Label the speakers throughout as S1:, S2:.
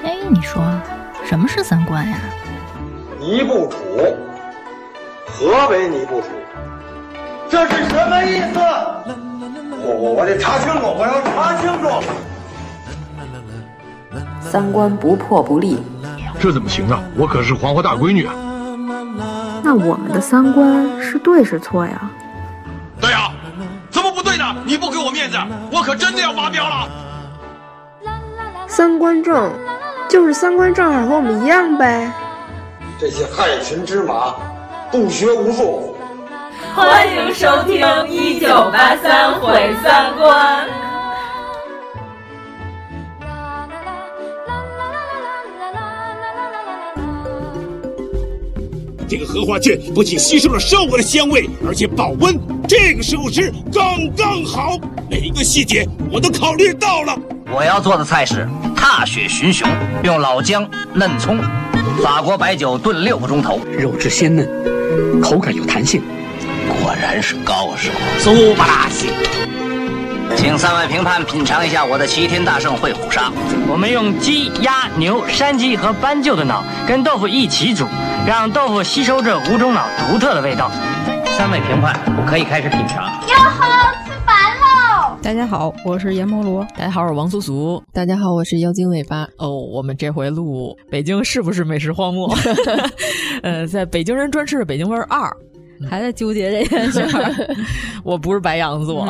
S1: 哎，你说什么是三观呀？
S2: 尼不楚，何为尼不楚？这是什么意思？我得查清楚，我要查清楚。
S3: 三观不破不立，
S4: 这怎么行啊？我可是黄花大闺女啊！
S5: 那我们的三观是对是错呀？
S4: 对呀，怎么不对呢？你不给我面子，我可真的要发飙了。
S5: 三观正，就是三观正好和我们一样呗。
S2: 这些害群之马，不学无术。
S6: 欢迎收听1983毁三观。
S7: 这个荷花菌不仅吸收了生活的香味，而且保温，这个时候吃刚刚好，每一个细节我都考虑到了。
S8: 我要做的菜是踏雪寻熊，用老姜、嫩葱、法国白酒炖6个钟头，
S9: 肉质鲜嫩，口感有弹性，
S8: 果然是高手，苏巴拉西。请3位评判品尝一下我的齐天大圣烩虎沙。
S10: 我们用鸡、鸭、牛、山鸡和斑鸠的脑跟豆腐一起煮，让豆腐吸收这五种脑独特的味道。
S8: 3位评判可以开始品尝。
S11: 哟吼，吃饭喽！
S12: 大家好，我是阎摩罗。
S13: 大家好，我是王苏苏。
S14: 大家好，我是妖精尾巴。
S13: 我们这回录北京是不是美食荒漠？在北京人专吃的北京味2。
S12: 还在纠结这件事
S13: 我不是白羊座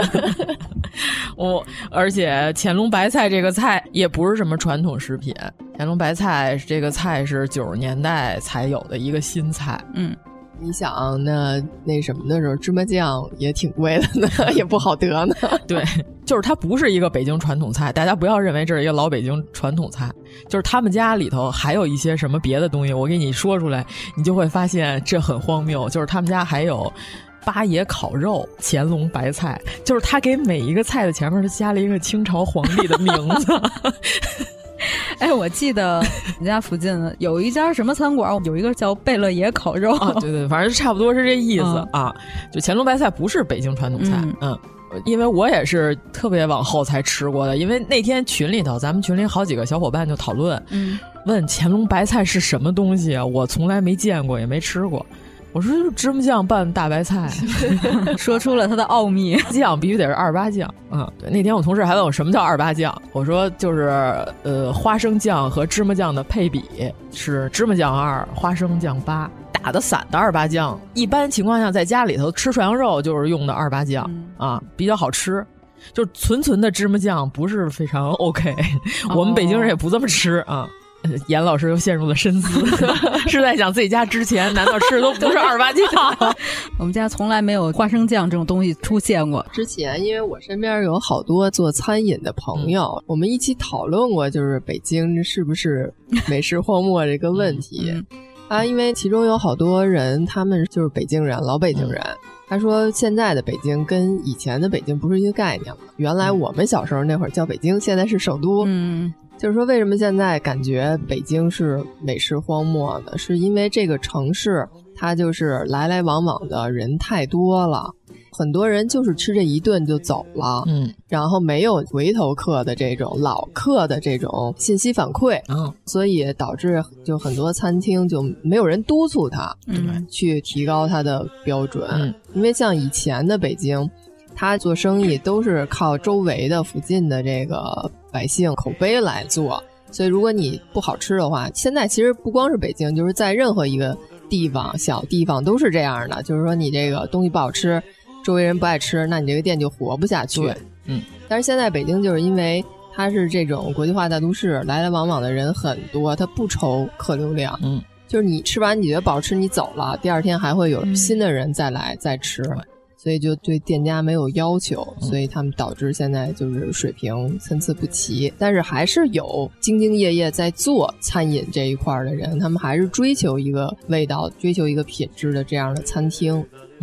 S13: 而且乾隆白菜这个菜也不是什么传统食品，乾隆白菜这个菜是90年代才有的一个新菜。
S14: 你想那什么的时候，芝麻酱也挺贵的呢，也不好得呢。
S13: 对，就是它不是一个北京传统菜，大家不要认为这是一个老北京传统菜，就是他们家里头还有一些什么别的东西，我给你说出来，你就会发现这很荒谬。就是他们家还有八爷烤肉、乾隆白菜，就是他给每一个菜的前面都加了一个清朝皇帝的名字。
S12: 哎，我记得你家附近有一家什么餐馆，有一个叫贝勒爷烤肉
S13: 啊，对对，反正差不多是这意思啊。就乾隆白菜不是北京传统菜，因为我也是特别往后才吃过的。因为那天群里头，咱们群里好几个小伙伴就讨论，问乾隆白菜是什么东西啊？我从来没见过，也没吃过。我说就是芝麻酱拌大白菜，
S12: 说出了它的奥秘。
S13: 酱必须得是28酱。对，那天我同事还问我什么叫28酱，我说就是花生酱和芝麻酱的配比是芝麻酱2，花生酱8，打的散的28酱。一般情况下在家里头吃涮羊肉就是用的28酱啊，比较好吃。就是纯的芝麻酱不是非常 OK，我们北京人也不这么吃啊。严老师又陷入了深思，是在想自己家之前难道吃的都不是28酱？
S12: 我们家从来没有花生酱这种东西出现过。
S14: 之前因为我身边有好多做餐饮的朋友，我们一起讨论过就是北京是不是美食荒漠这个问题因为其中有好多人他们就是北京人，老北京人。他说现在的北京跟以前的北京不是一个概念了，原来我们小时候那会儿叫北京，现在是首都。就是说为什么现在感觉北京是美食荒漠呢？是因为这个城市它就是来来往往的人太多了，很多人就是吃这一顿就走了，然后没有回头客的这种老客的这种信息反馈，所以导致就很多餐厅就没有人督促他去提高他的标准。因为像以前的北京，他做生意都是靠周围的附近的这个百姓口碑来做，所以如果你不好吃的话，现在其实不光是北京，就是在任何一个地方小地方都是这样的，就是说你这个东西不好吃，周围人不爱吃，那你这个店就活不下去。但是现在北京就是因为它是这种国际化大都市，来来往往的人很多，它不愁客流量，就是你吃完你觉得不好吃你走了，第二天还会有新的人再来再吃，所以就对店家没有要求，所以他们导致现在就是水平参差不齐。但是还是有兢兢业业在做餐饮这一块的人，他们还是追求一个味道，追求一个品质的这样的餐厅。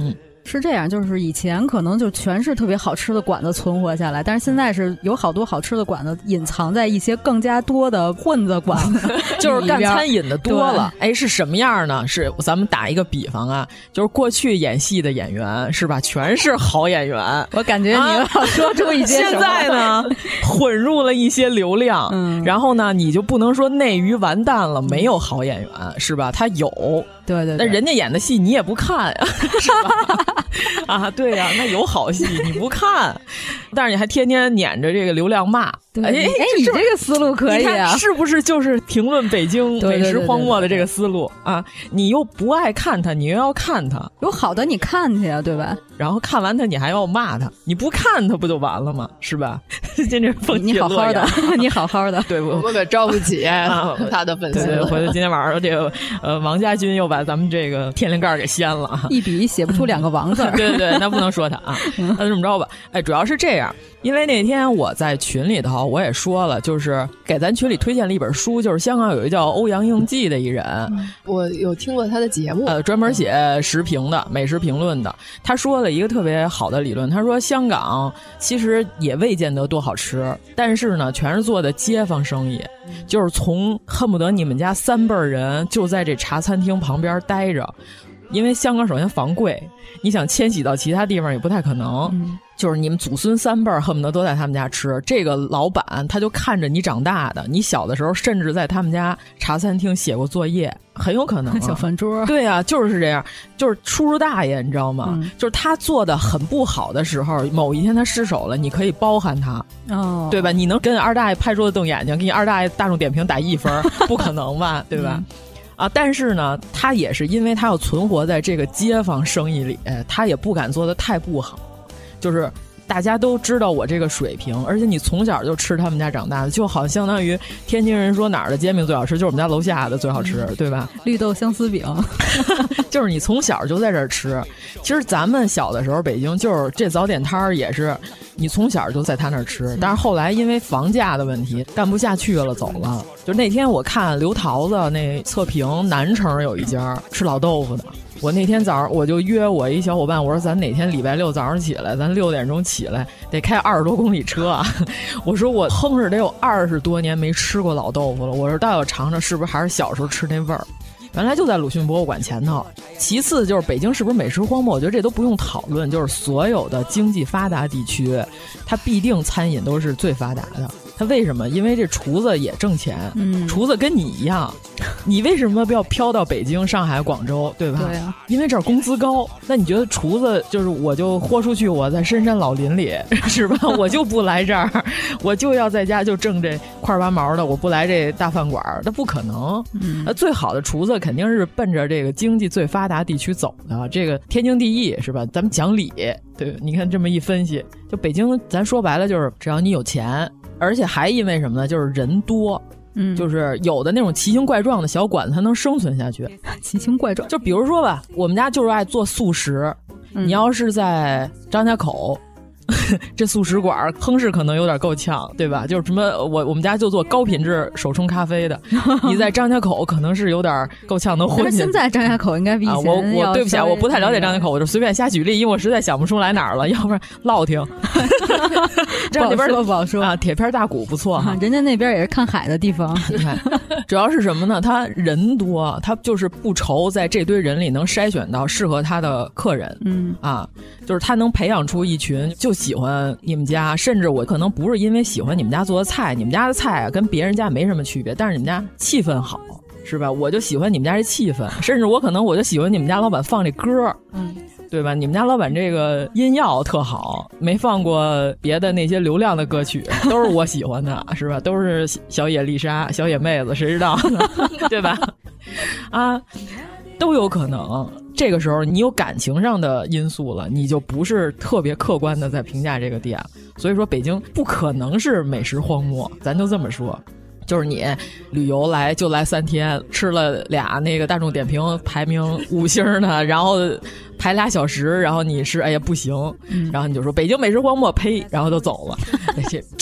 S12: 是这样，就是以前可能就全是特别好吃的馆子存活下来，但是现在是有好多好吃的馆子隐藏在一些更加多的混子馆子
S13: 就是干餐饮的多了。哎，是什么样呢？是咱们打一个比方啊，就是过去演戏的演员是吧，全是好演员。
S12: 我感觉你要说出一些
S13: 现在呢混入了一些流量，然后呢你就不能说内娱完蛋了，没有好演员是吧？他有，
S12: 对对对，
S13: 但人家演的戏你也不看呀，是吧？啊，对呀，那有好戏你不看，但是你还天天撵着这个流量骂。
S12: 哎，你这个思路可以啊，
S13: 是不是就是评论北京美食荒漠的这个思路啊？你又不爱看它，你又要看它，
S12: 有好的你看去呀，对吧？
S13: 然后看完它你还要骂它，你不看它不就完了吗？是吧？今天
S12: 你好好的，你好好的，
S13: 对，
S14: 我可招不起他的粉丝。
S13: 对，回头今天晚上这个王家军又把咱们这个天灵盖给掀了，
S12: 一笔写不出2个王字。
S13: 对对对，那不能说他啊，那这么着吧。哎，主要是这样，因为那天我在群里头我也说了，就是给咱群里推荐了一本书，就是香港有一个叫欧阳应霁的一人，
S14: 我有听过他的节目，
S13: 专门写食评的美食评论的。他说了一个特别好的理论，他说香港其实也未见得多好吃，但是呢全是做的街坊生意，就是从恨不得你们家3辈人就在这茶餐厅旁边待着。因为香港首先房贵，你想迁徙到其他地方也不太可能，就是你们祖孙3辈恨不得都在他们家吃，这个老板他就看着你长大的，你小的时候甚至在他们家茶餐厅写过作业，很有可能
S12: 小饭桌。
S13: 对啊，就是这样，就是叔叔大爷你知道吗？就是他做的很不好的时候，某一天他失手了，你可以包涵他，对吧？你能跟二大爷拍桌子瞪眼睛，给你二大爷大众点评打1分，不可能吧？对吧？啊，但是呢，他也是因为他要存活在这个街坊生意里，他也不敢做得太不好，就是大家都知道我这个水平，而且你从小就吃他们家长大的，就好相当于天津人说哪儿的煎饼最好吃，就是我们家楼下的最好吃，对吧？
S12: 绿豆相思饼，
S13: 就是你从小就在这儿吃。其实咱们小的时候，北京就是这早点摊儿也是，你从小就在他那儿吃，但是后来因为房价的问题干不下去了，走了。就那天我看刘桃子那测评，南城有一家吃老豆腐的。我那天早上我就约我一小伙伴，我说咱哪天礼拜6早上起来，咱6点钟起来，得开20多公里车啊。我说我哼着得有20多年没吃过老豆腐了，我说倒要尝尝是不是还是小时候吃那味儿。原来就在鲁迅博物馆前头。其次就是北京是不是美食荒漠，我觉得这都不用讨论，就是所有的经济发达地区，它必定餐饮都是最发达的。他为什么？因为这厨子也挣钱，厨子跟你一样，你为什么要飘到北京、上海、广州，对吧？
S12: 对啊，
S13: 因为这儿工资高。那你觉得厨子就是我就豁出去，我在深山老林里，是吧？我就不来这儿，我就要在家就挣这块8毛的，我不来这大饭馆，那不可能。最好的厨子肯定是奔着这个经济最发达地区走的，这个天经地义，是吧？咱们讲理，对，你看这么一分析，就北京，咱说白了就是只要你有钱。而且还因为什么呢？就是人多，就是有的那种奇形怪状的小馆子，它能生存下去。
S12: 奇形怪状，
S13: 就比如说吧，我们家就是爱做素食，你要是在张家口。这素食馆亨氏可能有点够呛，对吧？就是什么我们家就做高品质手冲咖啡的，你在张家口可能是有点够呛的混。
S12: 现在张家口应该比以前
S13: 我对不起啊，我不太了解张家口，我就随便瞎举例，因为我实在想不出来哪儿了，要不然落听。
S12: 这那边不好说
S13: 啊，铁片大鼓不错哈，
S12: 人家那边也是看海的地方。
S13: 你看，主要是什么呢？他人多，他就是不愁在这堆人里能筛选到适合他的客人。就是他能培养出一群就喜欢你们家，甚至我可能不是因为喜欢你们家做的菜，你们家的菜啊跟别人家没什么区别，但是你们家气氛好，是吧？我就喜欢你们家这气氛，甚至我可能我就喜欢你们家老板放这歌，对吧？你们家老板这个音药特好，没放过别的那些流量的歌曲，都是我喜欢的，是吧？都是小野丽莎、小野妹子，谁知道呢？对吧？啊，都有可能。这个时候你有感情上的因素了，你就不是特别客观的在评价这个店。所以说北京不可能是美食荒漠，咱就这么说。就是你旅游来就来3天，吃了俩那个大众点评排名5星的，然后排2小时，然后你是哎呀不行，然后你就说北京美食荒漠，呸，然后就走了。这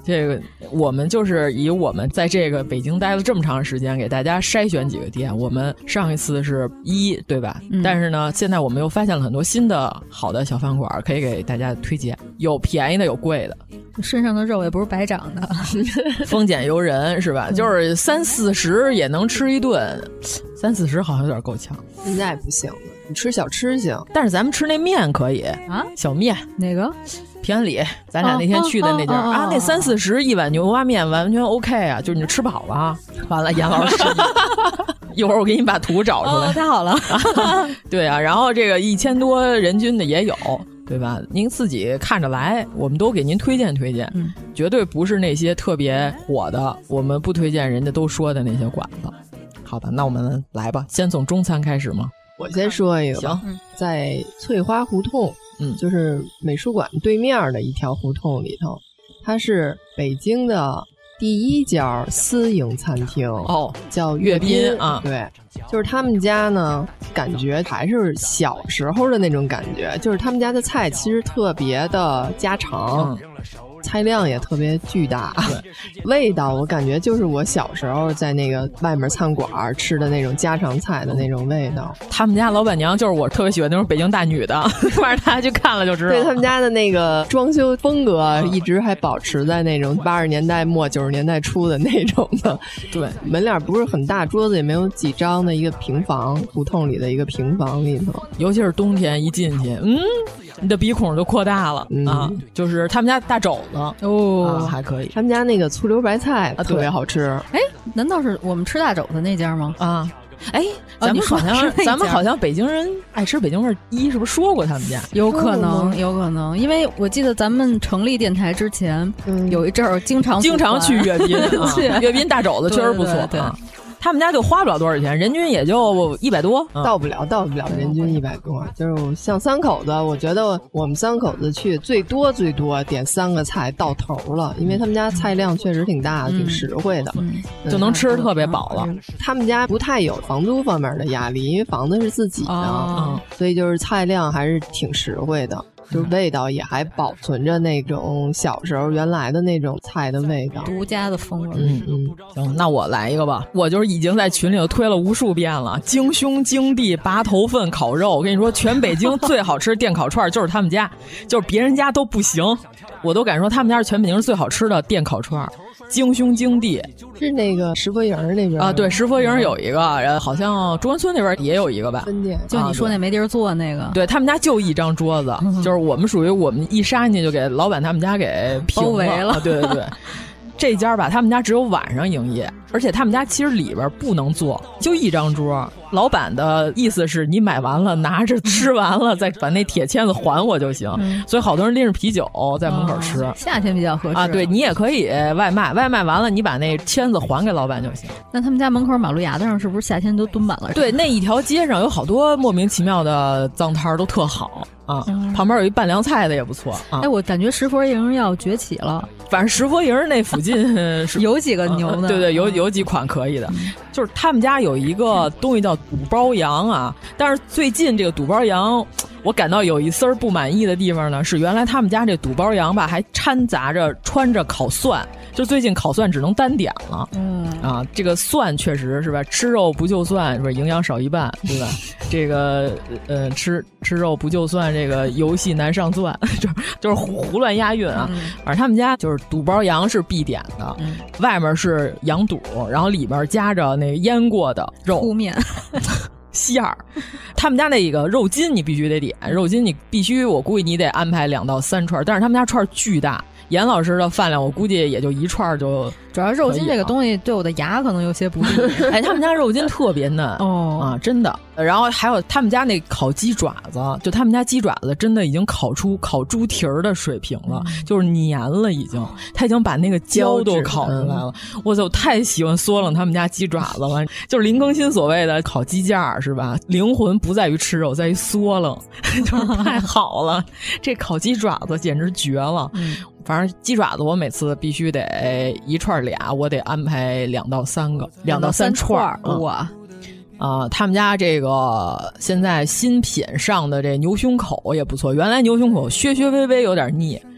S13: 这个我们就是以我们在这个北京待了这么长时间，给大家筛选几个店。我们上一次是对吧？但是呢，现在我们又发现了很多新的好的小饭馆，可以给大家推荐，有便宜的，有贵的。
S12: 身上的肉也不是白长的，
S13: 丰俭由人是吧？就是30-40也能吃一顿，30-40好像有点够呛。
S14: 现在不行了，你吃小吃行，
S13: 但是咱们吃那面可以啊，小面
S12: 哪个？
S13: 平安里，咱俩那天去的那家啊，那30-40一碗牛蛙面完全 OK 啊，就是你吃饱了。完了，严老师，一会儿我给你把图找出来。
S12: 太好了。
S13: 对啊，然后这个1000多人均的也有，对吧？您自己看着来，我们都给您推荐推荐，绝对不是那些特别火的，我们不推荐人家都说的那些馆子。好的，那我们来吧，先从中餐开始吗？
S14: 我先说一个，
S13: 行，
S14: 在翠花胡同，就是美术馆对面的一条胡同里头，它是北京的第一家私营餐厅叫阅宾
S13: 啊，
S14: 对，就是他们家呢，感觉还是小时候的那种感觉，就是他们家的菜其实特别的家常。菜量也特别巨大，味道我感觉就是我小时候在那个外面餐馆吃的那种家常菜的那种味道。
S13: 他们家老板娘就是我特别喜欢那种北京大女的，反正大家去看了就知道。
S14: 对，他们家的那个装修风格一直还保持在那种80年代末90年代初的那种的。
S13: 对，
S14: 门脸不是很大，桌子也没有几张的一个平房，胡同里的一个平房里头。
S13: 尤其是冬天一进去，你的鼻孔就扩大了啊！就是他们家大肘子还可以。
S14: 他们家那个醋溜白菜特别好吃。
S12: 哎，难道是我们吃大肘子那家吗？
S13: 啊，哎，咱们好像北京人爱吃北京味儿，是不是说过他们家？
S12: 有可能，因为我记得咱们成立电台之前，有一阵儿经常
S13: 去阅宾，阅宾大肘子确实不错。
S12: 对。
S13: 他们家就花不了多少钱，人均也就100多，
S14: 到不了人均100多。就是像三口子，我觉得我们三口子去最多点3个菜到头了，因为他们家菜量确实挺大的，挺实惠的，
S13: 就能吃特别饱了。
S14: 他们家不太有房租方面的压力，因为房子是自己的，所以就是菜量还是挺实惠的。就是味道也还保存着那种小时候原来的那种菜的味道，
S12: 独家的风味。
S13: 行，那我来一个吧。我就是已经在群里头推了无数遍了，京兄京地拔头份烤肉。我跟你说，全北京最好吃的电烤串就是他们家，就是别人家都不行，我都敢说他们家是全北京最好吃的电烤串。京兄京地
S14: 是那个石佛营那边
S13: 啊，对，石佛营有一个，然后好像中关村那边也有一个吧，
S14: 分店。
S12: 就你说那没地儿坐那个，
S13: 对他们家就一张桌子，就是我们属于我们一杀进去就给老板他们家给
S12: 包围了。
S13: 对对对。这家吧，他们家只有晚上营业，而且他们家其实里边不能坐，就一张桌。老板的意思是你买完了拿着吃完了再把那铁签子还我就行，所以好多人拎着啤酒在门口吃。
S12: 夏天比较合适
S13: 啊，对，你也可以外卖完了你把那签子还给老板就行。
S12: 那他们家门口马路牙子上是不是夏天都蹲满了？
S13: 对，那一条街上有好多莫名其妙的脏摊都特好啊，旁边有一拌凉菜的也不错啊。
S12: 哎，我感觉石佛营要崛起了。
S13: 反正石佛营那附近
S12: 有几个牛的，
S13: 对对，有几款可以的。就是他们家有一个东西叫肚包羊啊，但是最近这个肚包羊，我感到有一丝不满意的地方呢，是原来他们家这肚包羊吧，还掺杂着穿着烤蒜，就最近烤蒜只能单点了。这个蒜确实是吧，吃肉不就蒜是吧，营养少一半，对吧？这个吃肉不就蒜，这个游戏难上钻，就是胡乱押韵啊。反正他们家就是肚包羊是必点的，外面是羊肚，然后里边夹着那个腌过的肉
S12: 粗面
S13: 馅儿。他们家那个肉筋你必须得点，肉筋你必须，我估计你得安排2到3串，但是他们家串巨大。严老师的饭量我估计也就1串就，
S12: 主要肉筋这个东西对我的牙可能有些不利。
S13: 哎，他们家肉筋特别嫩真的。然后还有他们家那烤鸡爪子，就他们家鸡爪子真的已经烤出烤猪蹄儿的水平了，就是黏了已经，他已经把那个胶都烤出来了。我操，太喜欢缩冷他们家鸡爪子了，就是林更新所谓的烤鸡架是吧？灵魂不在于吃肉，在于缩冷，就是太好了。这烤鸡爪子简直绝了。反正鸡爪子我每次必须得1串俩，我得安排2到3个，2到3串。
S12: 哇！
S13: 他们家这个现在新品上的这牛胸口也不错，原来牛胸口微微有点腻，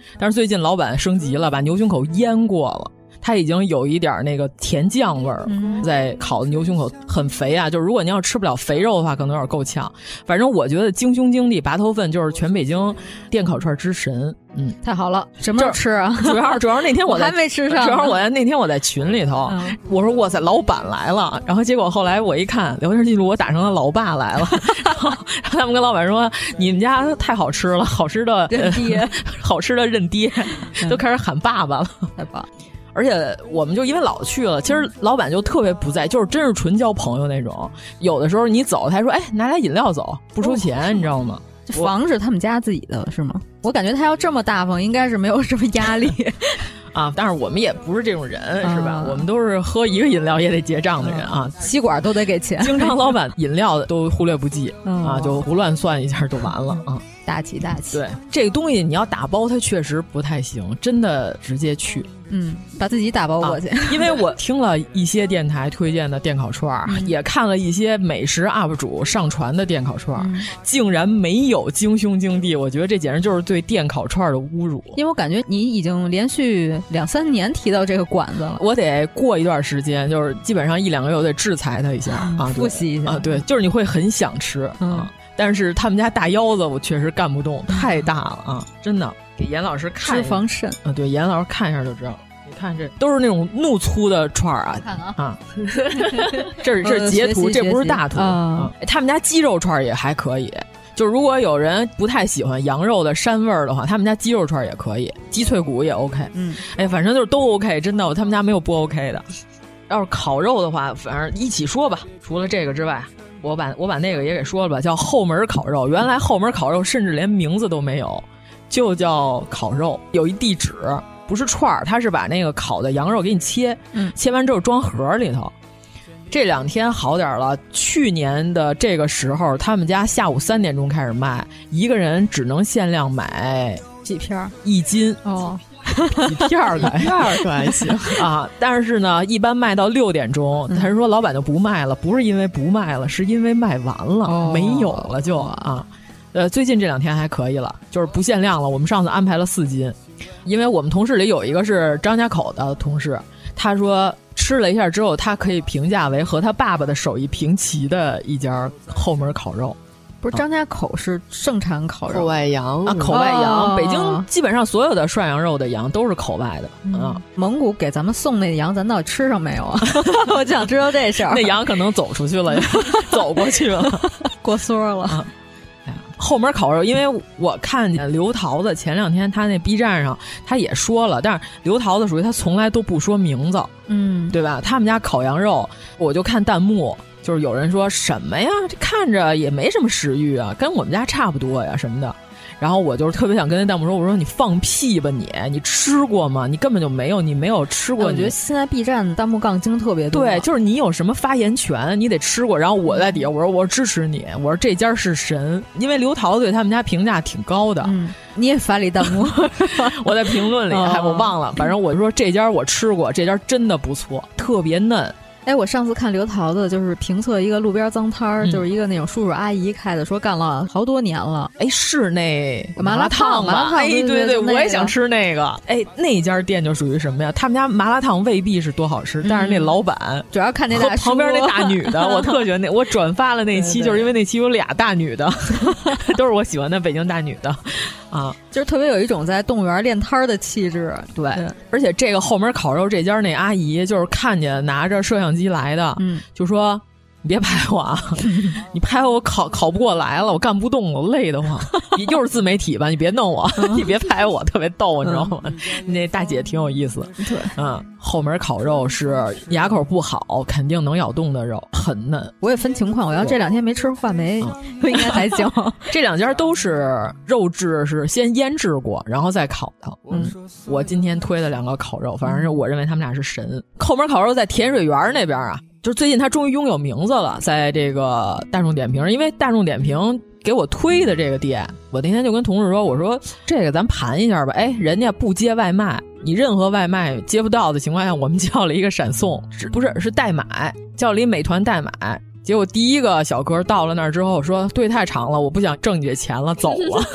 S13: 但是最近老板升级了，把牛胸口腌过了。它已经有一点那个甜酱味儿，在烤的牛胸口很肥啊，就是如果你要吃不了肥肉的话，可能有点够呛。反正我觉得京兄京弟拔头份就是全北京电烤串之神。
S12: 太好了，什么时候吃啊？
S13: 主要那天我
S12: 还没吃上，
S13: 主要那天我在群里头，我说哇塞，老板来了，然后结果后来我一看聊天记录，我打成了老爸来了，然后他们跟老板说你们家太好吃了，好吃的
S12: 认爹，
S13: 好吃的认爹，都开始喊爸爸了，
S12: 太棒。
S13: 而且我们就因为老去了，其实老板就特别不在，就是真是纯交朋友那种。有的时候你走，他还说：“哎，拿来饮料走，不收钱，你知道吗？”
S12: 房是他们家自己的是吗？我感觉他要这么大方，应该是没有什么压力
S13: 啊。但是我们也不是这种人，是吧？我们都是喝一个饮料也得结账的人啊，
S12: 吸管都得给钱。
S13: 经常老板饮料都忽略不计啊，就胡乱算一下就完了啊。
S12: 大气大气。
S13: 对，这个东西你要打包，它确实不太行，真的直接去。
S12: 把自己打包过去。
S13: 因为我听了一些电台推荐的电烤串，也看了一些美食 UP 主上传的电烤串，竟然没有京兄京弟，我觉得这简直就是对电烤串的侮辱。
S12: 因为我感觉你已经连续2-3年提到这个馆子了，
S13: 我得过一段时间，就是基本上1-2个月，我得制裁他一下啊，
S12: 复习一下
S13: 啊，对，就是你会很想吃啊。但是他们家大腰子我确实干不动，太大了啊，真的。给严老师看
S12: 脂肪肾
S13: 啊，对，严老师看一下就知道。你看这都是那种怒粗的串啊，
S12: 看
S13: 啊，这是截图，这不是大图啊。他们家鸡肉串也还可以，就是如果有人不太喜欢羊肉的膻味儿的话，他们家鸡肉串也可以，鸡脆骨也 OK。哎，反正就是都 OK， 真的，他们家没有不 OK 的。要是烤肉的话，反正一起说吧。除了这个之外，我把那个也给说了吧，叫后门烤肉。原来后门烤肉甚至连名字都没有，就叫烤肉，有一地址，不是串儿，他是把那个烤的羊肉给你切，切完之后装盒里头。这2天好点了，去年的这个时候，他们家下午3点钟开始卖，一个人只能限量买
S12: 几片
S13: ，1斤
S12: 哦。
S13: 几片儿可还行啊，但是呢，一般卖到6点钟，他说老板就不卖了，不是因为不卖了，是因为卖完了，没有了就啊。最近这2天还可以了，就是不限量了。我们上次安排了4斤，因为我们同事里有一个是张家口的同事，他说吃了一下之后，他可以评价为和他爸爸的手艺平齐的一家后门烤肉。
S12: 不是张家口是盛产烤肉，
S14: 口外羊
S13: 啊，口外羊，北京基本上所有的涮羊肉的羊都是口外的啊。
S12: 蒙古给咱们送那羊，咱到底吃上没有啊？我想知道这事儿。
S13: 那羊可能走出去了，走过去了，
S12: 过梭了。
S13: 后门烤肉，因为我看见刘桃子前2天他那 B 站上他也说了，但是刘桃子属于他从来都不说名字，对吧？他们家烤羊肉，我就看弹幕。就是有人说什么呀，这看着也没什么食欲啊，跟我们家差不多呀什么的。然后我就是特别想跟那弹幕说，我说你放屁吧你吃过吗？你根本就没有，你没有吃过。
S12: 我觉得现在 B 站弹幕杠精特别多。
S13: 对，就是你有什么发言权，你得吃过。然后我在底下我说支持你，我说这家是神，因为刘桃对他们家评价挺高的。
S12: 你也发了一弹幕，
S13: 我在评论里我忘了，反正我说这家我吃过，这家真的不错，特别嫩。
S12: 哎，我上次看刘桃子就是评测一个路边脏摊儿，就是一个那种叔叔阿姨开的，说干了好多年了。
S13: 哎，是那
S12: 麻辣烫吧？
S13: 哎，对，我也想吃那个。哎，那家店就属于什么呀？他们家麻辣烫未必是多好吃，但是那老板
S12: 主要看那大
S13: 旁边那大女的，我特觉得那我转发了那期，就是因为那期有俩大女的，都是我喜欢的北京大女的。啊，
S12: 就是特别有一种在动物园练摊的气质。
S13: 对，而且这个后门烤肉这家那阿姨就是看见拿着摄像机来的，就说你别拍我啊，你拍我烤不过来了，我干不动了，我累得慌。你又是自媒体吧，你别弄我，你别拍我，特别逗，你知道吗？那大姐挺有意思。
S12: 对，
S13: 后门烤肉是牙口不好肯定能咬动的肉，很嫩。
S12: 我也分情况，我要这2天没吃话梅，应该还行。
S13: 这2家都是肉质是先腌制过，然后再烤的。我今天推了2个烤肉，反正是我认为他们俩是神。后门烤肉在甜水园那边啊，就是最近他终于拥有名字了，在这个大众点评，因为大众点评给我推的这个店，我那天就跟同事说，我说这个咱盘一下吧。哎，人家不接外卖，你任何外卖接不到的情况下，我们叫了一个闪送，是代买，叫了一美团代买。结果第一个小哥到了那儿之后说队太长了，我不想挣你这钱了，走了。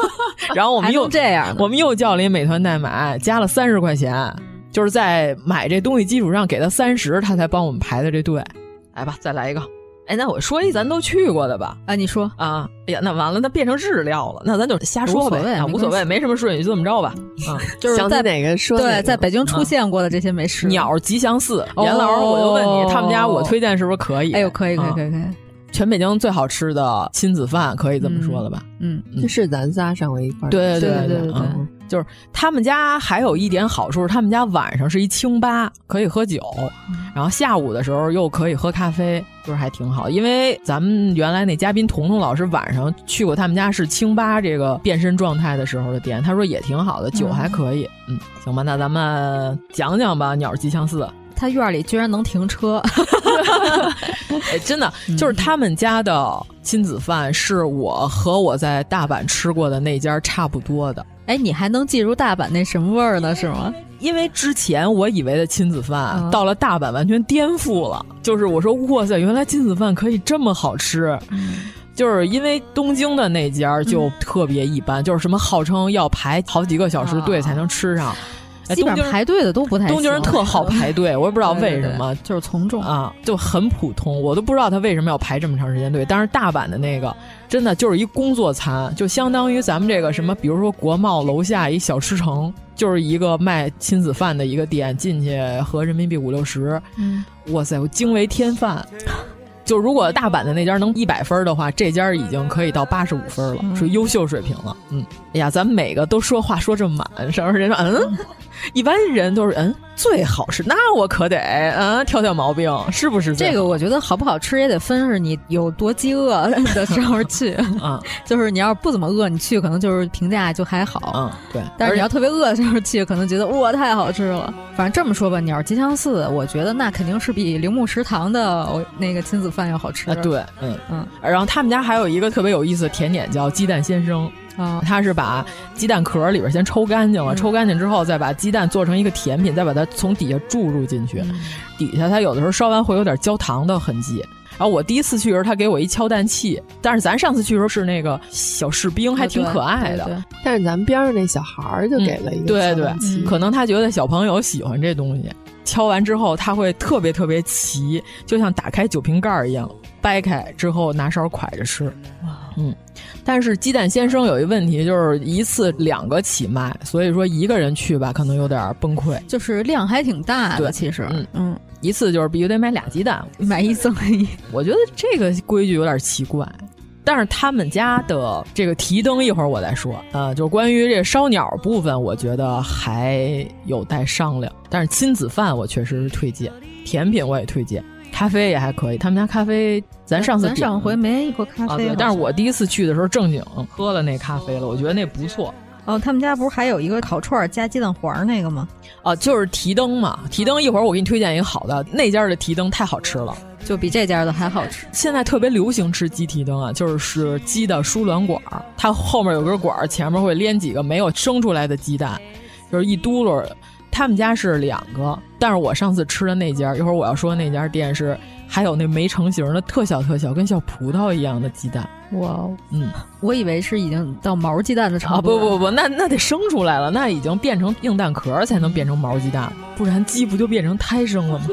S13: 然后我们又
S12: 这样，
S13: 我们又叫了一美团代买，加了30块钱，就是在买这东西基础上给他30，他才帮我们排的这队。来吧，再来一个。哎，那我说一咱都去过的吧？
S12: 啊，你说
S13: 啊？哎呀，那完了，那变成日料了，那咱就瞎说呗，无所谓，没什么顺序，就这么着吧。啊，
S12: 就是
S14: 在哪个说
S12: 对，在北京出现过的这些美食，
S13: 鸟吉祥寺，严老师，我就问你，他们家我推荐是不是可以？
S12: 哎呦，可以。
S13: 全北京最好吃的亲子饭，可以这么说了吧？
S14: 这是咱仨上过一块儿。
S13: 对，就是他们家还有一点好处是，他们家晚上是一清吧，可以喝酒，然后下午的时候又可以喝咖啡，就是还挺好。因为咱们原来那嘉宾彤彤老师晚上去过他们家是清吧这个变身状态的时候的店，他说也挺好的，酒还可以。行吧，那咱们讲讲吧，鸟吉祥寺。
S12: 他院里居然能停车
S13: 哎，真的就是他们家的亲子饭是我和我在大阪吃过的那家差不多的。
S12: 哎，你还能记住大阪那什么味儿呢？是吗？
S13: 因为之前我以为的亲子饭到了大阪完全颠覆了，就是我说哇塞，原来亲子饭可以这么好吃。就是因为东京的那家就特别一般，就是什么号称要排好几个小时队才能吃上。
S12: 基本上排队的都不太行，
S13: 东京人特好排队，我也不知道为什么，
S12: 就是从众
S13: 啊，就很普通，我都不知道他为什么要排这么长时间队。但是大阪的那个真的就是一工作餐，就相当于咱们这个什么，比如说国贸楼下一小吃城，就是一个卖亲子饭的一个店，进去合人民币50-60，哇塞，我惊为天饭。就如果大阪的那家能100分的话，这家已经可以到85分了，属于优秀水平了。哎呀，咱们每个都说话说这么满，上面人说一般人都是最好吃，那我可得挑毛病，是不是？
S12: 这个我觉得好不好吃也得分是你有多饥饿的时候去
S13: 啊，
S12: 就是你要是不怎么饿，你去可能就是评价就还好，
S13: 对。
S12: 但是你要特别饿的时候去，可能觉得哇太好吃了。反正这么说吧，鸟吉祥寺，我觉得那肯定是比铃木食堂的那个亲子饭要好吃。
S13: 对，然后他们家还有一个特别有意思的甜点叫鸡蛋先生。他是把鸡蛋壳里边先抽干净了，抽干净之后再把鸡蛋做成一个甜品，再把它从底下注入进去，底下它有的时候烧完会有点焦糖的痕迹。然后我第一次去的时候他给我一敲蛋器，但是咱上次去的时候是那个小士兵，还挺可爱的。
S14: 对，但是咱们边上那小孩就给了一个敲蛋器，
S13: 可能他觉得小朋友喜欢这东西，敲完之后他会特别特别齐，就像打开酒瓶盖一样，掰开之后拿勺蒯着吃。但是鸡蛋先生有一问题，就是一次2个起卖，所以说一个人去吧可能有点崩溃，
S12: 就是量还挺大的。其实
S13: 一次就是必须得买2鸡蛋，
S12: 买1赠1。
S13: 我觉得这个规矩有点奇怪。但是他们家的这个提灯一会儿我再说就是关于这个烧鸟部分我觉得还有待商量。但是亲子饭我确实是推荐，甜品我也推荐，咖啡也还可以。他们家咖啡咱上
S12: 回没喝咖啡，
S13: 但是我第一次去的时候正经喝了那咖啡了，我觉得那不错。
S12: 他们家不是还有一个烤串加鸡蛋黄那个吗？
S13: 就是提灯嘛。提灯一会儿我给你推荐一个好的，那家的提灯太好吃了，
S12: 就比这家的还好吃。
S13: 现在特别流行吃鸡提灯啊，就是鸡的输卵管，它后面有根管，前面会连几个没有生出来的鸡蛋，就是一嘟噜。他们家是2个，但是我上次吃的那家，一会儿我要说那家店是还有那没成型的特小跟小葡萄一样的鸡蛋。
S12: 哇，我以为是已经到毛鸡蛋的程度。
S13: 不，那得生出来了，那已经变成硬蛋壳才能变成毛鸡蛋，不然鸡不就变成胎生了吗？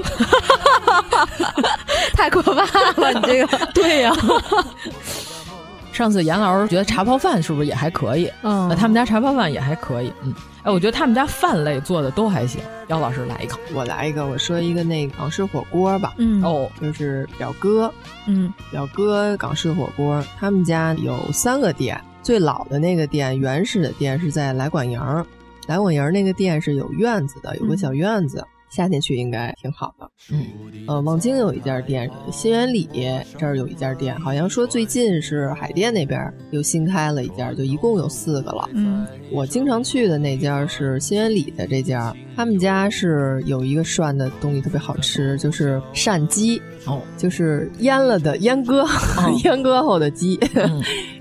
S12: 太可怕了，你这个。
S13: 对呀。上次严老师觉得茶泡饭是不是也还可以？他们家茶泡饭也还可以。我觉得他们家饭类做的都还行。姚老师来一个，
S14: 我来一个，我说一个那个港式火锅吧。就是表哥，表哥港式火锅，他们家有3个店，最老的那个店，原始的店是在来广营，来广营那个店是有院子的，有个小院子。夏天去应该挺好的。望京有一家店，新源里这儿有一家店，好像说最近是海淀那边又新开了一家，就一共有4个了。我经常去的那家是新源里的这家，他们家是有一个涮的东西特别好吃，就是鳝鸡，就是腌了的阉割，阉割后的鸡。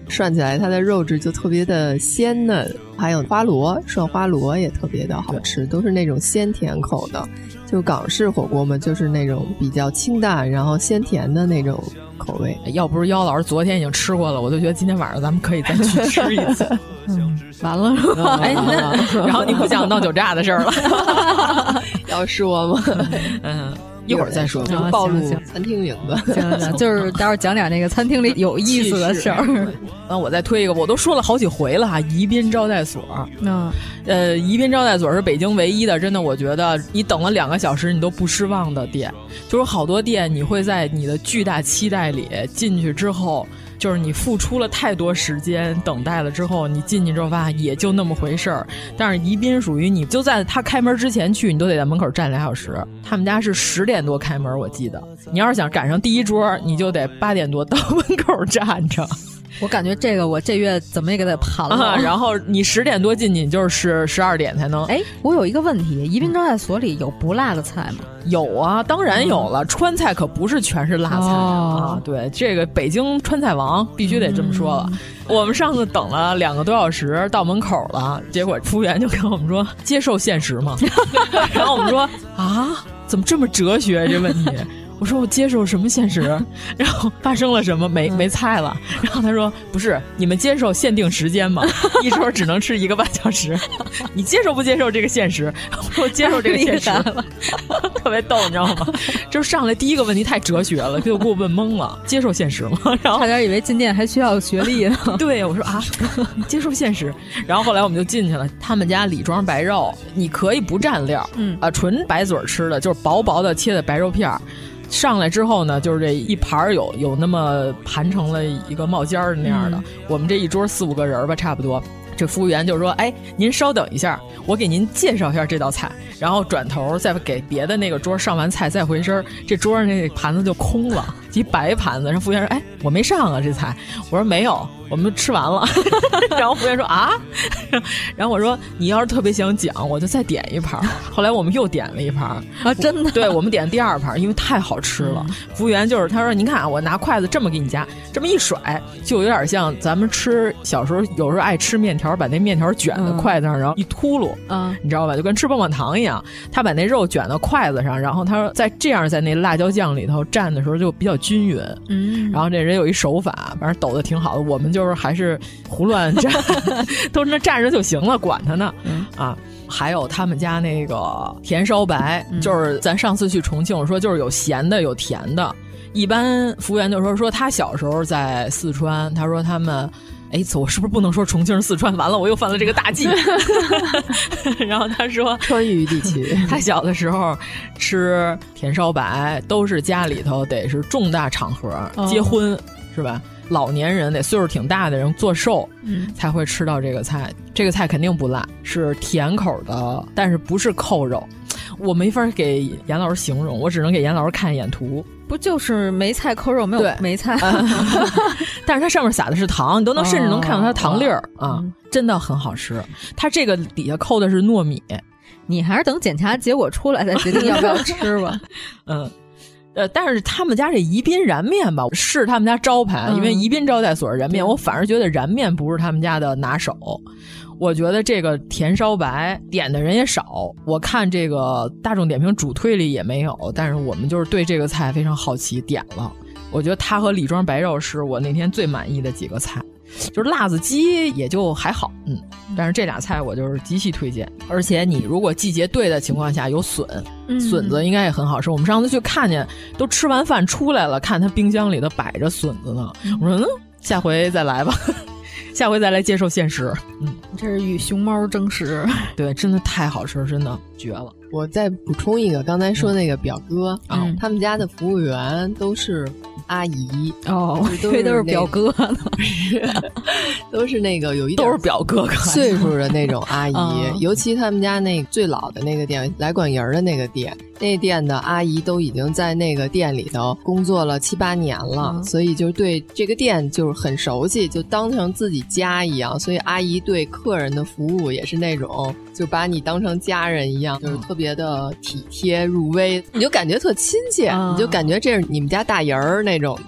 S14: 涮起来它的肉质就特别的鲜嫩，还有花螺，涮花螺也特别的好吃，都是那种鲜甜口的。就港式火锅嘛，就是那种比较清淡然后鲜甜的那种口味。
S13: 要不是妖老师昨天已经吃过了，我就觉得今天晚上咱们可以再去吃一次。
S12: 完了是吧？
S13: 哎，然后你不讲闹酒炸的事儿了，
S14: 要说吗？
S13: 一会儿再说，
S14: 就暴露餐厅名字。
S12: 行，就是待会儿讲点那个餐厅里有意思的事儿。
S13: 我再推一个，我都说了好几回了哈，宜宾招待所。宜宾招待所是北京唯一的，真的，我觉得你等了2个小时你都不失望的店。就是好多店你会在你的巨大期待里进去之后，就是你付出了太多时间等待了之后，你进去之后发现也就那么回事儿。但是宜宾属于你就在他开门之前去，你都得在门口站2小时。他们家是10点多开门，我记得。你要是想赶上第一桌，你就得8点多到门口站着。
S12: 我感觉这个我这月怎么也给它盘了。
S13: 然后你10点多进去，你就是12点才能。
S12: 哎，我有一个问题，宜宾招待所里有不辣的菜吗？
S13: 有啊，当然有了。川菜可不是全是辣菜啊。对，这个北京川菜王必须得这么说了。我们上次等了2个多小时到门口了，结果服务员就跟我们说接受现实嘛。然后我们说啊，怎么这么哲学这问题？我说我接受什么现实？然后发生了什么？没菜了。然后他说不是，你们接受限定时间吗？一桌只能吃1个半小时。你接受不接受这个现实？我说我接受这个现实了。特别逗，你知道吗？就上来第一个问题太哲学了，就给我问懵了。接受现实吗？然后
S12: 差点以为进店还需要学历呢。
S13: 对，我说啊，接受现实。然后后来我们就进去了。他们家李庄白肉，你可以不蘸料，纯白嘴吃的，就是薄薄的切的白肉片儿。上来之后呢，就是这一盘有那么盘成了一个帽尖儿那样的。我们这一桌4、5个人吧，差不多。这服务员就说：“哎，您稍等一下，我给您介绍一下这道菜。”然后转头再给别的那个桌上完菜再回身，这桌上那盘子就空了，一白盘子。然后服务员说：“哎，我没上啊这菜。”我说：“没有，我们吃完了。”然后服务员说：“啊？”然后我说：“你要是特别想讲，我就再点一盘。”后来我们又点了一盘
S12: 啊，真的？
S13: 对，我们点第2盘，因为太好吃了。服务员就是他说：“您看啊，我拿筷子这么给你夹，这么一甩，就有点像咱们吃小时候有时候爱吃面条。”把那面条卷在筷子上，然后一秃噜，你知道吧？就跟吃棒棒糖一样。他把那肉卷到筷子上，然后他说再这样在那辣椒酱里头蘸的时候就比较均匀。然后这人有一手法，反正抖得挺好的。我们就是还是胡乱蘸，都是那蘸着就行了，管他呢。还有他们家那个甜烧白，就是咱上次去重庆，我说就是有咸的有甜的。一般服务员就说他小时候在四川，他说他们。哎，我是不是不能说重庆是四川？完了，我又犯了这个大忌。然后他说，
S14: 川渝地区，
S13: 他小的时候吃甜烧白，都是家里头得是重大场合，结婚是吧？老年人得岁数挺大的人做寿，才会吃到这个菜。这个菜肯定不辣，是甜口的，但是不是扣肉。我没法给严老师形容，我只能给严老师看一眼图。
S12: 不就是梅菜扣肉，没有梅菜，
S13: 但是它上面撒的是糖，你都能甚至能看到它糖粒儿啊，真的很好吃。它这个底下扣的是糯米，
S12: 你还是等检查结果出来再决定要不要吃吧。
S13: 但是他们家这宜宾燃面吧，是他们家招牌，因为宜宾招待所燃面，我反而觉得燃面不是他们家的拿手。我觉得这个甜烧白点的人也少，我看这个大众点评主推里也没有，但是我们就是对这个菜非常好奇，点了。我觉得它和李庄白肉是我那天最满意的几个菜，就是辣子鸡也就还好，但是这俩菜我就是极其推荐。而且你如果季节对的情况下有笋，笋子应该也很好吃。我们上次去看见都吃完饭出来了，看他冰箱里头摆着笋子呢，我说下回再来吧。下回再来接受现实。
S12: 这是与熊猫争食，
S13: 对，真的太好吃，真的绝了。
S14: 我再补充一个，刚才说那个表哥他们家的服务员都是阿姨
S12: 都是表哥呢，
S14: 都是那个有一点
S13: 都是表哥哥
S14: 岁数的那种阿姨，尤其他们家那最老的那个店来管营的那个店，那店的阿姨都已经在那个店里头工作了7、8年了，所以就对这个店就是很熟悉，就当成自己家一样。所以阿姨对客人的服务也是那种就把你当成家人一样，就是特别的体贴入微，你就感觉特亲切，你就感觉这是你们家大人儿那种的。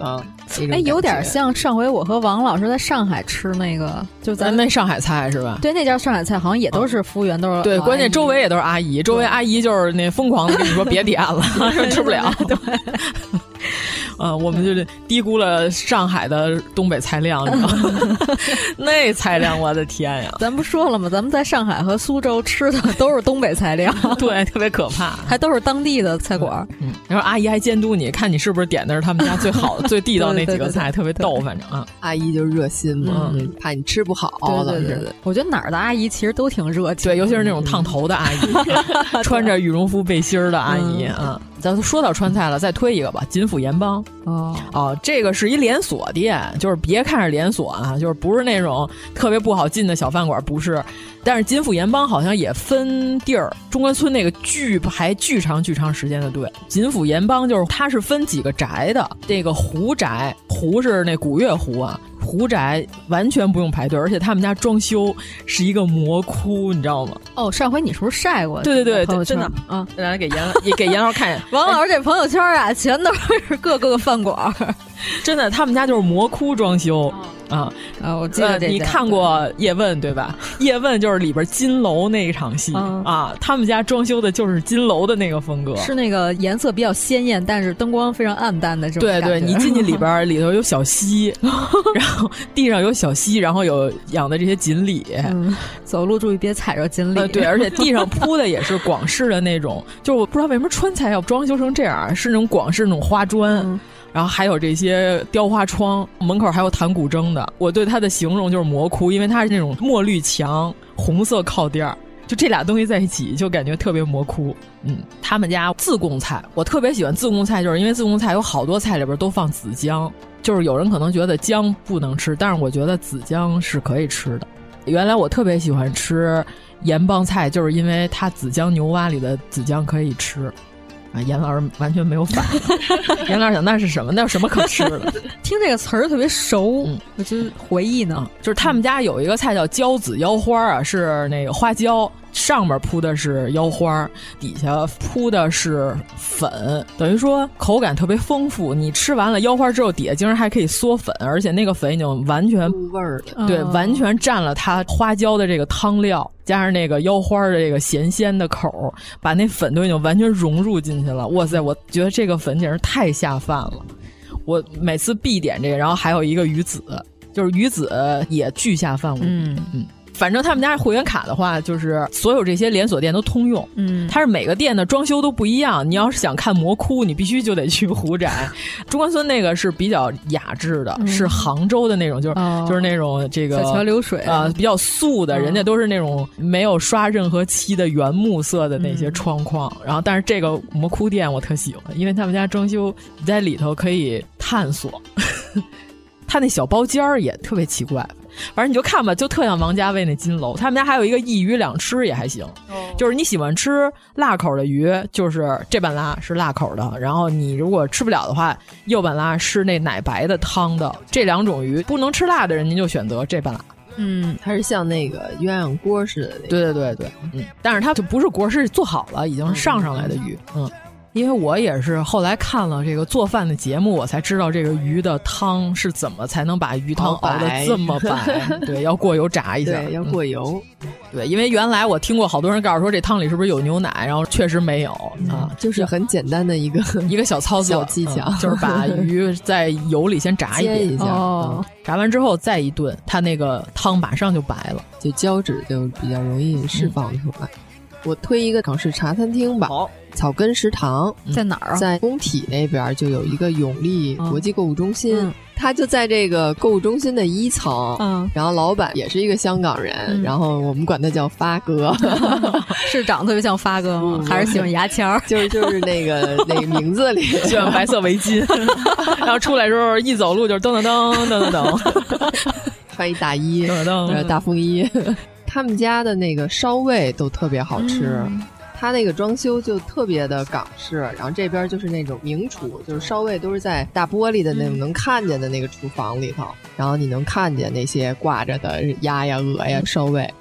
S12: 有点像上回我和王老师在上海吃那个，就咱
S13: 那上海菜是吧？
S12: 对，那家上海菜好像也都是服务员都是
S13: 对，关键周围也都是阿姨，周围阿姨就是那疯狂的跟你说别点了，说吃不了。对。我们就是低估了上海的东北菜量，你知道吗？那菜量，我的天呀！
S12: 咱不说了吗？咱们在上海和苏州吃的都是东北菜量，
S13: 对，特别可怕，
S12: 还都是当地的菜馆。
S13: 然后阿姨还监督你，看你是不是点的是他们家最好的、最地道那几个菜，特别逗，反正啊，
S14: 阿姨就热心嘛，怕你吃不好。
S12: 对，我觉得哪儿的阿姨其实都挺热情，
S13: 对，尤其是那种烫头的阿姨，穿着羽绒服背心的阿姨啊。咱说到川菜了，再推一个吧，锦府盐帮。这个是一连锁店，就是别看是连锁啊，就是不是那种特别不好进的小饭馆，不是。但是锦府盐帮好像也分地儿，中关村那个排巨长时间的队。锦府盐帮就是它是分几个宅的，这个胡宅，胡是那古月胡啊。胡宅完全不用排队，而且他们家装修是一个魔窟，你知道吗？
S12: 上回你是不是晒过？
S13: 对，真的啊！来给严老师看一眼。
S12: 王老师这朋友圈啊，全都是各个饭馆，
S13: 真的，他们家就是魔窟装修。
S12: 我记得
S13: 你看过叶问对吧？叶问就是里边金楼那一场戏啊，他们家装修的就是金楼的那个风格，
S12: 是那个颜色比较鲜艳，但是灯光非常暗淡的这种感觉。
S13: 对，你进去里头有小溪，然后地上有小溪，然后有养的这些锦鲤，
S12: 走路注意别踩着锦鲤。
S13: 对，而且地上铺的也是广式的那种，就我不知道为什么川菜要装修成这样，是那种广式那种花砖。然后还有这些雕花窗，门口还有弹古筝的。我对它的形容就是魔窟，因为它是那种墨绿墙、红色靠垫，就这俩东西在一起就感觉特别魔窟。他们家自贡菜，我特别喜欢自贡菜，就是因为自贡菜有好多菜里边都放子姜，就是有人可能觉得姜不能吃，但是我觉得子姜是可以吃的。原来我特别喜欢吃盐帮菜，就是因为它子姜牛蛙里的子姜可以吃。严老师完全没有反应。严老师想那是什么？那有什么可吃的？
S12: 听这个词儿特别熟，我就回忆呢。
S13: 就是他们家有一个菜叫椒子腰花啊，是那个花椒，上面铺的是腰花，底下铺的是粉，等于说口感特别丰富。你吃完了腰花之后，底下竟然还可以缩粉，而且那个粉已经完全
S14: 入味儿了，
S13: 对，完全占了它花椒的这个汤料，加上那个腰花的这个咸鲜的口，把那粉都已经完全融入进去了。哇塞，我觉得这个粉简直太下饭了，我每次必点这个。然后还有一个鱼子，就是鱼子也巨下饭。反正他们家会员卡的话，就是所有这些连锁店都通用。它是每个店的装修都不一样。你要是想看魔窟，你必须就得去胡宅。中关村那个是比较雅致的，是杭州的那种，就是那种这个
S12: 小桥流水
S13: 比较素的，人家都是那种没有刷任何漆的原木色的那些窗框。然后，但是这个魔窟店我特喜欢，因为他们家装修你在里头可以探索。他那小包间儿也特别奇怪。反正你就看吧，就特像王家卫那金楼。他们家还有一个一鱼两吃也还行，就是你喜欢吃辣口的鱼，就是这半拉是辣口的，然后你如果吃不了的话，右半拉是那奶白的汤的。这两种鱼不能吃辣的人，您就选择这半拉。
S14: 它是像那个鸳鸯锅似的。
S13: 对，但是它就不是锅，是做好了已经上来的鱼。因为我也是后来看了这个做饭的节目，我才知道这个鱼的汤是怎么才能把鱼汤熬得这么白。对，要过油炸一下。
S14: 对，要过油。
S13: 对，因为原来我听过好多人告诉说这汤里是不是有牛奶，然后确实没有
S14: 就是很简单的一个
S13: 小操作、
S14: 小技巧，
S13: 就是把鱼在油里先炸
S14: 一下，
S13: 炸完之后再一炖，它那个汤马上就白了，
S14: 就胶质就比较容易释放出来。我推一个港式茶餐厅吧。
S13: 好，
S14: 草根食堂
S12: 在哪儿啊？
S14: 在工体那边就有一个永利国际购物中心，它就在这个购物中心的1层。然后老板也是一个香港人，然后我们管他叫发哥。
S12: 是长得特别像发哥吗？还是喜欢牙签儿？
S14: 就是那个名字里
S13: 喜欢白色围巾，然后出来之后一走路就是噔噔噔噔噔噔，
S14: 穿一大衣，大风衣。他们家的那个烧味都特别好吃，他那个装修就特别的港式，然后这边就是那种名厨，就是烧味都是在大玻璃的那种能看见的那个厨房里头，然后你能看见那些挂着的鸭呀、鹅呀烧味，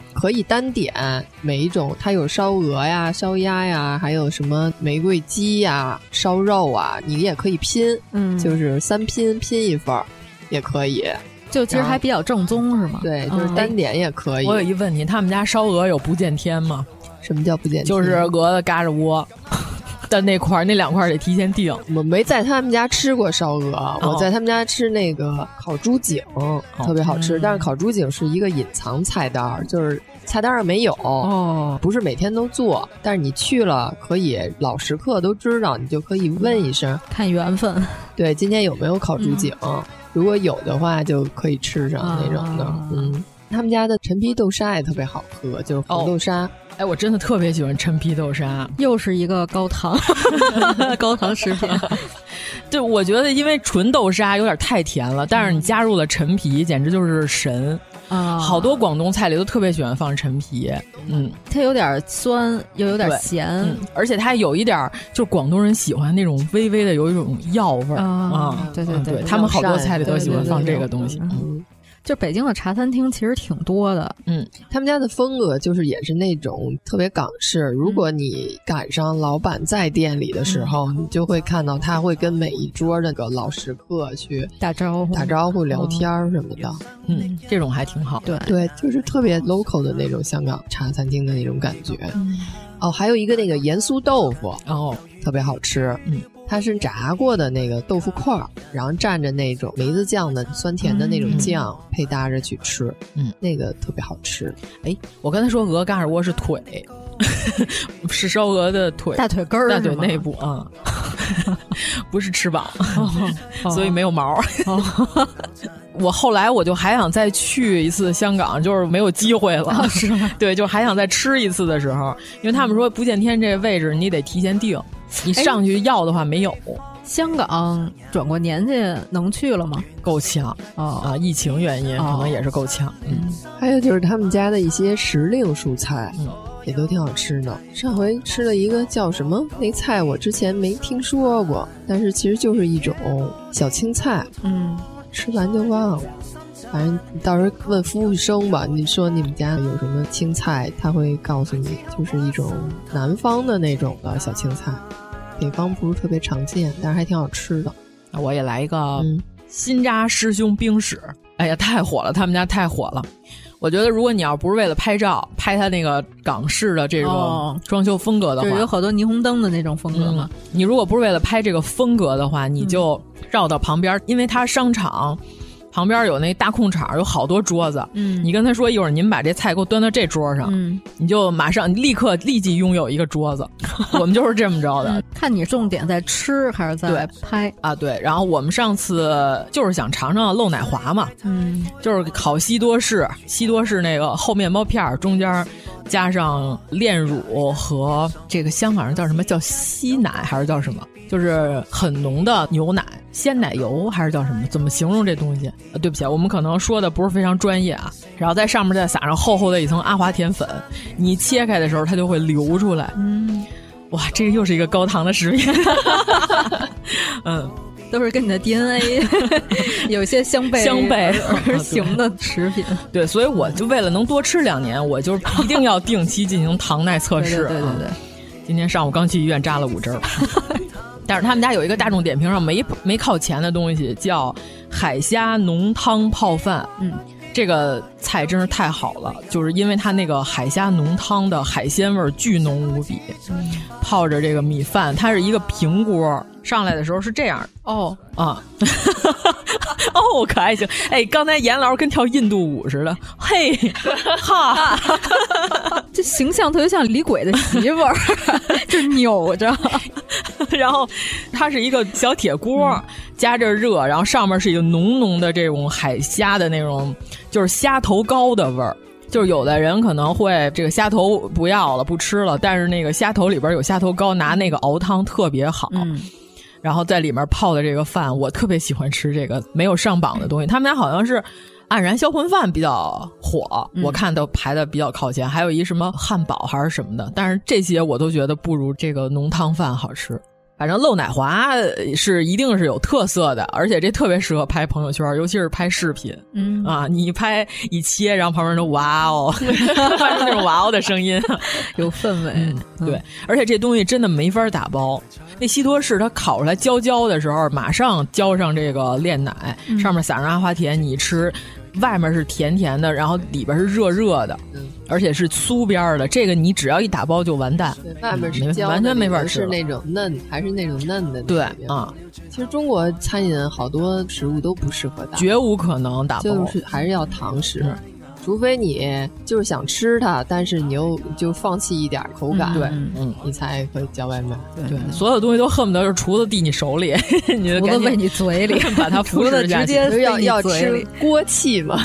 S14: 可以单点每一种，它有烧鹅呀、烧鸭呀，还有什么玫瑰鸡呀、烧肉啊，你也可以拼，就是3拼一份也可以。
S12: 就其实还比较正宗是吗？
S14: 对，就是单点也可以。
S13: 我有一问题，他们家烧鹅有不见天吗？
S14: 什么叫不见天？
S13: 就是鹅的嘎吱窝的那2块得提前订。
S14: 我没在他们家吃过烧鹅，我在他们家吃那个烤猪颈，特别好吃。但是烤猪颈是一个隐藏菜单，就是菜单上没有，不是每天都做，但是你去了可以老食客都知道，你就可以问一声，
S12: 看缘分。
S14: 对，今天有没有烤猪颈？如果有的话，就可以吃上那种的。他们家的陈皮豆沙也特别好喝，就是红豆沙。
S13: 哎，我真的特别喜欢陈皮豆沙，
S12: 又是一个高糖高糖食品。
S13: 对，我觉得因为纯豆沙有点太甜了，但是你加入了陈皮，简直就是神啊！好多广东菜里都特别喜欢放陈皮，
S12: 它有点酸，又有点咸，
S13: 而且它有一点就是广东人喜欢那种微微的有一种药味啊！
S12: 对，
S13: 他们好多菜里都喜欢放这个东西。
S12: 就北京的茶餐厅其实挺多的，
S14: 他们家的风格就是也是那种特别港式。如果你赶上老板在店里的时候，你就会看到他会跟每一桌那个老食客去
S12: 打招呼、
S14: 聊天什么的。
S13: 这种还挺好。
S14: 对，就是特别 local 的那种香港茶餐厅的那种感觉。还有一个那个盐酥豆腐，特别好吃。它是炸过的那个豆腐块，然后蘸着那种梅子酱的酸甜的那种酱配搭着去吃，那个特别好吃。
S13: 哎，我刚才说鹅嘎吱窝是腿，是烧鹅的腿，
S12: 大腿根儿，
S13: 大腿内部啊，不是翅膀，所以没有毛。我后来我就还想再去一次香港，就是没有机会了。
S12: 是吗？
S13: 对，就还想再吃一次的时候，因为他们说不见天这位置你得提前订，你上去要的话没有。
S12: 香港转过年纪能去了吗？
S13: 够呛疫情原因可能也是够呛。
S14: 还有就是他们家的一些时令蔬菜，也都挺好吃的。上回吃了一个叫什么那菜，我之前没听说过，但是其实就是一种小青菜。吃完就忘了，反正你到时候问服务生吧，你说你们家有什么青菜，他会告诉你，就是一种南方的那种的小青菜，北方不是特别常见，但是还挺好吃的。
S13: 那我也来一个新扎师兄冰室，哎呀，太火了，他们家太火了。我觉得如果你要不是为了拍照，拍他那个港式的这种装修风格的话，
S12: 就是有好多霓虹灯的那种风格嘛。
S13: 你如果不是为了拍这个风格的话，你就绕到旁边，因为它商场旁边有那大空场，有好多桌子。你跟他说一会儿您把这菜给我端到这桌上，你就马上立即拥有一个桌子。我们就是这么着的。
S12: 看你重点在吃还是在拍
S13: 啊？对。然后我们上次就是想尝尝漏奶滑嘛，就是烤西多士那个厚面包片中间加上炼乳和这个香港人叫什么，叫稀奶还是叫什么？就是很浓的牛奶，鲜奶油还是叫什么？怎么形容这东西？对不起，我们可能说的不是非常专业啊。然后在上面再撒上厚厚的一层阿华田粉，你切开的时候它就会流出来。哇，这个又是一个高糖的食品。
S12: 都是跟你的 DNA 有些相悖而行的食品。
S13: 对，所以我就为了能多吃2年，我就一定要定期进行糖耐测试。
S12: 对。
S13: 今天上午刚去医院扎了5针。但是他们家有一个大众点评上没靠前的东西，叫海虾浓汤泡饭。这个菜真是太好了，就是因为它那个海虾浓汤的海鲜味巨浓无比，泡着这个米饭，它是一个平锅，上来的时候是这样可爱型。哎，刚才严老师跟跳印度舞似的，嘿哈，
S12: 这形象特别像李鬼的媳妇儿，就扭着。
S13: 然后它是一个小铁锅，加着热，然后上面是一个浓浓的这种海虾的那种，就是虾头膏的味儿。就是有的人可能会这个虾头不要了不吃了，但是那个虾头里边有虾头膏，拿那个熬汤特别好。然后在里面泡的这个饭，我特别喜欢吃这个没有上榜的东西。他们家好像是黯然销魂饭比较火，我看都排的比较靠前，还有一什么汉堡还是什么的，但是这些我都觉得不如这个浓汤饭好吃。 反正漏奶滑是一定是有特色的，而且这特别适合拍朋友圈，尤其是拍视频。你一拍一切，然后旁边都哇哦，发出那种哇哦的声音，
S12: 有氛围。
S13: 对，而且这东西真的没法打包。那西多士它烤出来焦焦的时候，马上浇上这个炼奶，上面撒上阿华田，你吃。外面是甜甜的，然后里边是热热的，而且是酥边的。这个你只要一打包就完蛋。
S14: 对，外面是焦的，
S13: 完全没法吃。
S14: 是那种嫩，还是那种嫩的？
S13: 对啊。
S14: 其实中国餐饮好多食物都不适合打包，
S13: 绝无可能打包，
S14: 就是还是要堂食。除非你就是想吃它，但是你又就放弃一点口感，
S13: 对，
S14: 你才可以叫外卖。
S13: 对，所有东西都恨不得是厨子递你手里，你就
S12: 厨子喂你嘴里，
S13: 把它
S12: 厨子直接
S14: 要吃锅气嘛，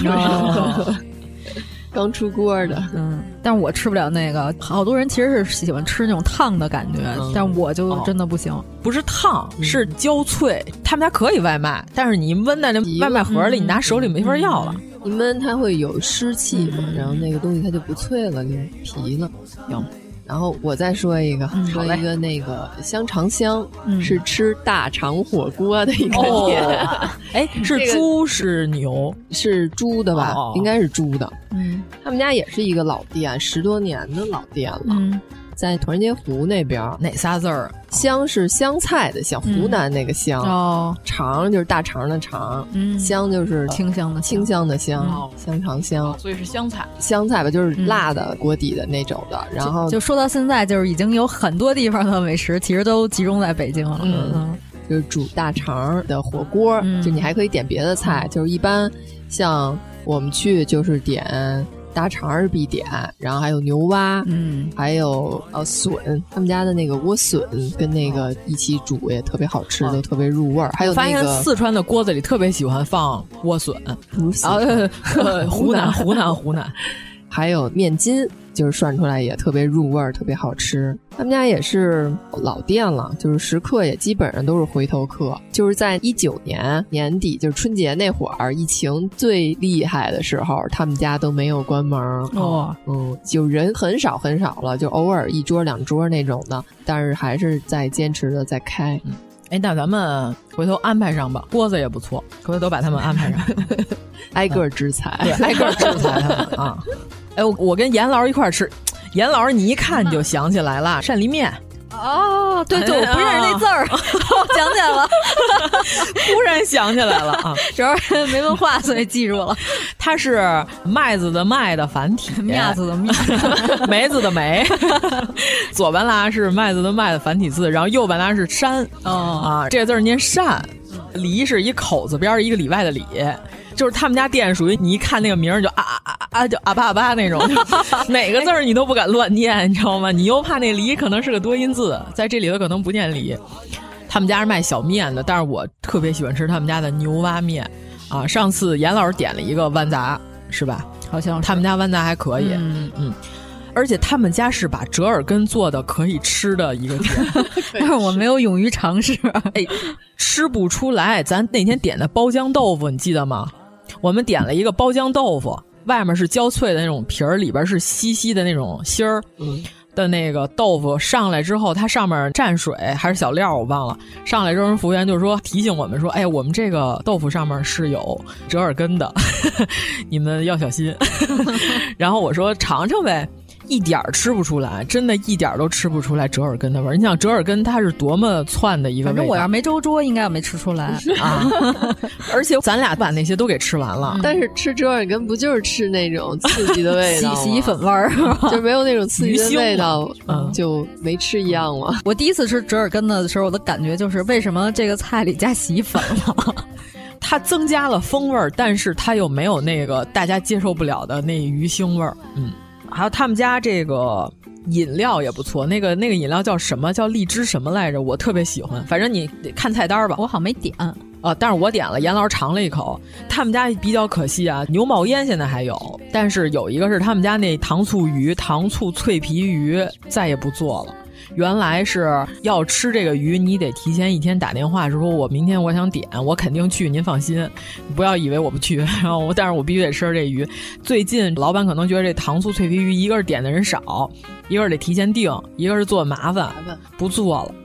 S14: 刚出锅的。
S12: 但是我吃不了那个。好多人其实是喜欢吃那种烫的感觉，但我就真的不行。
S13: 不是烫，是焦脆。他们家可以外卖，但是你焖在那外卖盒里，你拿手里没法要了。
S14: 一焖它会有湿气嘛，然后那个东西它就不脆了，就皮了。然后我再说一个，说一个那个香肠香，是吃大肠火锅的一个店。
S13: 是猪是牛？
S14: 是猪的吧？应该是猪的。他们家也是一个老店，10多年的老店了。在团结湖那边。
S13: 哪仨字儿？
S14: 香是香菜的香，湖南那个香。肠就是大肠的肠。香就是
S12: 清香的
S14: 香，香肠香。
S13: 所以是香
S14: 菜吧，就是辣的锅底的那种的。然后
S12: 就说到现在，就是已经有很多地方的美食其实都集中在北京了。
S14: 就是煮大肠的火锅，就你还可以点别的菜，就是一般像我们去就是点大肠是必点，然后还有牛蛙，还有笋，他们家的那个莴笋跟那个一起煮也特别好吃，都特别入味儿。还有那个
S13: 发现四川的锅子里特别喜欢放莴笋，湖南，
S14: 还有面筋。就是涮出来也特别入味儿，特别好吃。他们家也是老店了，就是食客也基本上都是回头客。就是在19年年底，就是春节那会儿，疫情最厉害的时候，他们家都没有关门。就人很少了，就偶尔1桌2桌那种的，但是还是在坚持的在开。
S13: 那咱们回头安排上吧，锅子也不错，回头把他们安排上，
S14: 挨个制裁，
S13: 对，挨个制裁他们啊。我跟严老师一块儿吃，严老师你一看你就想起来了，鳝梨面。
S12: 对，我不认识那字儿，我想起来了，
S13: 突然想起来了啊！
S12: 主要是没文化，所以记住了。
S13: 它是麦子的麦的繁体，
S12: 面子的面，
S13: 梅子的梅。左半拉是麦子的麦的繁体字，然后右半拉是山。这个字念善，梨是一口字边一个里外的里。就是他们家店属于你一看那个名就就啊吧啊吧那种，哪个字儿你都不敢乱念，你知道吗？你又怕那梨可能是个多音字，在这里头可能不念梨。他们家是卖小面的，但是我特别喜欢吃他们家的牛蛙面啊。上次严老师点了一个豌杂，是吧？
S12: 好像
S13: 他们家豌杂还可以，而且他们家是把折耳根做的可以吃的一个店，
S12: 但是我没有勇于尝试，
S13: 吃不出来。咱那天点的包浆豆腐，你记得吗？我们点了一个包浆豆腐，外面是焦脆的那种皮儿，里边是稀稀的那种芯儿的那个豆腐。上来之后，它上面蘸水还是小料我忘了。上来之后，服务员就说提醒我们说：“我们这个豆腐上面是有折耳根的，你们要小心。”然后我说尝尝呗。一点吃不出来，真的一点都吃不出来折耳根的味儿。你想折耳根它是多么窜的一个味道，
S12: 反正我要没周桌应该我没吃出来
S13: 啊。而且咱俩把那些都给吃完了，
S14: 但是吃折耳根不就是吃那种刺激的味道
S12: 洗衣粉味儿，
S14: 就没有那种刺激的味道，就没吃一样吗？
S12: 我第一次吃折耳根的时候，我的感觉就是为什么这个菜里加洗衣粉了？
S13: 它增加了风味儿，但是它又没有那个大家接受不了的那鱼腥味儿。还有他们家这个饮料也不错，那个饮料叫什么？叫荔枝什么来着？我特别喜欢。反正你得看菜单吧。
S12: 我好像没点
S13: 但是我点了，严老师尝了一口。他们家比较可惜啊，牛毛烟现在还有，但是有一个是他们家那糖醋脆皮鱼再也不做了。原来是要吃这个鱼，你得提前1天打电话说我明天我想点，我肯定去，您放心，不要以为我不去。然后但是我必须得吃这鱼。最近老板可能觉得这糖醋脆皮鱼，一个是点的人少，一个是得提前订，一个是做麻烦，不做了。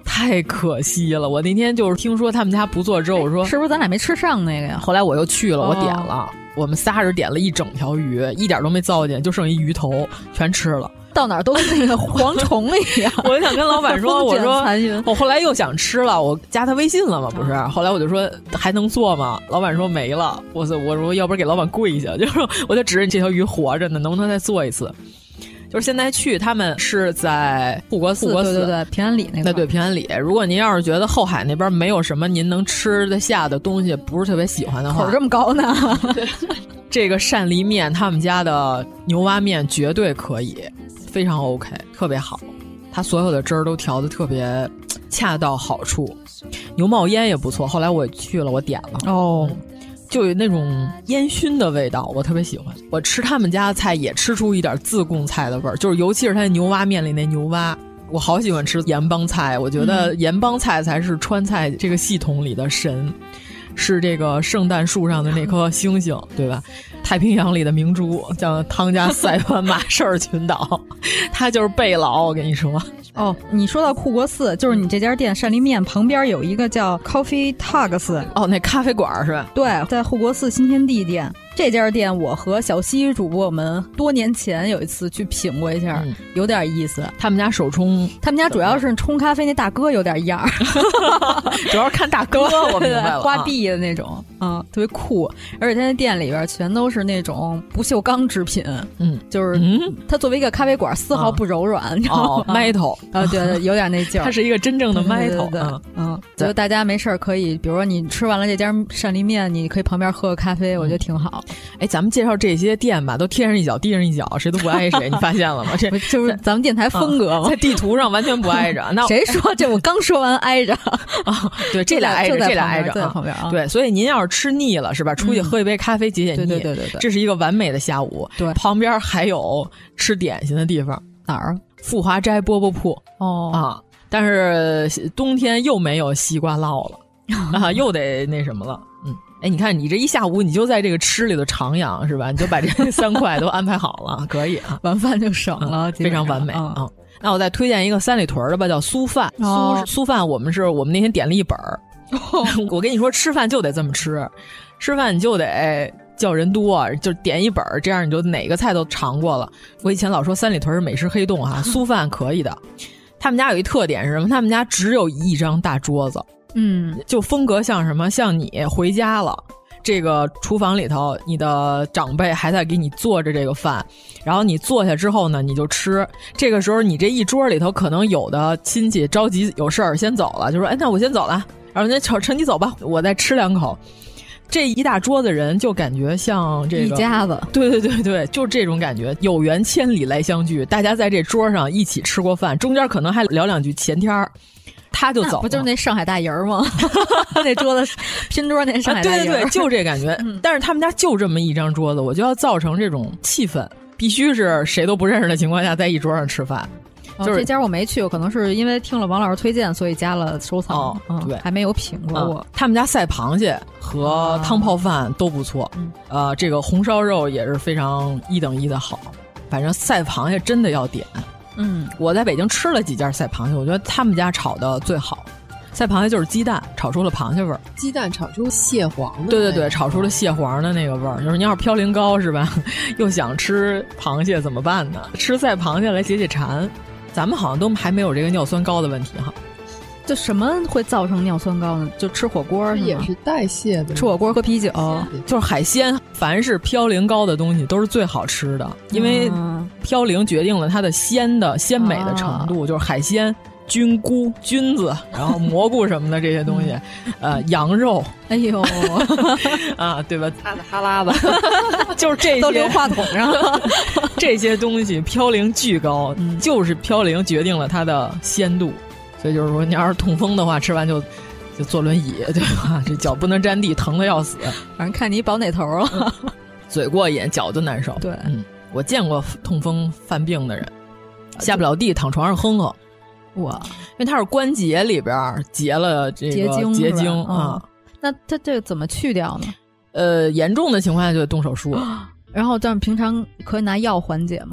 S13: 太可惜了。我那天就是听说他们家不做之后，我说
S12: 是不是咱俩没吃上那个呀？
S13: 后来我又去了，我点了，我们仨人点了一整条鱼，一点都没糟践，就剩一鱼头，全吃了。
S12: 到哪儿都跟那个蝗虫一样。
S13: 我就想跟老板说，我说我后来又想吃了，我加他微信了嘛，不是？后来我就说还能做吗？老板说没了。我说要不然给老板跪下，就是我就指着这条鱼活着呢，能不能再做一次？就是现在去，他们是在护国寺，
S12: 对，平安里那个。
S13: 对，平安里。如果您要是觉得后海那边没有什么您能吃得下的东西，不是特别喜欢的话，
S12: 口这么高呢？
S13: 这个鳝梨面，他们家的牛蛙面绝对可以，非常 OK， 特别好。它所有的汁儿都调得特别恰到好处，牛冒烟也不错。后来我去了，我点了
S12: 哦。
S13: 就有那种烟熏的味道，我特别喜欢。我吃他们家的菜也吃出一点自贡菜的味儿，就是尤其是他牛蛙面里那牛蛙，我好喜欢吃盐帮菜。我觉得盐帮菜才是川菜这个系统里的神，是这个圣诞树上的那颗星星，对吧？太平洋里的明珠叫汤加塞湾马绍尔群岛，它就是贝劳。我跟你说。
S12: 哦，你说到护国寺，就是你这家店鳝梨面旁边有一个叫 Coffee Tugs，
S13: 哦，那咖啡馆是吧？
S12: 对，在护国寺新天地店。这家店我和小西主播我们多年前有一次去品过一下，有点意思。
S13: 他们家手冲，
S12: 他们家主要是冲咖啡那大哥有点样
S13: 主要是看大哥，我明白了，
S12: 花臂的那种，特别酷。而且他那店里边全都是那种不锈钢制品，就是它作为一个咖啡馆丝毫不柔软，你知道吗
S13: ？metal
S12: 啊，对，有点那劲儿。
S13: 它是一个真正的 metal，
S12: 对，所以大家没事可以，比如说你吃完了这家鳝梨面，你可以旁边喝个咖啡，我觉得挺好。
S13: 哎，咱们介绍这些店吧，都天上一脚地上一脚，谁都不挨谁，你发现了吗？这
S12: 就是咱们电台风格嘛，
S13: 在地图上完全不挨着。那
S12: 谁说这？我刚说完挨着
S13: 啊，对，这俩挨着，这俩挨着，
S12: 在旁边啊。
S13: 对，所以您要是吃腻了是吧？出去喝一杯咖啡解解腻，
S12: 对，
S13: 这是一个完美的下午。
S12: 对，
S13: 旁边还有吃点心的地方，
S12: 哪儿？
S13: 富华斋饽饽铺啊，但是冬天又没有西瓜烙了啊，又得那什么了，哎，你看你这一下午你就在这个吃里头徜徉是吧？你就把这3块都安排好了，可以啊，
S12: 晚饭就省了，
S13: 非常完美啊。那我再推荐一个三里屯的吧，叫酥饭。酥饭我们那天点了一本儿。我跟你说，吃饭就得这么吃，吃饭你就得叫人多，就点一本儿，这样你就哪个菜都尝过了。我以前老说三里屯是美食黑洞哈，酥饭可以的。他们家有一特点是什么？他们家只有一张大桌子。就风格像什么？像你回家了，这个厨房里头，你的长辈还在给你做着这个饭，然后你坐下之后呢，你就吃。这个时候，你这一桌里头可能有的亲戚着急有事儿先走了，就说：“哎，那我先走了。”然后那趁你走吧，我再吃2口。这一大桌子人就感觉像这个
S12: 一家子，
S13: 对，就这种感觉，有缘千里来相聚，大家在这桌上一起吃过饭，中间可能还聊2句闲天儿。他就走了，
S12: 不就是那上海大人吗？那桌子拼桌那上海大人，
S13: 对，就这感觉。但是他们家就这么一张桌子，我就要造成这种气氛，必须是谁都不认识的情况下在一桌上吃饭。
S12: 就是这家我没去过，可能是因为听了王老师推荐，所以加了收藏。
S13: 对，
S12: 还没有品过。
S13: 他们家赛螃蟹和汤泡饭都不错，这个红烧肉也是非常1等1的好。反正赛螃蟹真的要点。我在北京吃了几家赛螃蟹，我觉得他们家炒的最好。赛螃蟹就是鸡蛋炒出了螃蟹味儿，
S14: 鸡蛋炒出蟹黄的，
S13: 对，炒出了蟹黄的那个味儿。就是你要是飘零糕是吧，又想吃螃蟹怎么办呢？吃赛螃蟹来解解馋。咱们好像都还没有这个尿酸高的问题哈。
S12: 就什么会造成尿酸高呢？就吃火锅
S14: 也是代谢的，
S12: 吃火锅喝啤酒，
S13: 就是海鲜，凡是嘌呤高的东西都是最好吃的，因为嘌呤决定了它的鲜美的程度，就是海鲜、菌菇、菌子，然后蘑菇什么的这些东西，羊肉，
S12: 哎呦
S13: 啊，对吧？
S12: 哈喇子，
S13: 就是这些
S12: 都留话筒上了，
S13: 这些东西嘌呤巨高，就是嘌呤决定了它的鲜度。所以就是说，你要是痛风的话，吃完就坐轮椅，对吧？这脚不能沾地，疼的要死。
S12: 反正看你保哪头了，
S13: 嘴过瘾，脚就难受。
S12: 对，
S13: 我见过痛风犯病的人，下不了地，躺床上哼哼。
S12: 哇，
S13: 因为他是关节里边结了这个结晶啊。
S12: 那他这个怎么去掉呢？
S13: 严重的情况下就得动手术。
S12: 然后，但是平常可以拿药缓解吗？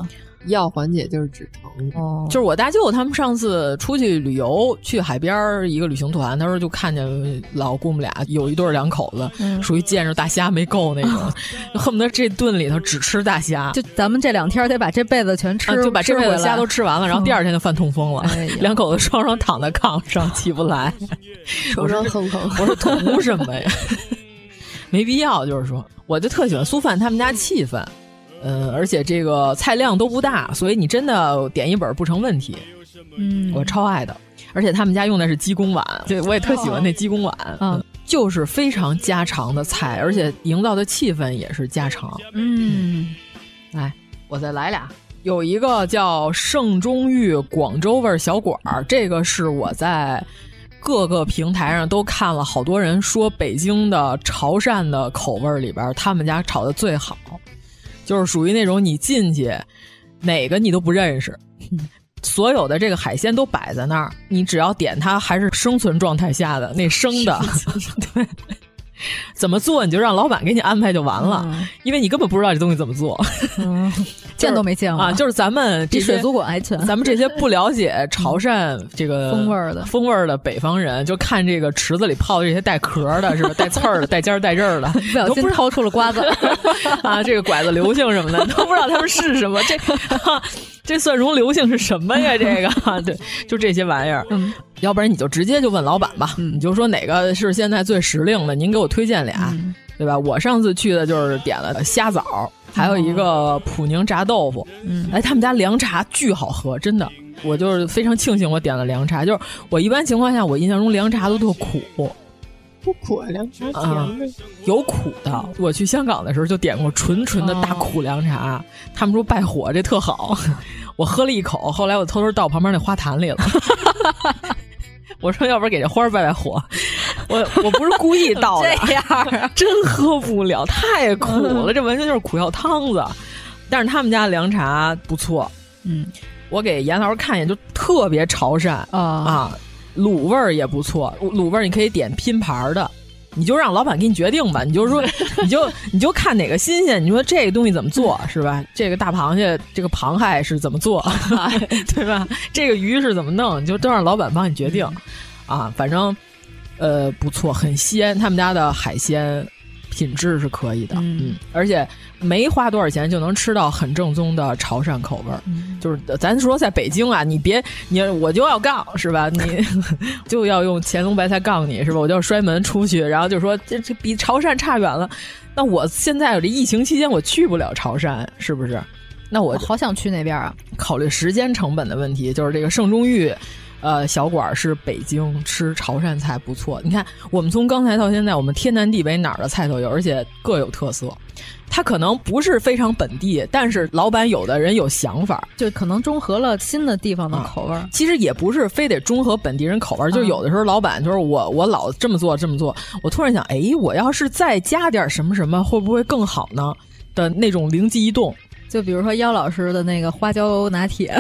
S14: 药缓解就是止疼。
S13: 就是我大舅他们上次出去旅游，去海边一个旅行团，他说就看见老姑母俩有一对两口子，属于见着大虾没够那种，恨不得这顿里头只吃大虾。
S12: 就咱们这2天得把这辈子全吃，
S13: 就把这辈子虾都吃完了，然后第2天就犯痛风了，两口子双双躺在炕上起不来，
S14: 手上哼哼。
S13: 我说图什么呀？没必要，就是说，我就特喜欢苏饭他们家气氛。而且这个菜量都不大，所以你真的点一本不成问题。我超爱的，而且他们家用的是鸡公碗，对，我也特喜欢那鸡公碗。就是非常家常的菜，而且营造的气氛也是家常。来，我再来俩。有一个叫盛中玉广州味小馆，这个是我在各个平台上都看了好多人说北京的潮汕的口味里边，他们家炒的最好。就是属于那种你进去哪个你都不认识，所有的这个海鲜都摆在那儿，你只要点它还是生存状态下的那生的对，怎么做你就让老板给你安排就完了，因为你根本不知道这东西怎么做。
S12: 见都没见过
S13: 啊！就是咱们
S12: 比水族馆还全，
S13: 咱们这些不了解潮汕这个风味的北方人，就看这个池子里泡的这些带壳的，是吧？带刺儿的、带尖儿、带刃儿的，
S12: 不小心掏出了瓜子
S13: 啊！这个拐子流星什么的，都不知道他们是什么。这蒜蓉流星是什么呀？这个对，就这些玩意儿。要不然你就直接就问老板吧，你就说哪个是现在最时令的，您给我推荐俩，对吧？我上次去的就是点了虾枣。还有一个普宁炸豆腐，他们家凉茶巨好喝，真的，我就是非常庆幸我点了凉茶。就是我一般情况下，我印象中凉茶都特苦，
S14: 不苦啊，凉茶甜的，
S13: 有苦的。我去香港的时候就点过纯的大苦凉茶，他们说败火这特好，我喝了一口，后来我偷偷倒旁边那花坛里了。我说要不然给这花败火，我不是故意倒的，
S12: 这样
S13: 真喝不了，太苦了，这完全就是苦药汤子。但是他们家凉茶不错，我给严老师看一眼，就特别潮汕卤味儿也不错，卤味儿你可以点拼盘的。你就让老板给你决定吧，你就说，你就看哪个新鲜，你说这个东西怎么做是吧？这个大螃蟹，这个螃蟹是怎么做，对吧？这个鱼是怎么弄，你就都让老板帮你决定，反正不错，很鲜，他们家的海鲜品质是可以的，而且没花多少钱就能吃到很正宗的潮汕口味儿，就是咱说在北京啊，我就要杠是吧？你就要用乾隆白菜杠你是吧？我就要摔门出去，然后就说这比潮汕差远了。那我现在有这疫情期间我去不了潮汕，是不是？那我
S12: 好想去那边啊！
S13: 考虑时间成本的问题，就是这个盛中玉。小馆是北京吃潮汕菜不错。你看，我们从刚才到现在，我们天南地北哪儿的菜都有，而且各有特色。它可能不是非常本地，但是老板有的人有想法，
S12: 就可能中和了新的地方的口味。
S13: 其实也不是非得中和本地人口味，就是有的时候老板就是我老这么做，我突然想，我要是再加点什么什么，会不会更好呢？的那种灵机一动。
S12: 就比如说妖老师的那个花椒拿铁，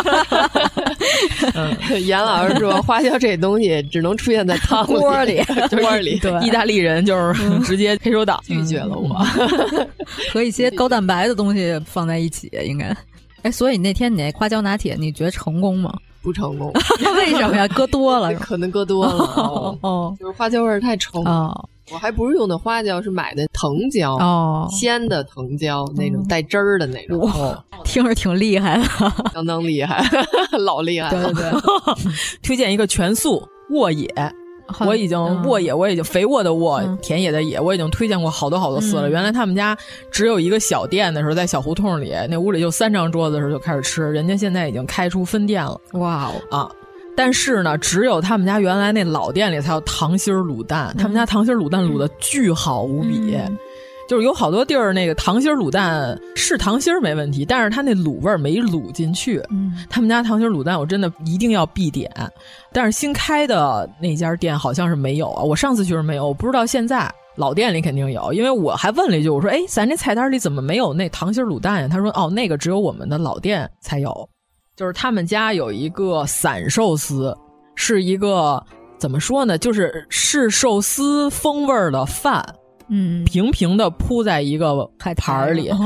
S14: 严老师说花椒这东西只能出现在汤
S12: 锅里，
S14: 锅里。
S13: 对，意大利人就是直接黑手党
S14: 拒绝了我，
S12: 和一些高蛋白的东西放在一起，应该。所以那天你那花椒拿铁，你觉得成功吗？
S14: 不成功。
S12: 为什么呀？搁多了，
S14: 可能搁多了。就是花椒味儿太冲了。我还不是用的花椒，是买的藤椒，鲜的藤椒，那种带汁儿的那种。
S12: 听着挺厉害的，
S14: 相当厉害，老厉害
S12: 了。对，
S13: 推荐一个全素沃野，我已经沃野，我已经肥沃的沃，田野的野，我已经推荐过好多次了。原来他们家只有一个小店的时候，在小胡同里，那屋里就3张桌子的时候就开始吃，人家现在已经开出分店了。
S12: 哇
S13: 啊！但是呢，只有他们家原来那老店里才有糖心卤蛋，他们家糖心卤蛋卤的巨好无比。就是有好多地儿那个糖心卤蛋是糖心没问题，但是它那卤味没卤进去。他们家糖心卤蛋我真的一定要必点，但是新开的那家店好像是没有啊。我上次去是没有，我不知道现在老店里肯定有，因为我还问了一句，我说咱这菜单里怎么没有那糖心卤蛋呀？他说那个只有我们的老店才有。就是他们家有一个散寿司，是一个怎么说呢，就是寿司风味的饭，平平的铺在一个盘里，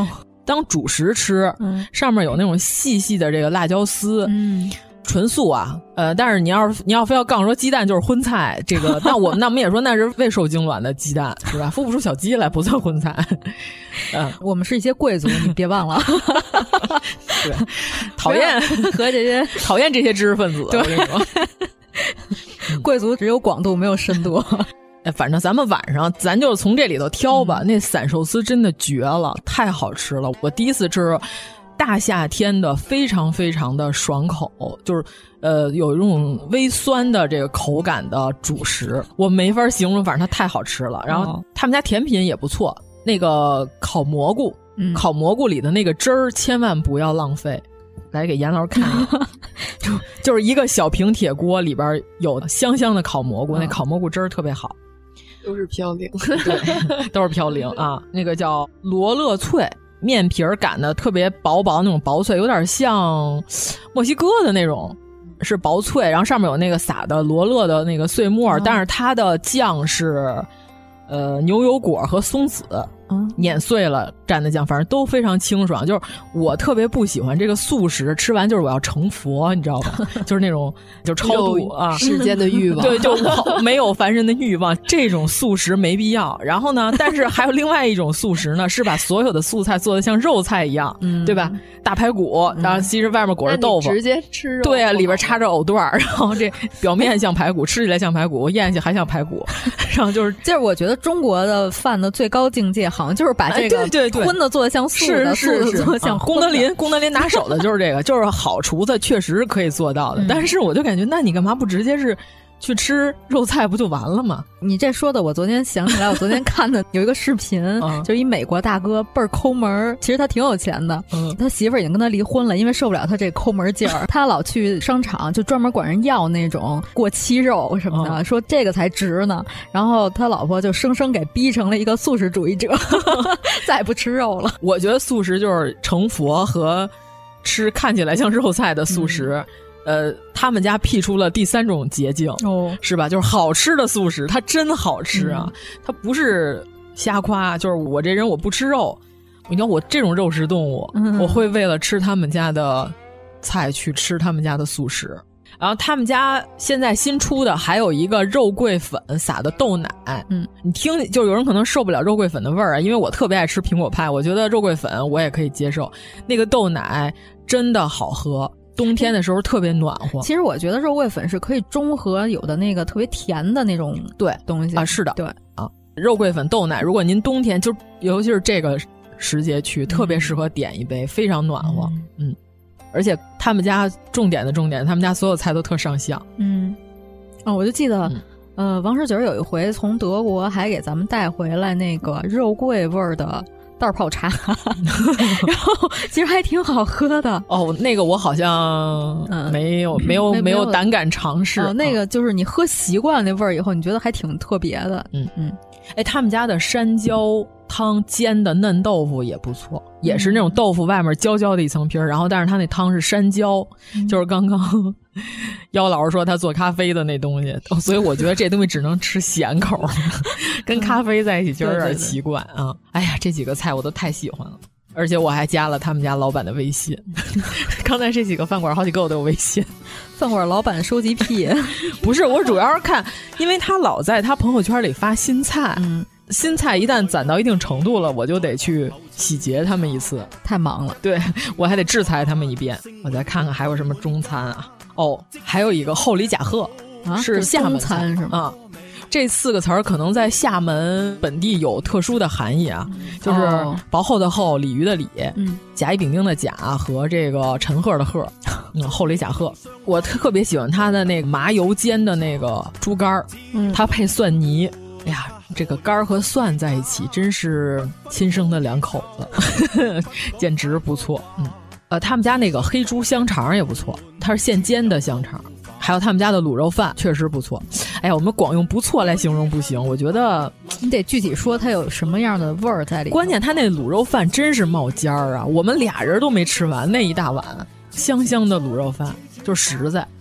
S13: 当主食吃，上面有那种细细的这个辣椒丝，纯素啊，但是你要非要杠说鸡蛋就是荤菜，这个那我们也说那是未受精卵的鸡蛋，是吧？孵不出小鸡来不算荤菜。
S12: 我们是一些贵族，你别忘了。
S13: 对，讨厌这些知识分子，我跟你说，
S12: 贵族只有广度没有深度。
S13: 反正咱们晚上咱就从这里头挑吧，那散寿司真的绝了，太好吃了。我第一次吃大夏天的非常非常的爽口，就是有一种微酸的这个口感的主食，我没法形容，反正它太好吃了。然后他们家甜品也不错，那个烤蘑菇，烤蘑菇里的那个汁儿千万不要浪费。来给严老师看一下，就是一个小平铁锅里边有香香的烤蘑菇，那烤蘑菇汁儿特别好。
S14: 都是飘零，
S13: 对，都是飘零啊。那个叫罗勒脆，面皮儿擀的特别薄薄那种薄脆，有点像墨西哥的那种，是薄脆，然后上面有那个撒的罗勒的那个碎末，但是它的酱是牛油果和松子碾碎了蘸的酱，反正都非常清爽。就是我特别不喜欢这个素食，吃完就是我要成佛，你知道吧？就是那种就超度啊，
S14: 世间的欲望，
S13: 对，就没有凡人的欲望，这种素食没必要。然后呢，但是还有另外一种素食呢，是把所有的素菜做的像肉菜一样，对吧？大排骨，然后其实外面裹着豆腐，
S14: 直接吃肉，
S13: 对啊，里边插着藕段，然后这表面像排骨，吃起来像排骨，咽下去还像排骨，然后就是
S12: 我觉得中国的饭的最高境界，好像就是把这个荤的做的像素的，素的做的像
S13: 功德林拿手的就是这个，就是好厨子确实可以做到的。但是我就感觉，那你干嘛不直接是去吃肉菜不就完了吗？
S12: 你这说的，我昨天想起来，我昨天看的有一个视频，就一美国大哥倍儿抠门，其实他挺有钱的，他媳妇儿已经跟他离婚了，因为受不了他这抠门劲儿，他老去商场就专门管人要那种过期肉什么的，说这个才值呢。然后他老婆就生生给逼成了一个素食主义者，再也不吃肉了。
S13: 我觉得素食就是成佛和吃看起来像肉菜的素食。他们家辟出了第三种捷径，是吧？就是好吃的素食，它真好吃啊！它不是瞎夸，就是我这人我不吃肉，你看我这种肉食动物，我会为了吃他们家的菜去吃他们家的素食。然后他们家现在新出的还有一个肉桂粉撒的豆奶，你听，就有人可能受不了肉桂粉的味儿啊，因为我特别爱吃苹果派，我觉得肉桂粉我也可以接受，那个豆奶真的好喝。冬天的时候特别暖和。
S12: 其实我觉得肉桂粉是可以中和有的那个特别甜的那种东西
S13: 啊，是的，
S12: 对
S13: 啊，肉桂粉豆奶，如果您冬天就尤其是这个时节去，特别适合点一杯，非常暖和。而且他们家重点，他们家所有菜都特上相。
S12: 我就记得王十九有一回从德国还给咱们带回来那个肉桂味儿的袋泡茶，然后其实还挺好喝的。
S13: 那个我好像没有胆敢尝试。
S12: 那个就是你喝习惯那味儿以后，你觉得还挺特别的。
S13: 他们家的山椒汤煎的嫩豆腐也不错，也是那种豆腐外面焦焦的一层皮儿，然后但是它那汤是山椒，就是刚刚姚老师说他做咖啡的那东西，所以我觉得这东西只能吃咸口，跟咖啡在一起就有点奇怪啊。哎呀，这几个菜我都太喜欢了，而且我还加了他们家老板的微信。刚才这几个饭馆好几个我都有微信。
S12: 饭馆老板收集癖。
S13: 不是，我主要是看，因为他老在他朋友圈里发新菜，新菜一旦攒到一定程度了，我就得去洗劫他们一次，
S12: 太忙了。
S13: 对，我还得制裁他们一遍。我再看看还有什么中餐啊？还有一个厚里甲贺，是厦门
S12: 餐是吗？
S13: 这4个词儿可能在厦门本地有特殊的含义啊，就是薄厚的厚，鲤鱼的鲤，甲乙丙丁的甲和这个陈赫的赫，厚里甲贺。我特别喜欢它的那个麻油煎的那个猪肝儿，它配蒜泥，哎呀，这个肝儿和蒜在一起真是亲生的两口子，简直不错。他们家那个黑猪香肠也不错，它是现煎的香肠。还有他们家的卤肉饭确实不错。哎呀，我们光用不错来形容不行，我觉得
S12: 你得具体说它有什么样的味儿在里面。
S13: 关键它那卤肉饭真是冒尖儿啊，我们俩人都没吃完那一大碗香香的卤肉饭，就实在。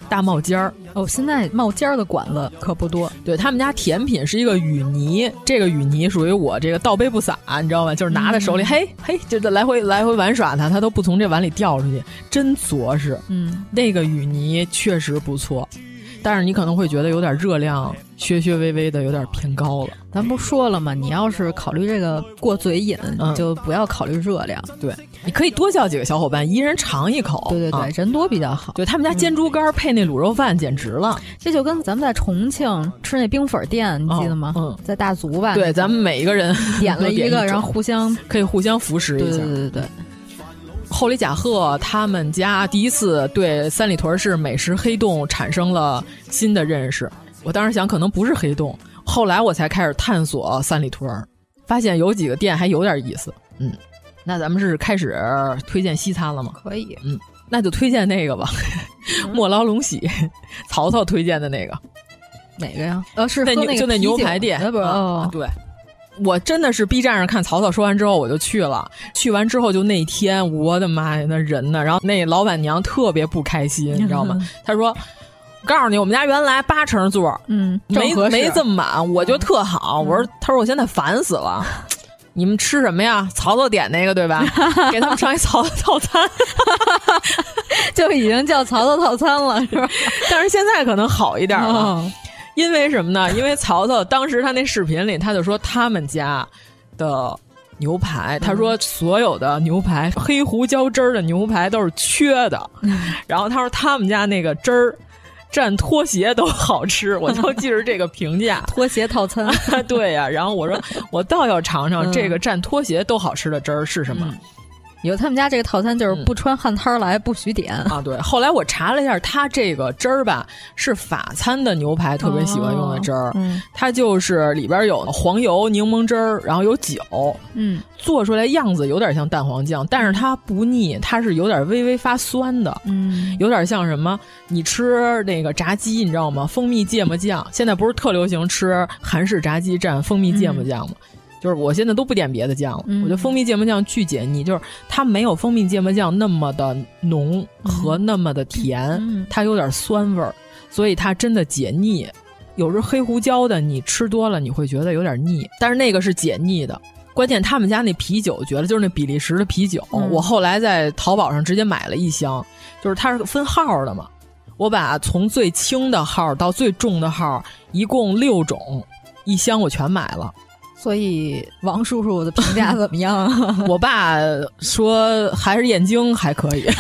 S13: 大冒尖儿。
S12: 现在冒尖儿的馆子可不多。
S13: 对，他们家甜品是一个芋泥，这个芋泥属于我这个倒杯不洒，你知道吗？就是拿在手里，嘿，就来回玩耍它都不从这碗里掉出去，真着实。那个芋泥确实不错。但是你可能会觉得有点热量，略微的有点偏高了。
S12: 咱不说了吗？你要是考虑这个过嘴瘾，就不要考虑热量。
S13: 对，你可以多叫几个小伙伴，一人尝一口。
S12: 对，人多比较好。
S13: 对，他们家煎猪肝配那卤肉饭简直了。
S12: 这就跟咱们在重庆吃那冰粉店，你记得吗？在大足吧。
S13: 对，咱们每一个人
S12: 点了一个，然后可
S13: 以互相扶持一下。
S12: 对。
S13: 后里贾贺他们家第一次对三里屯市美食黑洞产生了新的认识。我当时想可能不是黑洞，后来我才开始探索三里屯，发现有几个店还有点意思。那咱们是开始推荐西餐了吗？
S12: 可以。
S13: 那就推荐那个吧，莫劳龙喜，曹操推荐的那个。
S12: 哪个呀？是
S13: 就那牛排店，
S12: 不是？
S13: 对。我真的是 B 站上看曹操说完之后我就去了，去完之后就那天我的妈呀那人呢，然后那老板娘特别不开心你知道吗？她说告诉你我们家原来8成座，没这么满，我就特好。她说我现在烦死了，你们吃什么呀？曹操点那个对吧？给他们上一曹操套餐
S12: 就已经叫曹操套餐了是吧？
S13: 但是现在可能好一点了。因为什么呢？因为曹操当时他那视频里他就说他们家的牛排，他说所有的牛排黑胡椒汁儿的牛排都是缺的，然后他说他们家那个汁儿蘸拖鞋都好吃，我就记着这个评价。
S12: 拖鞋套餐
S13: 对呀，然后我说我倒要尝尝这个蘸拖鞋都好吃的汁儿是什么。
S12: 有他们家这个套餐就是不穿汉摊来不许点
S13: 啊。对，后来我查了一下，他这个汁儿吧是法餐的牛排特别喜欢用的汁儿，它就是里边有黄油、柠檬汁儿，然后有酒，做出来样子有点像蛋黄酱，但是它不腻，它是有点微微发酸的，有点像什么？你吃那个炸鸡，你知道吗？蜂蜜芥末酱，现在不是特流行吃韩式炸鸡蘸蜂蜜芥末酱吗？就是我现在都不点别的酱了，我觉得蜂蜜芥末酱巨解腻，就是它没有蜂蜜芥末酱那么的浓和那么的甜，它有点酸味儿，所以它真的解腻。有时黑胡椒的你吃多了你会觉得有点腻，但是那个是解腻的。关键他们家那啤酒绝了，就是那比利时的啤酒，我后来在淘宝上直接买了一箱，就是它是分号的嘛，我把从最轻的号到最重的号一共6种，一箱我全买了。
S12: 所以王叔叔的评价怎么样？
S13: 我爸说还是燕京还可以。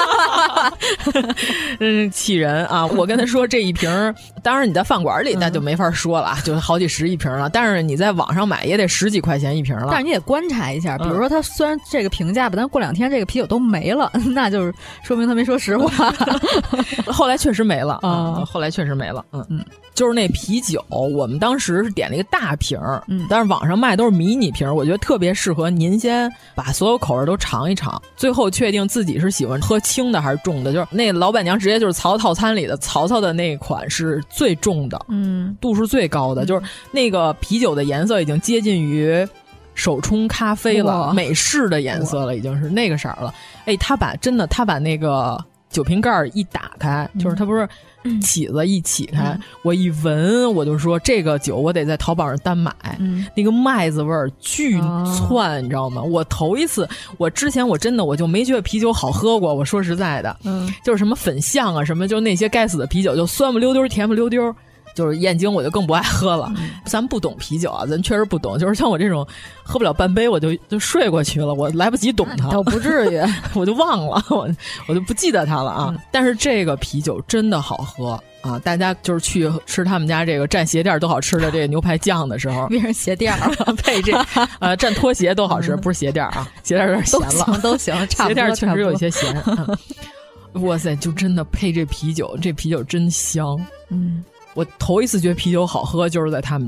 S13: 气人啊！我跟他说这一瓶，当然你在饭馆里那就没法说了，就是好几十一瓶了，但是你在网上买也得10几块钱一瓶了。
S12: 但是你得观察一下，比如说他虽然这个评价吧，但过2天这个啤酒都没了，那就是说明他没说实话。
S13: 后来确实没了啊，后来确实没了。就是那啤酒，我们当时是点了一个大瓶，但是网上卖都是迷你瓶，我觉得特别适合您先把所有口味都尝一尝，最后确定自己是喜欢喝轻的还是重的。就是那老板娘直接就是曹操套餐里的曹操的那款是最重的，度数最高的，就是那个啤酒的颜色已经接近于手冲咖啡了，美式的颜色了，已经是那个色了。哎，他把那个酒瓶盖一打开，就是他不是起子一起开，我一闻我就说这个酒我得在淘宝上单买，那个麦子味儿巨窜，你知道吗？我头一次，我之前我真的我就没觉得啤酒好喝过，我说实在的，就是什么粉象啊什么，就那些该死的啤酒，就酸不溜丢甜不溜丢。就是燕京我就更不爱喝了，咱不懂啤酒啊，咱确实不懂，就是像我这种喝不了半杯我就睡过去了，我来不及懂它，
S12: 倒不至于
S13: 我就忘了，我就不记得它了啊。但是这个啤酒真的好喝啊！大家就是去吃他们家这个蘸鞋垫都好吃的这个牛排酱的时候，
S12: 变成鞋垫
S13: 配这蘸拖鞋都好吃，不是鞋垫啊，鞋垫有点咸了，
S12: 都行，差不多。
S13: 鞋垫确实有些咸。哇塞，就真的配这啤酒，这啤酒真香。我头一次觉得啤酒好喝就是在他们家，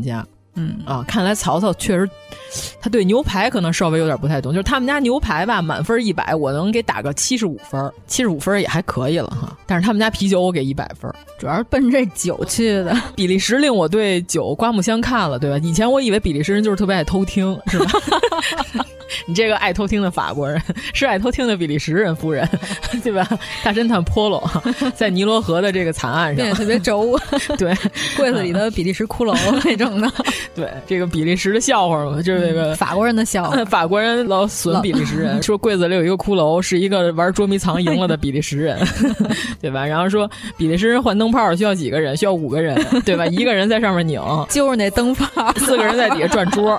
S13: 看来曹操确实他对牛排可能稍微有点不太懂，就是他们家牛排吧，满分100，我能给打个75分，75分也还可以了哈。但是他们家啤酒我给100分，
S12: 主要是奔这酒去的。
S13: 比利时令我对酒刮目相看了，对吧？以前我以为比利时人就是特别爱偷听，是吧？你这个爱偷听的法国人是爱偷听的比利时人夫人，对吧？大侦探波罗在尼罗河的这个惨案上
S12: 也特别轴，
S13: 对，
S12: 柜子里的比利时骷髅那种的，
S13: 对，这个比利时的笑话嘛，就是这个
S12: 法国人的笑话，
S13: 法国人老损比利时人，说柜子里有一个骷髅，是一个玩捉迷藏赢了的比利时人，对吧？然后说比利时人换灯泡需要几个人？需要5个人，对吧？1个人在上面拧，
S12: 揪着那灯泡
S13: ，4个人在底下转桌。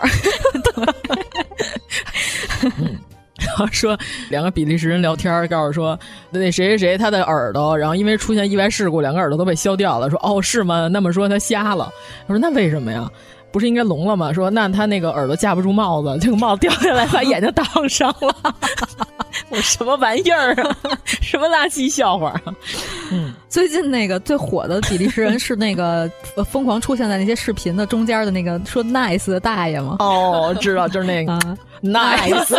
S13: 然后说2个比利时人聊天，告诉说那谁谁谁他的耳朵，然后因为出现意外事故，2个耳朵都被削掉了。说哦是吗？那么说他瞎了。他说那为什么呀？不是应该聋了吗？说那他那个耳朵架不住帽子，这个帽子掉下来把眼睛挡上了。我什么玩意儿啊？什么垃圾笑话啊？
S12: 最近那个最火的比利时人是那个疯狂出现在那些视频的中间的那个说 nice 的大爷吗？
S13: 哦，知道，就是那个、nice。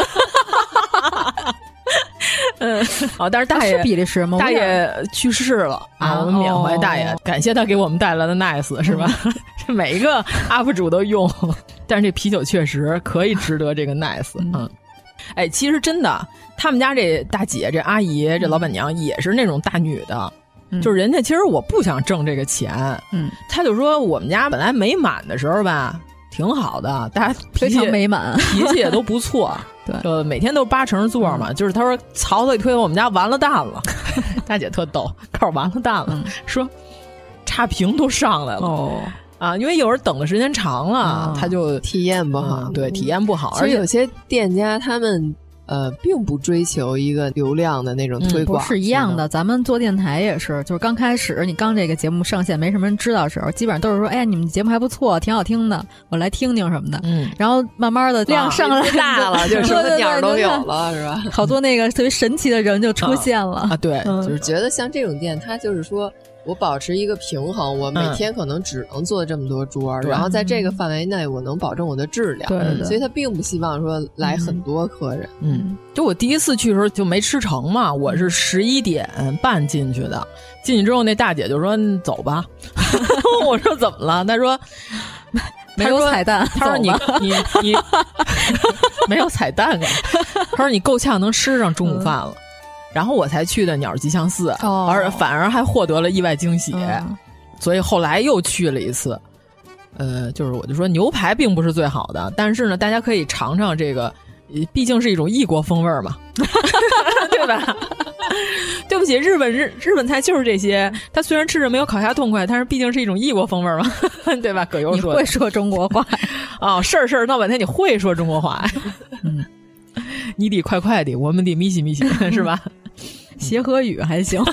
S13: 但是大爷
S12: 是比利时吗？
S13: 大爷去世了啊，我们缅怀大爷，感谢他给我们带来的 nice， 是吧？每一个 UP 主都用，但是这啤酒确实可以值得这个 nice。哎，其实真的，他们家这大姐、这阿姨、这老板娘也是那种大女的。就是人家其实我不想挣这个钱，他就说我们家本来美满的时候吧，挺好的，大家
S12: 非常美满，
S13: 脾气也都不错，对，每天都8成座嘛。就是他说曹操一推我们家完了蛋了，大姐特逗，告诉完了蛋了，说差评都上来了啊，因为有人等的时间长了，他就
S14: 体验不好，
S13: 对，体验不好，
S14: 而且有些店家他们。并不追求一个流量的那种推广，
S12: 不是一样的。咱们做电台也是，就是刚开始你刚这个节目上线没什么人知道的时候，基本上都是说，哎，你们节目还不错，挺好听的，我来听听什么的。然后慢慢的量上来
S14: 大了，就什么鸟都有了，是吧？
S12: 好多那个特别神奇的人就出现了
S13: 啊，对，
S14: 就是觉得像这种店，它就是说。我保持一个平衡，我每天可能只能做这么多桌，然后在这个范围内我能保证我的质量，
S12: 对，
S14: 所以他并不希望说来很多客人。
S13: 就我第一次去的时候就没吃成嘛，我是11点半进去的，进去之后那大姐就说你走吧，我说怎么了？她说
S12: 没有彩蛋，
S13: 她说你没有彩蛋啊，她说你够呛能吃上中午饭了。然后我才去的鸟吉祥寺，反而还获得了意外惊喜，所以后来又去了一次。就是我就说牛排并不是最好的，但是呢，大家可以尝尝这个，毕竟是一种异国风味嘛，对吧？对不起，日本菜就是这些。它虽然吃着没有烤鸭痛快，但是毕竟是一种异国风味嘛，对吧？葛优说的，
S12: 你会说中国话
S13: 啊？事儿闹半天，你会说中国话？你得快快的，我们得咪西咪西，是吧？
S12: 协和语还行，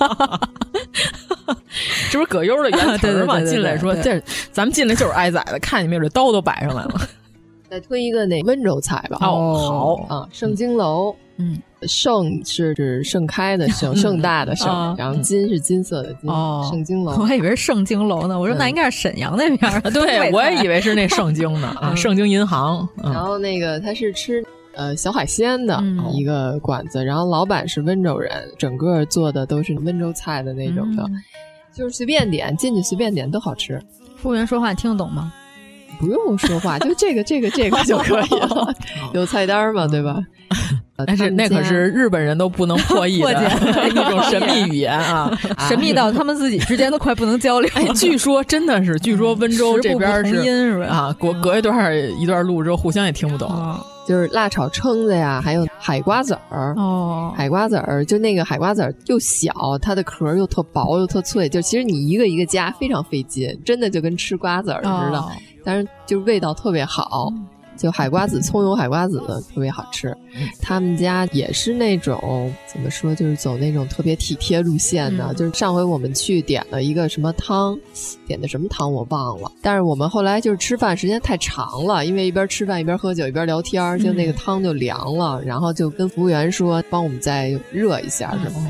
S13: 这不是葛优的原词嘛？进来说这咱们进来就是挨宰的，看见没有？这刀都摆上来了。
S14: 再推一个那温州菜吧。
S13: 好
S14: 啊，盛京楼。盛是指盛开的盛，盛大的盛，然后金是金色的金。盛京楼，
S12: 我还以为是盛京楼呢。我说那应该是沈阳那边的。
S13: 对，我也以为是那盛京呢啊，盛京银行。
S14: 然后那个他是吃。小海鲜的一个馆子，然后老板是温州人，整个做的都是温州菜的那种的，就是随便点进去随便点都好吃。
S12: 服务员说话你听得懂吗？
S14: 不用说话，就这个就可以了，有菜单嘛，对吧？
S13: 但是那可是日本人都不能破译的一种神秘语言啊，
S12: 神秘到他们自己之间都快不能交流。
S13: 据说真的是，据说温州这边
S12: 是
S13: 啊，隔一段路之后互相也听不懂。
S14: 就是辣炒蛏子呀，还有海瓜子儿。海瓜子儿就那个海瓜子儿又小，它的壳又特薄又特脆，就其实你一个一个夹非常费劲，真的就跟吃瓜子儿似的，但是就味道特别好。就海瓜子葱油海瓜子特别好吃，他们家也是那种怎么说，就是走那种特别体贴路线的。就是上回我们去点了一个什么汤，点的什么汤我忘了，但是我们后来就是吃饭时间太长了，因为一边吃饭一边喝酒一边聊天，就那个汤就凉了，然后就跟服务员说帮我们再热一下什么的。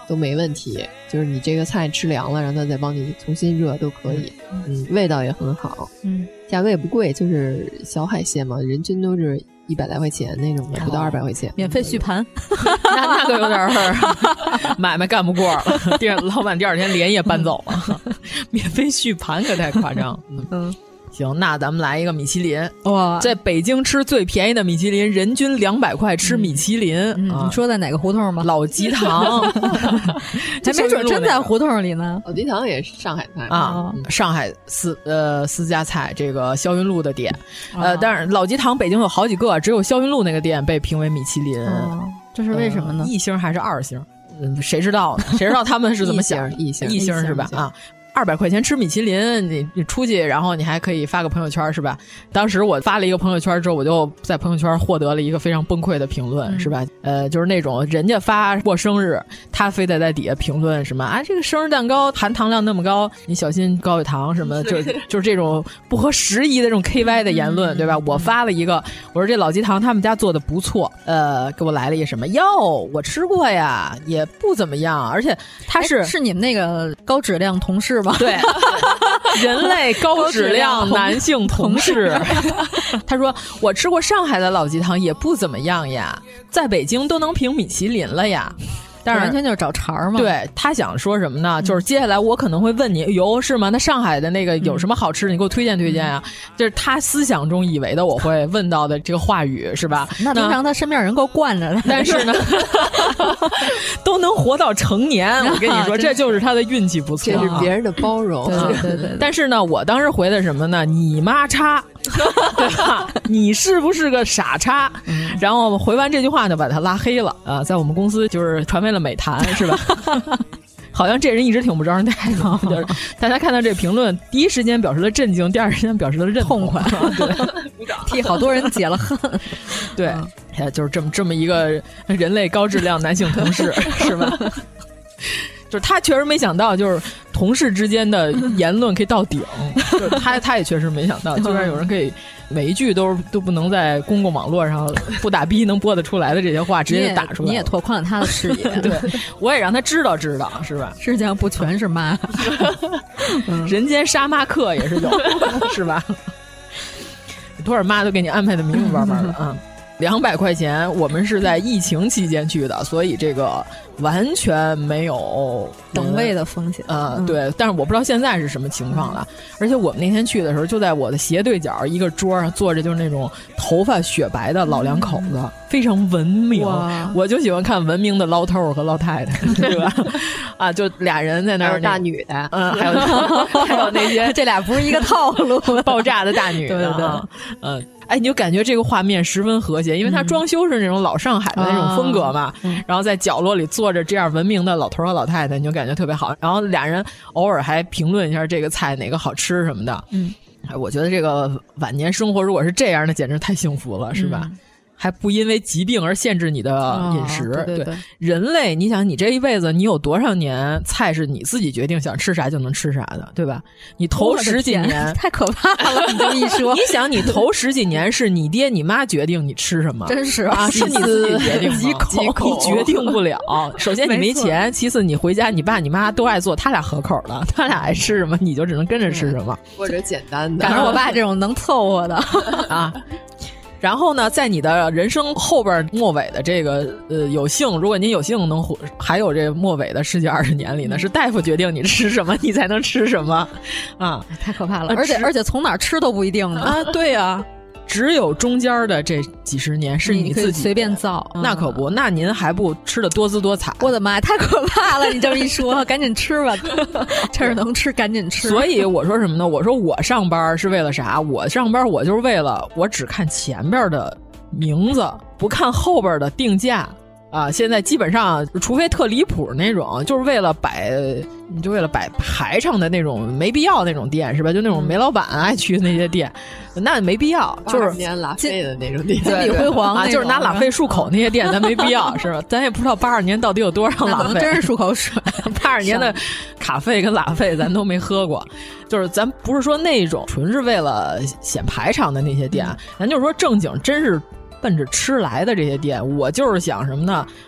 S14: 都没问题，就是你这个菜吃凉了，让它再帮你重新热都可以。味道也很好，价格也不贵，就是小海鲜嘛，人均都是100来块钱那种的，不到200块钱，
S12: 免费续盘。
S13: 那个有点买卖干不过了，老板第2天连夜搬走了。免费续盘可太夸张。行，那咱们来一个米其林。
S12: 哇，
S13: 在北京吃最便宜的米其林，人均200块吃米其林。
S12: 你说在哪个胡同吗？
S13: 老吉堂。
S12: 还没准真在胡同里呢。
S14: 老吉堂也是上海菜
S13: 啊，上海私家菜，这个霄云路的店。但是老吉堂北京有好几个，只有霄云路那个店被评为米其林。
S12: 这是为什么呢？
S13: 1星还是2星？谁知道呢？谁知道他们是怎么想
S14: ？1
S13: 星是吧？啊。200块钱吃米其林，你出去，然后你还可以发个朋友圈，是吧？当时我发了一个朋友圈之后，我就在朋友圈获得了一个非常崩溃的评论，是吧？就是那种人家发过生日，他非得在底下评论什么啊，这个生日蛋糕含糖量那么高，你小心高血糖什么，就是这种不合时宜的这种 KY 的言论，对吧？我发了一个，我说这老吉堂他们家做的不错，给我来了一个什么哟，我吃过呀，也不怎么样，而且他是
S12: 你们那个高质量同事吗？
S13: 对，人类高质量男性同事。他说我吃过上海的老吉堂也不怎么样呀，在北京都能评米其林了呀。但是
S12: 完全就是找茬嘛。
S13: 对，他想说什么呢？就是接下来我可能会问你，哟，是吗？那上海的那个有什么好吃的？你给我推荐推荐啊！就是他思想中以为的我会问到的这个话语，是吧？
S12: 那平常他身边人够惯着的，
S13: 但是呢，都能活到成年，我跟你说，这就是他的运气不错，
S14: 这是别人的包容。
S12: 对。
S13: 但是呢，我当时回的什么呢？你妈叉，对吧？你是不是个傻叉？然后回完这句话呢，把他拉黑了啊，在我们公司就是传为了美谈，是吧？好像这人一直挺不招人待的，就是大家看到这评论，第一时间表示了震惊，第二时间表示了认同，
S12: 痛快，对，替好多人解了恨。
S13: 对，就是这么一个人类高质量男性同事，是吧？就是他确实没想到，就是同事之间的言论可以到顶，就是他也确实没想到，居然有人可以每一句都不能在公共网络上不打逼能播得出来的这些话，直接就打出来。
S12: 你也拓宽了他的视野，
S13: 对，我也让他知道，是吧？
S12: 世界上不全是妈，
S13: 人间杀妈课也是有，是吧？多少妈都给你安排的明明白白的啊。200块钱，我们是在疫情期间去的，所以这个完全没有
S12: 等位的风险
S13: 对，但是我不知道现在是什么情况了。而且我们那天去的时候，就在我的斜对角一个桌上坐着就是那种头发雪白的老两口子，非常文明。我就喜欢看文明的老头和老太太，对吧？啊，就俩人在那儿，
S14: 大女的，
S13: 还有那些
S12: 这俩不是一个套路，
S13: 爆炸的大女的，
S12: 对。
S13: 哎，你就感觉这个画面十分和谐，因为它装修是那种老上海的那种风格嘛，然后在角落里坐着这样文明的老头和老太太，你就感觉特别好。然后俩人偶尔还评论一下这个菜哪个好吃什么的。我觉得这个晚年生活如果是这样，那简直太幸福了，是吧？还不因为疾病而限制你的饮食。
S12: 对，
S13: 人类，你想你这一辈子你有多少年菜是你自己决定想吃啥就能吃啥的，对吧？你头10几年
S12: 太可怕了，你这么一说，
S13: 你想你头10几年是你爹你妈决定你吃什么，
S12: 真是
S13: 啊，是你自己决定吗？
S12: 几口
S13: 你决定不了。首先你没钱，其次你回家你爸你妈都爱做他俩合口的，他俩爱吃什么你就只能跟着吃什么，
S14: 或者简单的。
S12: 赶上我爸这种能凑合的
S13: 啊。然后呢，在你的人生后边末尾的这个有幸，如果您有幸能活，还有这末尾的10几20年里呢，是大夫决定你吃什么，你才能吃什么啊，
S12: 太可怕了。而且从哪儿吃都不一定呢
S13: 啊，对呀。只有中间的这几十年是你自己
S12: 随便造，
S13: 那可不，那您还不吃的多姿多彩？
S12: 我的妈，太可怕了！你这么一说，赶紧吃吧，趁着能吃赶紧吃。
S13: 所以我说什么呢？我说我上班是为了啥？我上班我就是为了我只看前边的名字，不看后边的定价。啊，现在基本上，除非特离谱那种，就是为了摆排场的那种没必要那种店，是吧？就那种煤老板爱去的那些店，那没必要。就是
S14: 年拉菲的那种店，
S12: 金碧辉煌
S13: 啊，就是拿拉菲漱口那些店，咱没必要，是吧？咱也不知道82年到底有多少拉菲，
S12: 真是漱口水。
S13: 82年的卡费跟拉菲咱都没喝过，就是咱不是说那种纯是为了显排场的那些店，咱就是说正经真是奔着吃来的这些店。我就是想什么呢？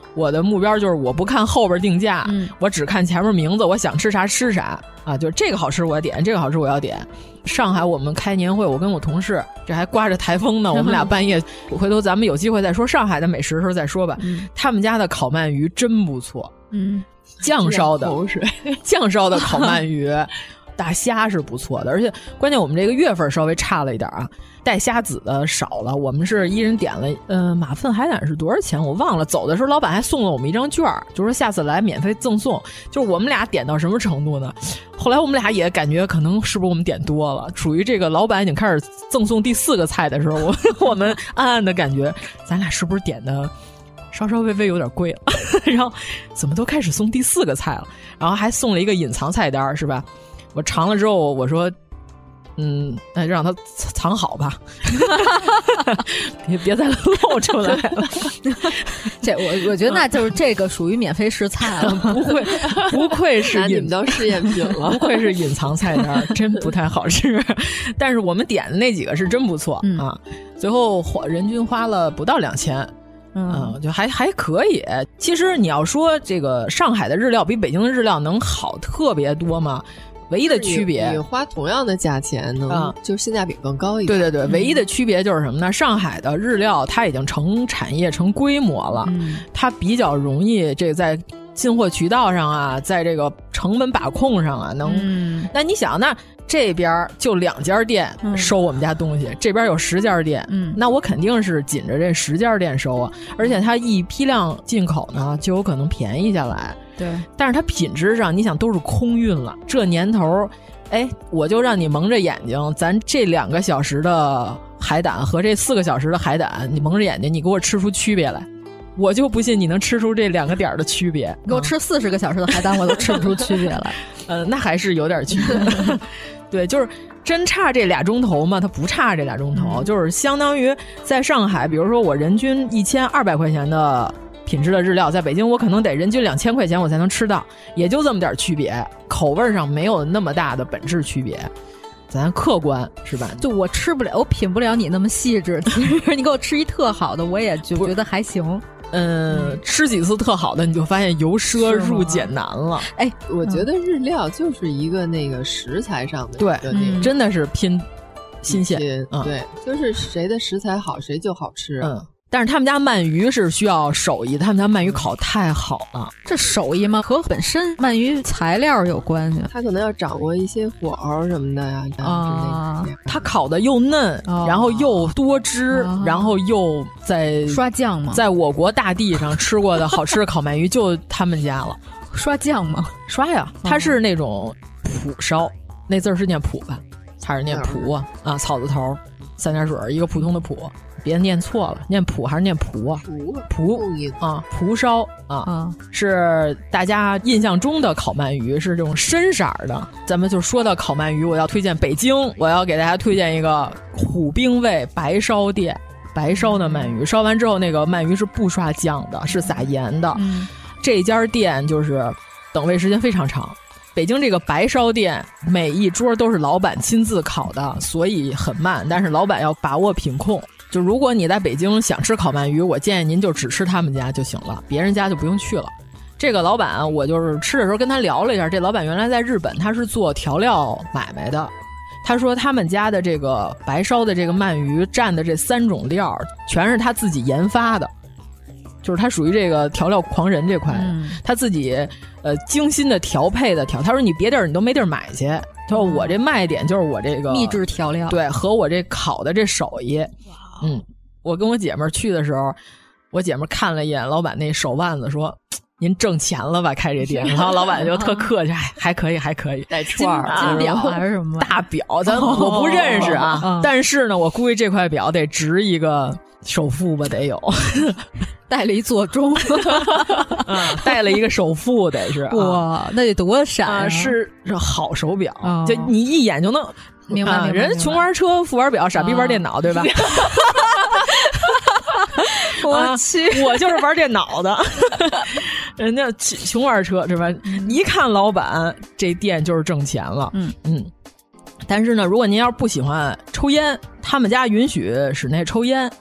S13: 我的目标就是我不看后边定价，我只看前面名字，我想吃啥吃啥啊，就是这个好吃我要点，这个好吃我要点。上海我们开年会，我跟我同事这还刮着台风呢，我们俩半夜，回头咱们有机会再说上海的美食的时候再说吧。他们家的烤鳗鱼真不错，酱烧的烤鳗鱼。大虾是不错的，而且关键我们这个月份稍微差了一点啊，带虾子的少了。我们是一人点了，马粪海胆是多少钱我忘了。走的时候老板还送了我们一张券，就说下次来免费赠送。就是我们俩点到什么程度呢？后来我们俩也感觉可能是不是我们点多了，属于这个老板已经开始赠送第4个菜的时候，我们暗暗的感觉咱俩是不是点的稍稍微微有点贵了。然后怎么都开始送第4个菜了，然后还送了一个隐藏菜单，是吧？我尝了之后，我说，让他藏好吧，别再露出来了。
S12: 这我觉得那就是这个属于免费试菜了，
S13: 不愧是
S14: 你们当试验品了，
S13: 不愧是隐藏菜单，真不太好吃。但是我们点的那几个是真不错啊，最后人均花了不到2000。就还可以。其实你要说这个上海的日料比北京的日料能好特别多吗？唯一的区别，
S14: 你花同样的价钱能就性价比更高一点。
S13: 对对对，唯一的区别就是什么呢？上海的日料它已经成产业成规模了，它比较容易这个在进货渠道上啊，在这个成本把控上啊，那你想那。这边就2家店收我们家东西，这边有10家店，那我肯定是紧着这10家店收啊，而且它一批量进口呢，就有可能便宜下来。
S12: 对，
S13: 但是它品质上，你想都是空运了，这年头，我就让你蒙着眼睛，咱这2个小时的海胆和这4个小时的海胆，你蒙着眼睛，你给我吃出区别来。我就不信你能吃出这2个点的区别。
S12: 给我吃40个小时的海胆，我都吃不出区别来。
S13: 那还是有点区别。对，就是真差这2钟头嘛，它不差这2钟头，就是相当于在上海，比如说我人均1200块钱的品质的日料，在北京我可能得人均2000块钱我才能吃到，也就这么点区别，口味上没有那么大的本质区别。咱客观是吧？
S12: 就我吃不了，我品不了你那么细致。其实你给我吃一特好的，我也就觉得还行。
S13: 吃几次特好的，你就发现由奢入俭难了。
S14: 我觉得日料就是一个那个食材上的
S13: 对，真的是拼新鲜。
S14: 对，就是谁的食材好，谁就好吃。
S13: 但是他们家鳗鱼是需要手艺的，他们家鳗鱼烤太好了。
S12: 这手艺吗？和本身鳗鱼材料有关系。
S14: 他可能要掌握一些火候什么的呀。
S13: 他烤的又嫩，然后又多汁，然后又在
S12: 刷酱吗？
S13: 在我国大地上吃过的好吃的烤鳗鱼就他们家了。
S12: 刷酱吗？
S13: 刷呀，它是那种蒲烧，那字是念蒲吧，还是念蒲啊？草字头3点水一个普通的蒲。别念错了，念蒲还是念蒲啊？蒲啊，蒲烧啊，是大家印象中的烤鳗鱼，是这种深色的。咱们就说到烤鳗鱼，我要推荐北京，我要给大家推荐一个虎兵卫白烧店，白烧的鳗鱼，烧完之后那个鳗鱼是不刷酱的，是撒盐的。这家店就是等位时间非常长。北京这个白烧店每一桌都是老板亲自烤的，所以很慢，但是老板要把握品控。就如果你在北京想吃烤鳗鱼，我建议您就只吃他们家就行了，别人家就不用去了。这个老板我就是吃的时候跟他聊了一下，这老板原来在日本他是做调料买卖的，他说他们家的这个白烧的这个鳗鱼蘸的这3种料全是他自己研发的，就是他属于这个调料狂人这块，他自己精心的调配的调。他说你别地儿你都没地儿买去，他说我这卖点就是我这个
S12: 秘制调料，
S13: 对，和我这烤的这手艺。我跟我姐们儿去的时候，我姐们儿看了一眼老板那手腕子，说：“您挣钱了吧？开这店。”然后老板就特客气，还可以，还可以，
S14: 带串儿、
S12: 金表还是什么
S13: 大表，我不认识啊。但是呢，我估计这块表得值一个首付吧，得有。
S12: 带了一座钟，
S13: 带了一个首付，得是
S12: 哇，那得多闪啊！
S13: 是好手表，就你一眼就能。
S12: 明白，
S13: 人穷玩车，富玩表，傻逼玩电脑，对吧？
S12: 我去，
S13: 我就是玩电脑的。人家穷玩车是吧？一看老板这店就是挣钱了。但是呢，如果您要是不喜欢抽烟，他们家允许室内抽烟。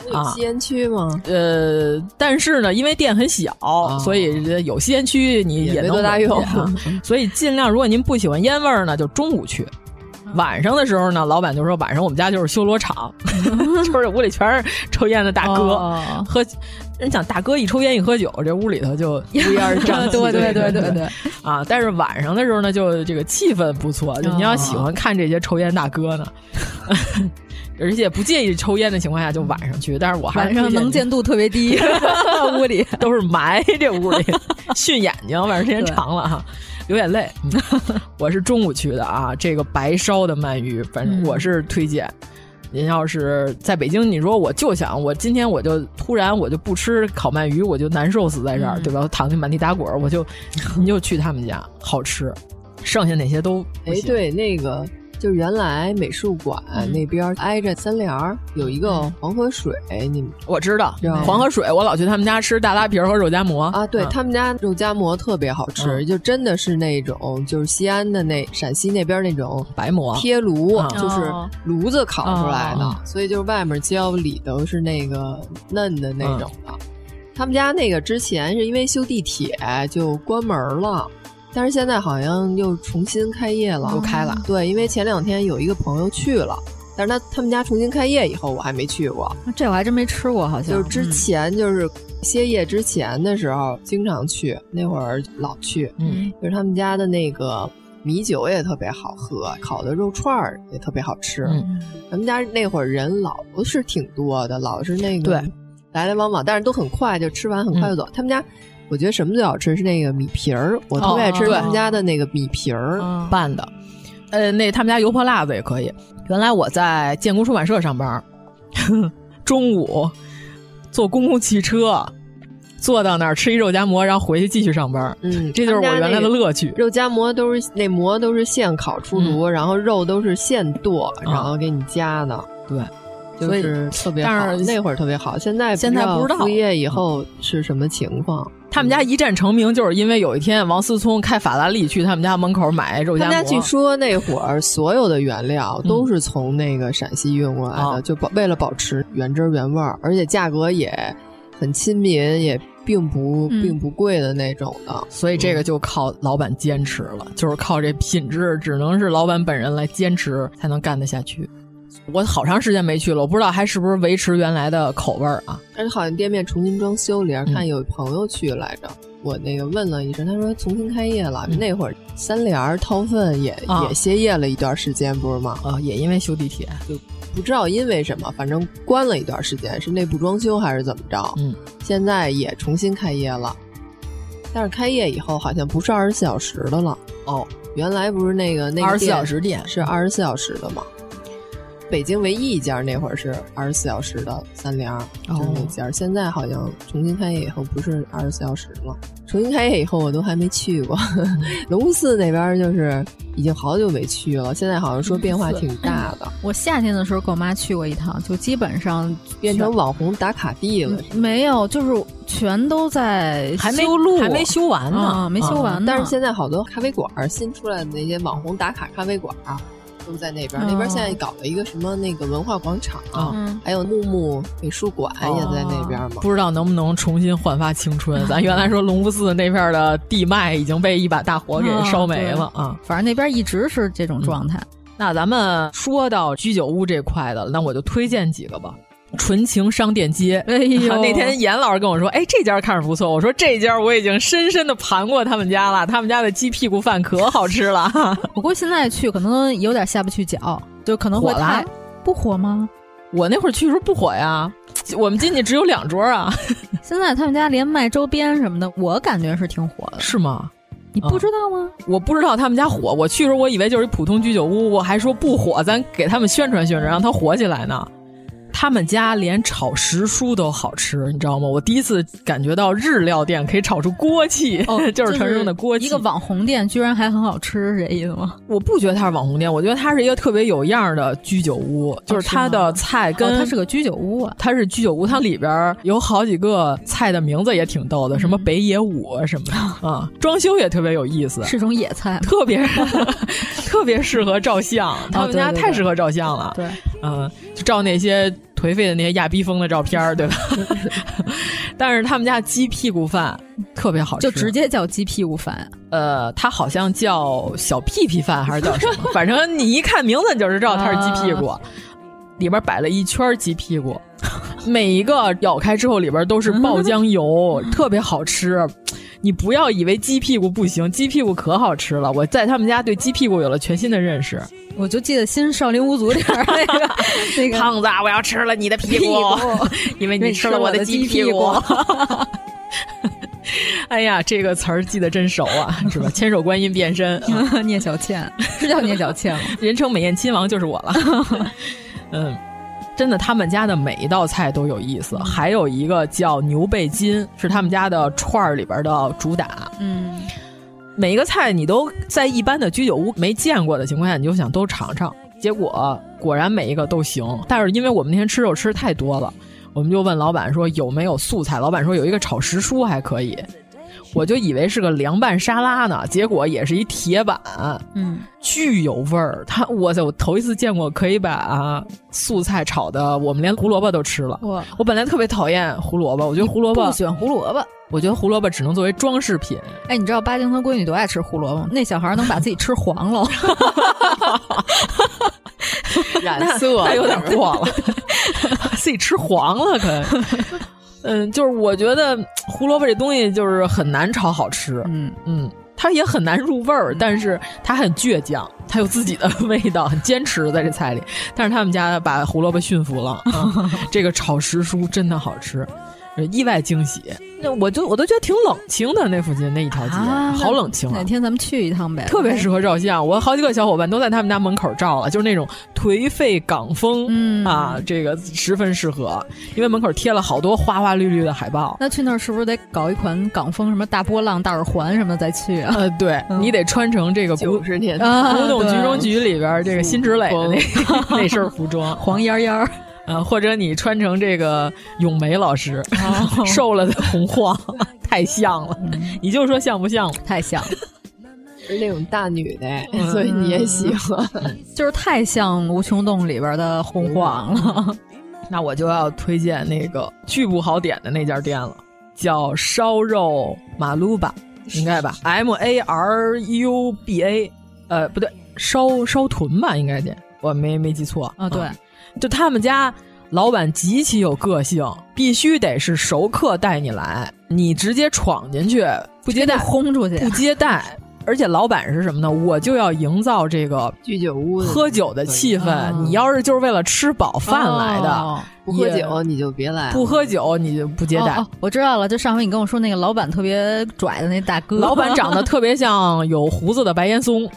S14: 有吸烟区吗？
S13: 但是呢，因为店很小，所以有吸烟区你也
S14: 没多大用。
S13: 所以尽量，如果您不喜欢烟味儿呢，就中午去。晚上的时候呢，老板就说晚上我们家就是修罗场，就是屋里全是抽烟的大哥，人想大哥一抽烟一喝酒，这屋里头就乌烟瘴气。
S12: 对
S13: 啊！但是晚上的时候呢，就这个气氛不错，就你要喜欢看这些抽烟大哥呢。而且不介意抽烟的情况下，就晚上去。但是我还是
S12: 晚上能见度特别低，屋里
S13: 都是霾，这屋里熏眼睛，晚上时间长了哈，流眼泪。我是中午去的啊，这个白烧的鳗鱼，反正我是推荐。您要是在北京，你说我就想，我今天我就突然我就不吃烤鳗鱼，我就难受死在这儿，对吧？我躺进满地打滚，你就去他们家，好吃。剩下那些都
S14: 对，那个。就原来美术馆那边挨着三联有一个黄河水，
S13: 我知道黄河水，我老去他们家吃大拉皮和肉夹馍
S14: 啊。对，他们家肉夹馍特别好吃，就真的是那种就是西安的陕西那边那种
S13: 白馍
S14: 贴炉，就是炉子烤出来的，所以就是外面焦里头是那个嫩的那种的。他们家那个之前是因为修地铁就关门了。但是现在好像又重新开业了，
S13: 又开了。
S14: 对，因为前2天有一个朋友去了，但是他们家重新开业以后，我还没去过。
S12: 这我还真没吃过，好像
S14: 就是之前就是歇业之前的时候经常去，那会儿老去。就是他们家的那个米酒也特别好喝，烤的肉串也特别好吃。他们家那会儿人老是挺多的，老是那个来来往往，但是都很快就吃完，很快就走。他们家。我觉得什么最好吃是那个米皮儿，我特别爱吃他们家的那个米皮儿
S13: 拌的。那他们家油泼辣子也可以。原来我在建国出版社上班，中午坐公共汽车坐到那儿吃一肉夹馍，然后回去继续上班。这就是我原来的乐趣。
S14: 肉夹馍都是那馍都是现烤出炉，然后肉都是现剁，然后给你夹的。
S13: 对。
S14: 就是特别好，但是那会儿特别好，现在不知道复业以后是什么情况。
S13: 他们家一战成名，就是因为有一天王思聪开法拉利去他们家门口买肉夹馍。
S14: 他们家据说那会儿所有的原料都是从那个陕西运过来的，就为了保持原汁原味，而且价格也很亲民，也并不贵的那种的。
S13: 所以这个就靠老板坚持了，就是靠这品质，只能是老板本人来坚持才能干得下去。我好长时间没去了，我不知道还是不是维持原来的口味啊。
S14: 而且好像店面重新装修了，看有朋友去来着，我那个问了一声，他说重新开业了。那会儿三联掏粪也歇业了一段时间，不是吗？
S13: 也因为修地铁，
S14: 就不知道因为什么，反正关了一段时间，是内部装修还是怎么着？现在也重新开业了，但是开业以后好像不是24小时的了。原来不是那个
S13: 24小时店
S14: 是24小时的吗？北京唯一一家那会儿是24小时的三联，就是那家。现在好像重新开业以后不是24小时了。重新开业以后我都还没去过。龙福寺那边就是已经好久没去了，现在好像说变化挺大的。
S12: 我夏天的时候跟我妈去过一趟，就基本上
S14: 变成网红打卡地了。
S12: 没有，就是全都在修路，
S13: 还没修完呢，
S12: 没修完呢。
S14: 但是现在好多咖啡馆，新出来的那些网红打卡咖啡馆都在那边。那边现在搞了一个什么那个文化广场，还有木木美术馆也在那边嘛。
S13: 不知道能不能重新焕发青春。咱原来说龙福寺那边的地脉已经被一把大火给烧没了啊。
S12: 反正那边一直是这种状态。
S13: 那咱们说到居酒屋这块的，那我就推荐几个吧。纯情商店街，
S12: 哎呦！
S13: 那天严老师跟我说，这家看着不错。我说这家我已经深深的盘过他们家了，他们家的鸡屁股饭可好吃了。
S12: 不过现在去可能有点下不去脚，就可能会太不火吗？
S13: 我那会儿去的时候不火呀，我们进去只有2桌啊。
S12: 现在他们家连卖周边什么的，我感觉是挺火的。
S13: 是吗？
S12: 你不知道吗？
S13: 我不知道他们家火，我去的时候我以为就是一普通居酒屋，我还说不火，咱给他们宣传宣传，让它火起来呢。他们家连炒时蔬都好吃，你知道吗？我第一次感觉到日料店可以炒出锅气，就是传说中的锅气。
S12: 一个网红店居然还很好吃，是这意思吗？
S13: 我不觉得它是网红店，我觉得它是一个特别有样的居酒屋，就是它的菜跟
S12: 它是个居酒屋啊，
S13: 它是居酒屋，它里边有好几个菜的名字也挺逗的，什么北野武什么的啊，装修也特别有意思，
S12: 是种野菜，
S13: 特别适合照相，他们家太适合照相了。
S12: 对，
S13: 就照那些颓废的那些亚逼疯的照片，对吧？但是他们家鸡屁股饭特别好吃，
S12: 就直接叫鸡屁股饭。
S13: 它好像叫小屁屁饭还是叫什么？反正你一看名字你就知道它是鸡屁股。里边摆了一圈鸡屁股，每一个咬开之后里边都是爆浆油，特别好吃。你不要以为鸡屁股不行，鸡屁股可好吃了。我在他们家对鸡屁股有了全新的认识。
S12: 我就记得新少林五祖里边那个
S13: 胖子，我要吃了你的屁股，因为你吃了我的鸡屁股。哎呀，这个词儿记得真熟啊，是吧？千手观音变身，
S12: 聂小倩是叫聂小倩吗？
S13: 人称美艳亲王就是我了。真的，他们家的每一道菜都有意思。还有一个叫牛背筋，是他们家的串儿里边的主打。每一个菜你都在一般的居酒屋没见过的情况下，你就想都尝尝。结果果然每一个都行，但是因为我们那天吃肉吃太多了，我们就问老板说有没有素菜。老板说有一个炒时蔬还可以。我就以为是个凉拌沙拉呢，结果也是一铁板，巨有味儿。哇塞，我头一次见过可以把素菜炒的，我们连胡萝卜都吃了。我本来特别讨厌胡萝卜，我觉得胡萝卜
S12: 不喜欢胡萝卜，
S13: 我觉得胡萝卜只能作为装饰品。
S12: 哎，你知道巴金和闺女多爱吃胡萝卜吗？那小孩能把自己吃黄了，
S14: 染色
S13: 那有点过了，自己吃黄了可。就是我觉得胡萝卜这东西就是很难炒好吃，它也很难入味儿，但是它很倔强，它有自己的味道，很坚持在这菜里。但是他们家把胡萝卜驯服了，这个炒时蔬真的好吃，意外惊喜。那我都觉得挺冷清的，那附近那一条街，好冷清啊！
S12: 哪天咱们去一趟呗，
S13: 特别适合照相。我好几个小伙伴都在他们家门口照了，就是那种颓废港风，这个十分适合，因为门口贴了好多花花绿绿的海报。
S12: 那去那儿是不是得搞一款港风，什么大波浪、大耳环什么的再去啊？
S13: 对，你得穿成这个
S14: 90年
S13: 代古董局中局里边这个辛芷蕾的那身服装，
S12: 黄烟烟。
S13: 或者你穿成这个咏梅老师瘦了的洪晃，太像了。你就说像不像？
S12: 太像了，
S14: 是那种大女的，所以你也喜欢。
S12: 就是太像无穷洞里边的洪晃了。
S13: 那我就要推荐那个巨不好点的那家店了，叫烧肉马鲁巴，应该吧 ？MARUBA， 不对，烧豚吧，应该点，我没记错
S12: 啊。对。
S13: 就他们家老板极其有个性，必须得是熟客带你来，你直接闯进去不接待，
S12: 轰出去
S13: 不接待。而且老板是什么呢？我就要营造这个
S14: 居酒屋
S13: 喝酒的气氛。你要是就是为了吃饱饭来的，
S14: 不喝酒你就别来，
S13: 不喝酒你就不接待。
S12: 我知道了，就上回你跟我说那个老板特别拽的那大哥，
S13: 老板长得特别像有胡子的白岩松，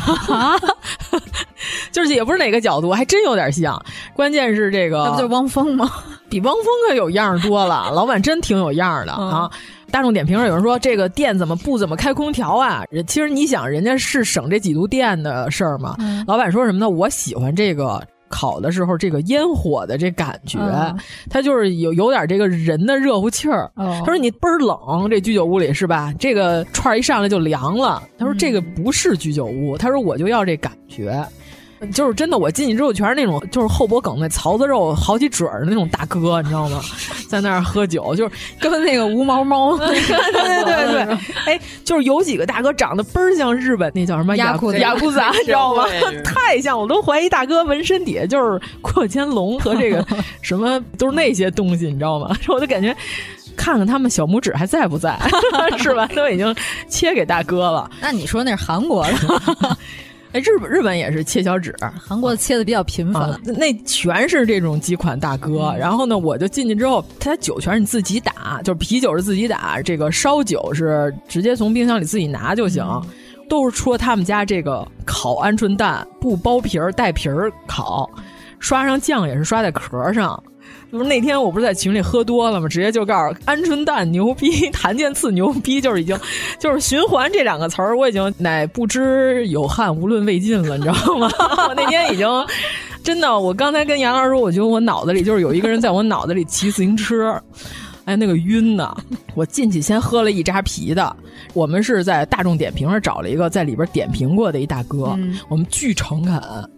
S13: 就是也不是哪个角度，还真有点像。关键是这个，
S12: 那不就是汪峰吗？
S13: 比汪峰可有样多了，老板真挺有样的啊。大众点评上有人说这个店怎么不怎么开空调啊？其实你想，人家是省这几度电的事儿嘛。老板说什么呢？我喜欢这个烤的时候这个烟火的这感觉，它就是有点这个人的热乎气儿。他说你倍儿冷，这居酒屋里是吧？这个串一上来就凉了。他说这个不是居酒屋，他说我就要这感觉。就是真的，我进去之后全是那种就是后脖梗那槽子肉好几褶的那种大哥，你知道吗？在那儿喝酒，就是
S12: 跟那个无毛猫，
S13: 对，哎，就是有几个大哥长得倍儿像日本那叫什么
S12: 雅库
S13: 萨，你知道吗？太像，我都怀疑大哥纹身底下就是阔肩龙和这个什么都是那些东西，你知道吗？我就感觉。看看他们小拇指还在不在，是吧？都已经切给大哥了。
S12: 那你说那是韩国的？
S13: 哎，日本也是切小指，
S12: 韩国的切的比较频繁，
S13: 那全是这种几款大哥。然后呢，我就进去之后，他酒全是你自己打，就是啤酒是自己打，这个烧酒是直接从冰箱里自己拿就行。都是说他们家这个烤鹌鹑蛋不剥皮儿带皮儿烤，刷上酱也是刷在壳上。不是那天我不是在群里喝多了吗？直接就告诉鹌鹑蛋牛逼，檀健次牛逼，就是已经就是循环这两个词儿，我已经乃不知有汉无论魏晋了，你知道吗？我那天已经真的，我刚才跟杨老师说，我觉得我脑子里就是有一个人在我脑子里骑自行车。哎，那个晕呐！我进去先喝了一扎啤的。我们是在大众点评上找了一个在里边点评过的一大哥，我们巨诚恳。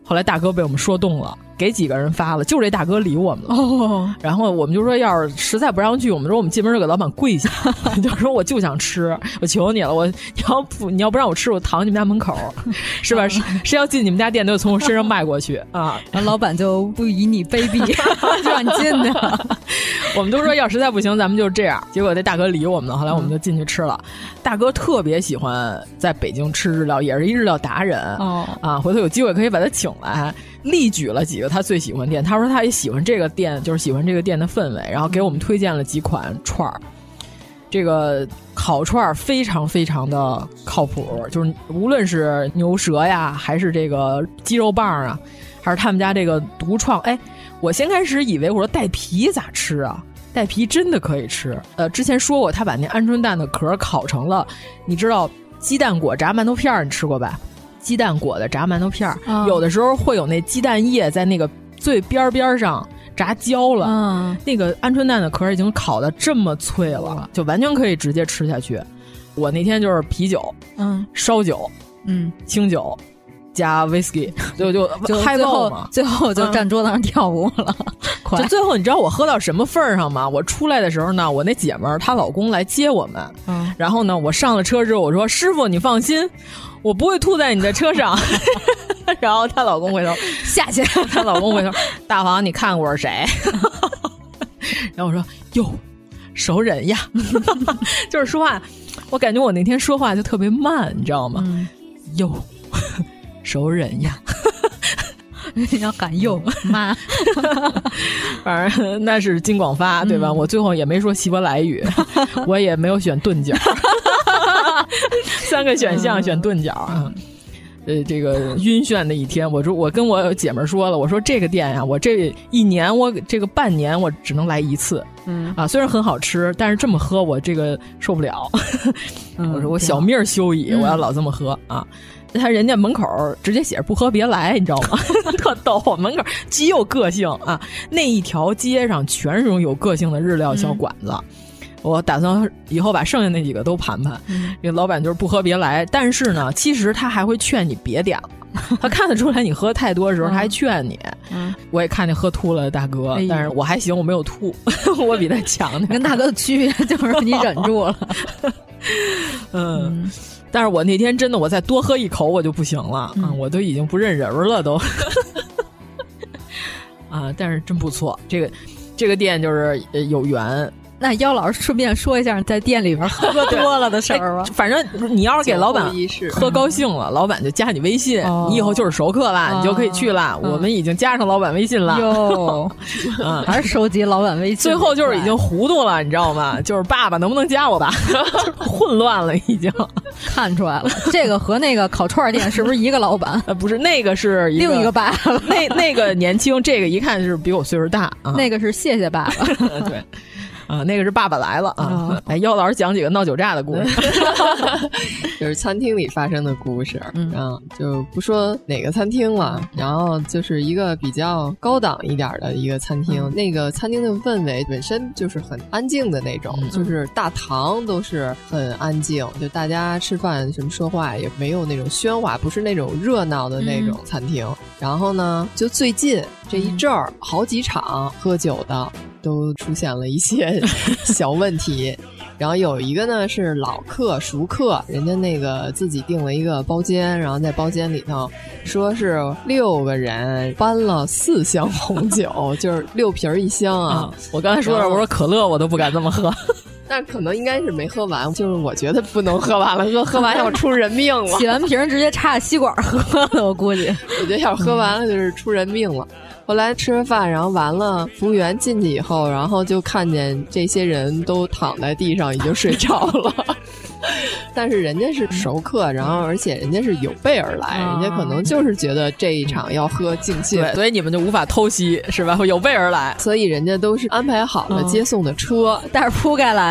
S13: 后来大哥被我们说动了，给几个人发了，就这大哥理我们了。然后我们就说，要是实在不让去，我们说我们进门就给老板跪下，就说我就想吃，我求你了，你要不让我吃，我躺你们家门口，是吧？谁要进你们家店，都从我身上迈过去啊！
S12: 然后老板就不以你卑鄙，就让你进去了。
S13: 我们都说要实在不行，咱们就这样。结果这大哥理我们了，后来我们就进去吃了。大哥特别喜欢在北京吃日料，也是一日料达人回头有机会可以把他请来，例举了几个他最喜欢店。他说他也喜欢这个店，就是喜欢这个店的氛围，然后给我们推荐了几款串儿。这个烤串非常非常的靠谱，就是无论是牛舌呀，还是这个鸡肉棒啊，还是他们家这个独创。哎，我先开始以为我说带皮咋吃啊？带皮真的可以吃。之前说过，他把那鹌鹑蛋的壳烤成了，你知道鸡蛋裹炸馒头片你吃过吧？鸡蛋裹的炸馒头片有的时候会有那鸡蛋液在那个最边上炸焦了，那个鹌鹑蛋的壳已经烤得这么脆了，就完全可以直接吃下去。我那天就是啤酒，烧酒，清酒加 whisky， 就嗨爆嘛，
S12: 最后就站桌子上跳舞了。
S13: 就最后你知道我喝到什么份儿上吗？我出来的时候呢，我那姐们儿她老公来接我们，然后呢我上了车之后我说师傅你放心，我不会吐在你的车上。然后她老公回头
S12: 下去，
S13: 她老公回头大黄你看我是谁？然后我说哟熟人呀。就是说话我感觉我那天说话就特别慢，你知道吗？哟熟人呀。
S12: 你要喊哟妈。
S13: 反正那是金广发对吧？我最后也没说希伯来语，我也没有选钝角。3个选项选钝角啊。这个晕眩的一天，我跟我姐们说了，我说这个店呀，我这一年我这个半年我只能来一次，虽然很好吃，但是这么喝我这个受不了。我说我小命休矣，我要老这么喝啊。他人家门口直接写着不喝别来，你知道吗？特逗，门口极有个性啊！那一条街上全是有个性的日料小馆子。我打算以后把剩下那几个都盘盘。这个老板就是不喝别来，但是呢，其实他还会劝你别点了。他看得出来你喝太多的时候，他还劝你。我也看见喝吐了的大哥，但是我还行，我没有吐，我比他强点。
S12: 跟大哥的区别就是你忍住了。
S13: 但是我那天真的，我再多喝一口我就不行了，我都已经不认人了都。但是真不错，这个店就是有缘。
S12: 那妖老师顺便说一下在店里边喝多了的事儿吧。
S13: 反正你要是给老板喝高兴了，老板就加你微信，你以后就是熟客了，你就可以去了。我们已经加上老板微信了。
S12: 哟，还是收集老板微信。
S13: 最后就是已经糊涂了，你知道吗？就是爸爸能不能加我吧？混乱了已经。
S12: 看出来了，这个和那个烤串店是不是一个老板？
S13: 不是，那个是
S12: 另一个爸爸。
S13: 那个年轻，这个一看是比我岁数大啊。
S12: 那个是谢谢爸爸。
S13: 对。那个是爸爸来了啊！妖老师讲几个闹酒炸的故事，
S14: 就是餐厅里发生的故事，就不说哪个餐厅了，然后就是一个比较高档一点的一个餐厅，那个餐厅的氛围本身就是很安静的那种，就是大堂都是很安静，就大家吃饭什么说话也没有那种喧哗，不是那种热闹的那种餐厅。然后呢，就最近这一阵儿好几场喝酒的都出现了一些小问题，然后有一个呢是老客熟客，人家那个自己订了一个包间，然后在包间里头说是6个人搬了4箱红酒，就是6瓶1箱啊。
S13: 我刚才说了，我说可乐我都不敢这么喝。
S14: 但可能应该是没喝完，就是我觉得不能喝完了，喝完要出人命了。
S12: 洗完瓶直接插吸管喝的，我估计。
S14: 我觉得要是喝完了就是出人命了。后来吃完饭，然后完了，服务员进去以后，然后就看见这些人都躺在地上已经睡着了。但是人家是熟客，然后而且人家是有备而来，人家可能就是觉得这一场要喝尽兴，
S13: 所以你们就无法偷袭是吧？有备而来，
S14: 所以人家都是安排好了接送的车，
S12: 带着铺盖来的。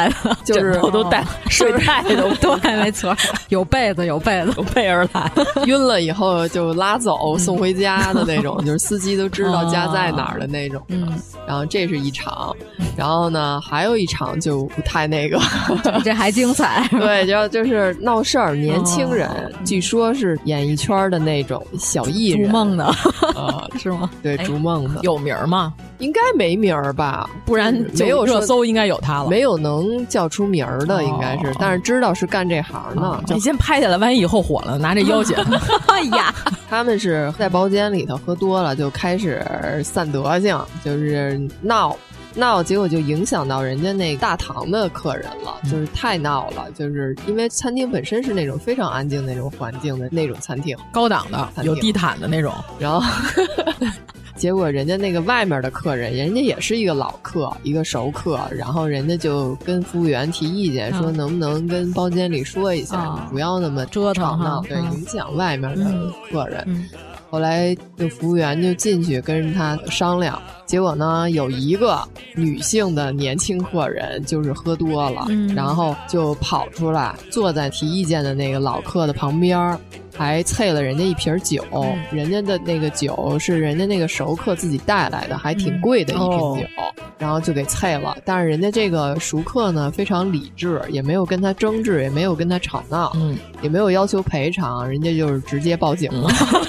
S14: 就是
S13: 都带睡袋都
S12: 对，没错，有被子有备
S13: 而来，
S14: 晕了以后就拉走送回家的那种，就是司机都知道家在哪儿的那种。然后这是一场，然后呢还有一场就不太那个，
S12: 这还精彩。
S14: 对，就是闹事儿，年轻人，据说是演艺圈的那种小艺人，
S12: 逐梦的是吗？
S14: 对，逐梦的。
S13: 有名吗？
S14: 应该没名儿吧，
S13: 不然没有热搜应该有他了。
S14: 没有能叫出名儿的，应该是，但是知道是干这行的。
S13: 你先拍下来，万一以后火了，拿这要挟。
S12: 哎呀，
S14: 他们是在包间里头喝多了，就开始散德性，就是闹，结果就影响到人家那大堂的客人了，就是太闹了，就是因为餐厅本身是那种非常安静那种环境的那种餐厅，
S13: 高档的，有地毯的那种，
S14: 然后。结果人家那个外面的客人，人家也是一个老客，一个熟客，然后人家就跟服务员提意见，说能不能跟包间里说一下，不要那么
S12: 折腾
S14: 闹，对，影响外面的客人。后来就服务员就进去跟他商量，结果呢有一个女性的年轻客人就是喝多了，然后就跑出来坐在提意见的那个老客的旁边，还啐了人家一瓶酒，人家的那个酒是人家那个熟客自己带来的，还挺贵的一瓶酒，然后就给啐了。但是人家这个熟客呢非常理智，也没有跟他争执，也没有跟他吵闹，也没有要求赔偿，人家就是直接报警了。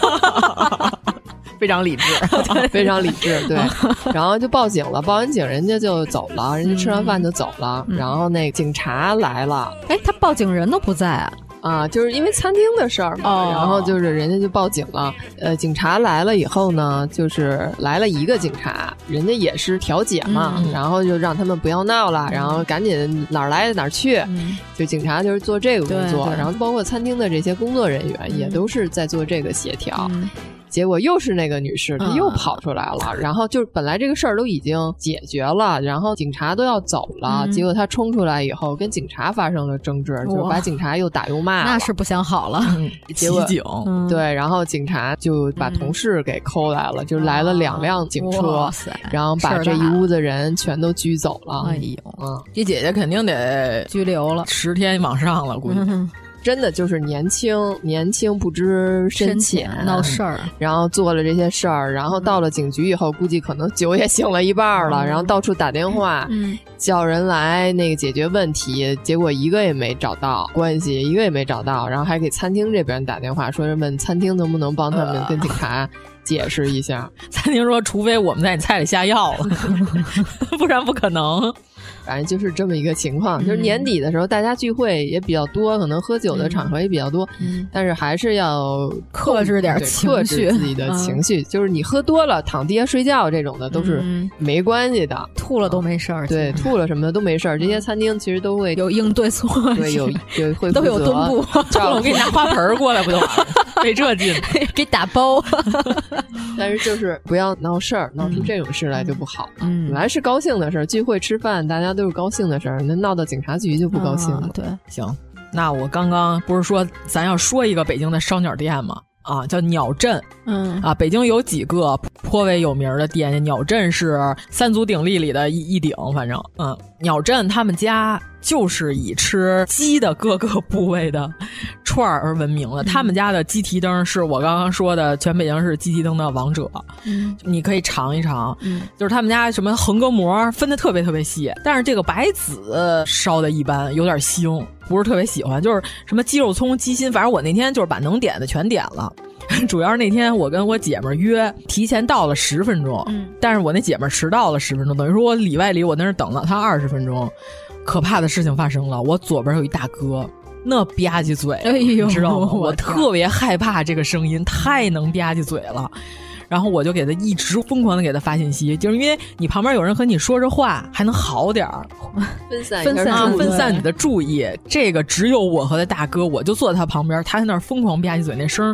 S13: 非常理智，
S14: 非常理智，对。然后就报警了，报完警人家就走了，人家吃完饭就走了。然后那警察来了，
S12: 哎，他报警人都不在
S14: 啊，就是因为餐厅的事儿嘛，然后就是人家就报警了。警察来了以后呢，就是来了一个警察，人家也是调解嘛，然后就让他们不要闹了，然后赶紧哪儿来哪儿去。就警察就是做这个工作，然后包括餐厅的这些工作人员也都是在做这个协调。结果又是那个女士，她又跑出来了，然后就本来这个事儿都已经解决了，然后警察都要走了，结果她冲出来以后跟警察发生了争执，就把警察又打又骂了，
S12: 那是不想好了。
S14: 结果
S13: 警
S14: 对，然后警察就把同事给扣来了，就来了2辆警车，然后把这一屋子人全都拘走了。
S12: 哎呦，
S13: 这姐姐肯定得
S12: 拘留了
S13: 10天往上了，估计。
S14: 真的就是年轻不知深浅，
S12: 闹事儿，
S14: 然后做了这些事儿，然后到了警局以后，估计可能酒也醒了一半了，然后到处打电话，叫人来那个解决问题，结果一个也没找到关系，一个也没找到，然后还给餐厅这边打电话，说问餐厅能不能帮他们跟警察解释一下。
S13: 餐厅说，除非我们在你菜里下药了，不然不可能。
S14: 反正就是这么一个情况，就是年底的时候大家聚会也比较多，可能喝酒的场合也比较多，但是还是要
S12: 克制点情绪，
S14: 克制自己的情绪。就是你喝多了躺地下睡觉这种的都是没关系的，
S12: 吐了都没事儿，
S14: 对，吐了什么的都没事儿。这些餐厅其实都会
S12: 有应对措施，
S14: 对，有会
S12: 都有墩布，
S13: 我给你拿花盆过来不就完了？费这劲，
S12: 给打包。
S14: 但是就是不要闹事儿，闹出这种事来就不好。本来是高兴的事儿，聚会吃饭大家都是高兴的事儿，那闹到警察局就不高兴了。
S12: 对，
S13: 行，那我刚刚不是说咱要说一个北京的烧鸟店吗？啊，叫鸟镇。北京有几个颇为有名的店，鸟镇是3足鼎立里的一鼎，反正鸟镇他们家就是以吃鸡的各个部位的串儿而闻名的。他们家的鸡蹄灯是我刚刚说的全北京市鸡蹄灯的王者，你可以尝一尝。就是他们家什么横膈膜分得特别特别细，但是这个白子烧的一般，有点腥，不是特别喜欢。就是什么鸡肉葱、鸡心，反正我那天就是把能点的全点了。主要是那天我跟我姐们约提前到了10分钟，但是我那姐们迟到了10分钟，等于说我里外里我那儿等了她20分钟。可怕的事情发生了，我左边有一大哥，那吧唧嘴，
S12: 哎呦，
S13: 你知道吗？我特别害怕这个声音，太能吧唧嘴了。然后我就给他一直疯狂的给他发信息，就是因为你旁边有人和你说着话还能好点儿，分散你的注意。这个只有我和他大哥，我就坐在他旁边，他在那儿疯狂吧唧嘴，那声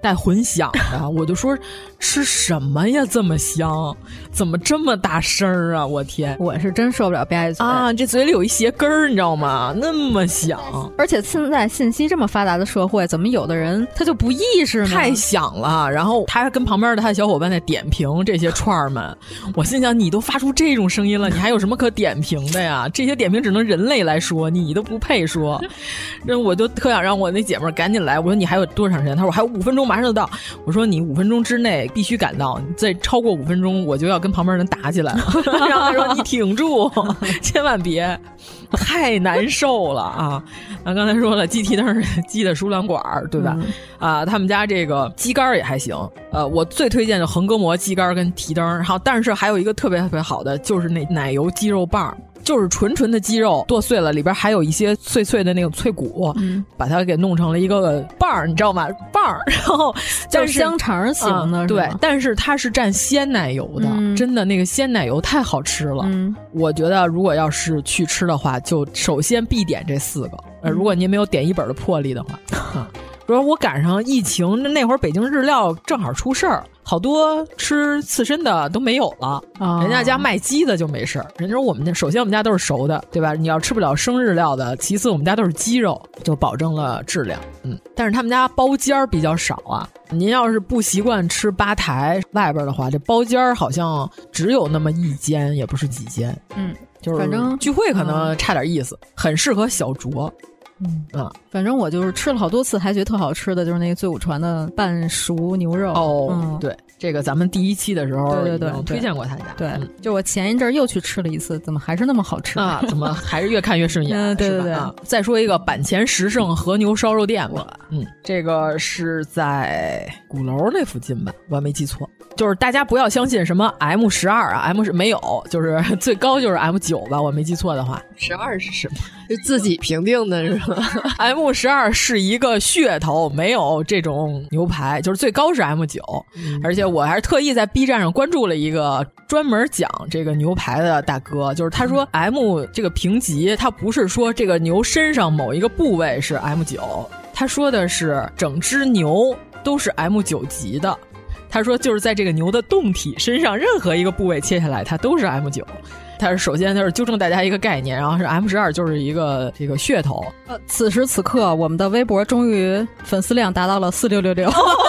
S13: 带混响的，我就说吃什么呀这么香，怎么这么大声啊，我天，
S12: 我是真受不了吧唧嘴
S13: 啊，这嘴里有一鞋根儿，你知道吗？那么响，
S12: 而且现在信息这么发达的社会，怎么有的人他就不意识呢？
S13: 太响了，然后他还跟旁边的他的小伙伴在点评这些串儿们，我心想你都发出这种声音了，你还有什么可点评的呀？这些点评只能人类来说，你都不配说。然后我就特想让我那姐们儿赶紧来，我说你还有多长时间？她说我还有5分钟马上就到。我说你5分钟之内必须赶到，再超过5分钟我就要跟旁边人打起来了。然后他说你挺住，千万别，太难受了啊！刚才说了，鸡蹄灯是鸡的输卵管，对吧？他们家这个鸡肝也还行。我最推荐的横膈膜鸡肝跟蹄灯，然后但是还有一个特别特别好的，就是那奶油鸡肉棒。就是纯的鸡肉剁碎了，里边还有一些脆脆的那种脆骨，把它给弄成了一个棒儿，你知道吗？棒儿，然后
S12: 就是香肠型的，
S13: 对，但是它是蘸鲜奶油的，真的那个鲜奶油太好吃了。我觉得如果要是去吃的话，就首先必点这4个。如果您没有点1本的魄力的话，主要我赶上疫情那会儿，北京日料正好出事儿。好多吃刺身的都没有了，人家家卖鸡的就没事儿。人家说我们首先我们家都是熟的，对吧？你要吃不了生日料的，其次我们家都是鸡肉，就保证了质量。但是他们家包间儿比较少啊。您要是不习惯吃吧台外边的话，这包间儿好像只有那么1间，也不是几间。就是反正聚会可能差点意思，很适合小酌。
S12: 反正我就是吃了好多次，还觉得特好吃的，就是那个醉舞船的半熟牛肉。
S13: 对，这个咱们第1期的时候
S12: 对
S13: 推荐过他家。
S12: 对，就我前一阵又去吃了一次，怎么还是那么好吃
S13: 啊？怎么还是越看越顺眼？
S12: 对。
S13: 再说一个板前十胜和牛烧肉店吧，这个是在鼓楼那附近吧，我没记错。就是大家不要相信什么 M12啊 ，M10没有，就是最高就是 M9吧，我没记错的话。
S14: 12是什么？是自己评定的是吧
S13: ？M12是一个噱头，没有这种牛排，就是最高是 M9。而且我还是特意在 B 站上关注了一个专门讲这个牛排的大哥，就是他说 M 这个评级，他不是说这个牛身上某一个部位是 M9，他说的是整只牛都是 M9级的。他说就是在这个牛的胴体身上任何一个部位切下来它都是 M9。他是首先他是纠正大家一个概念，然后是 M12就是一个这个噱头。
S12: 此时此刻我们的微博终于粉丝量达到了4666。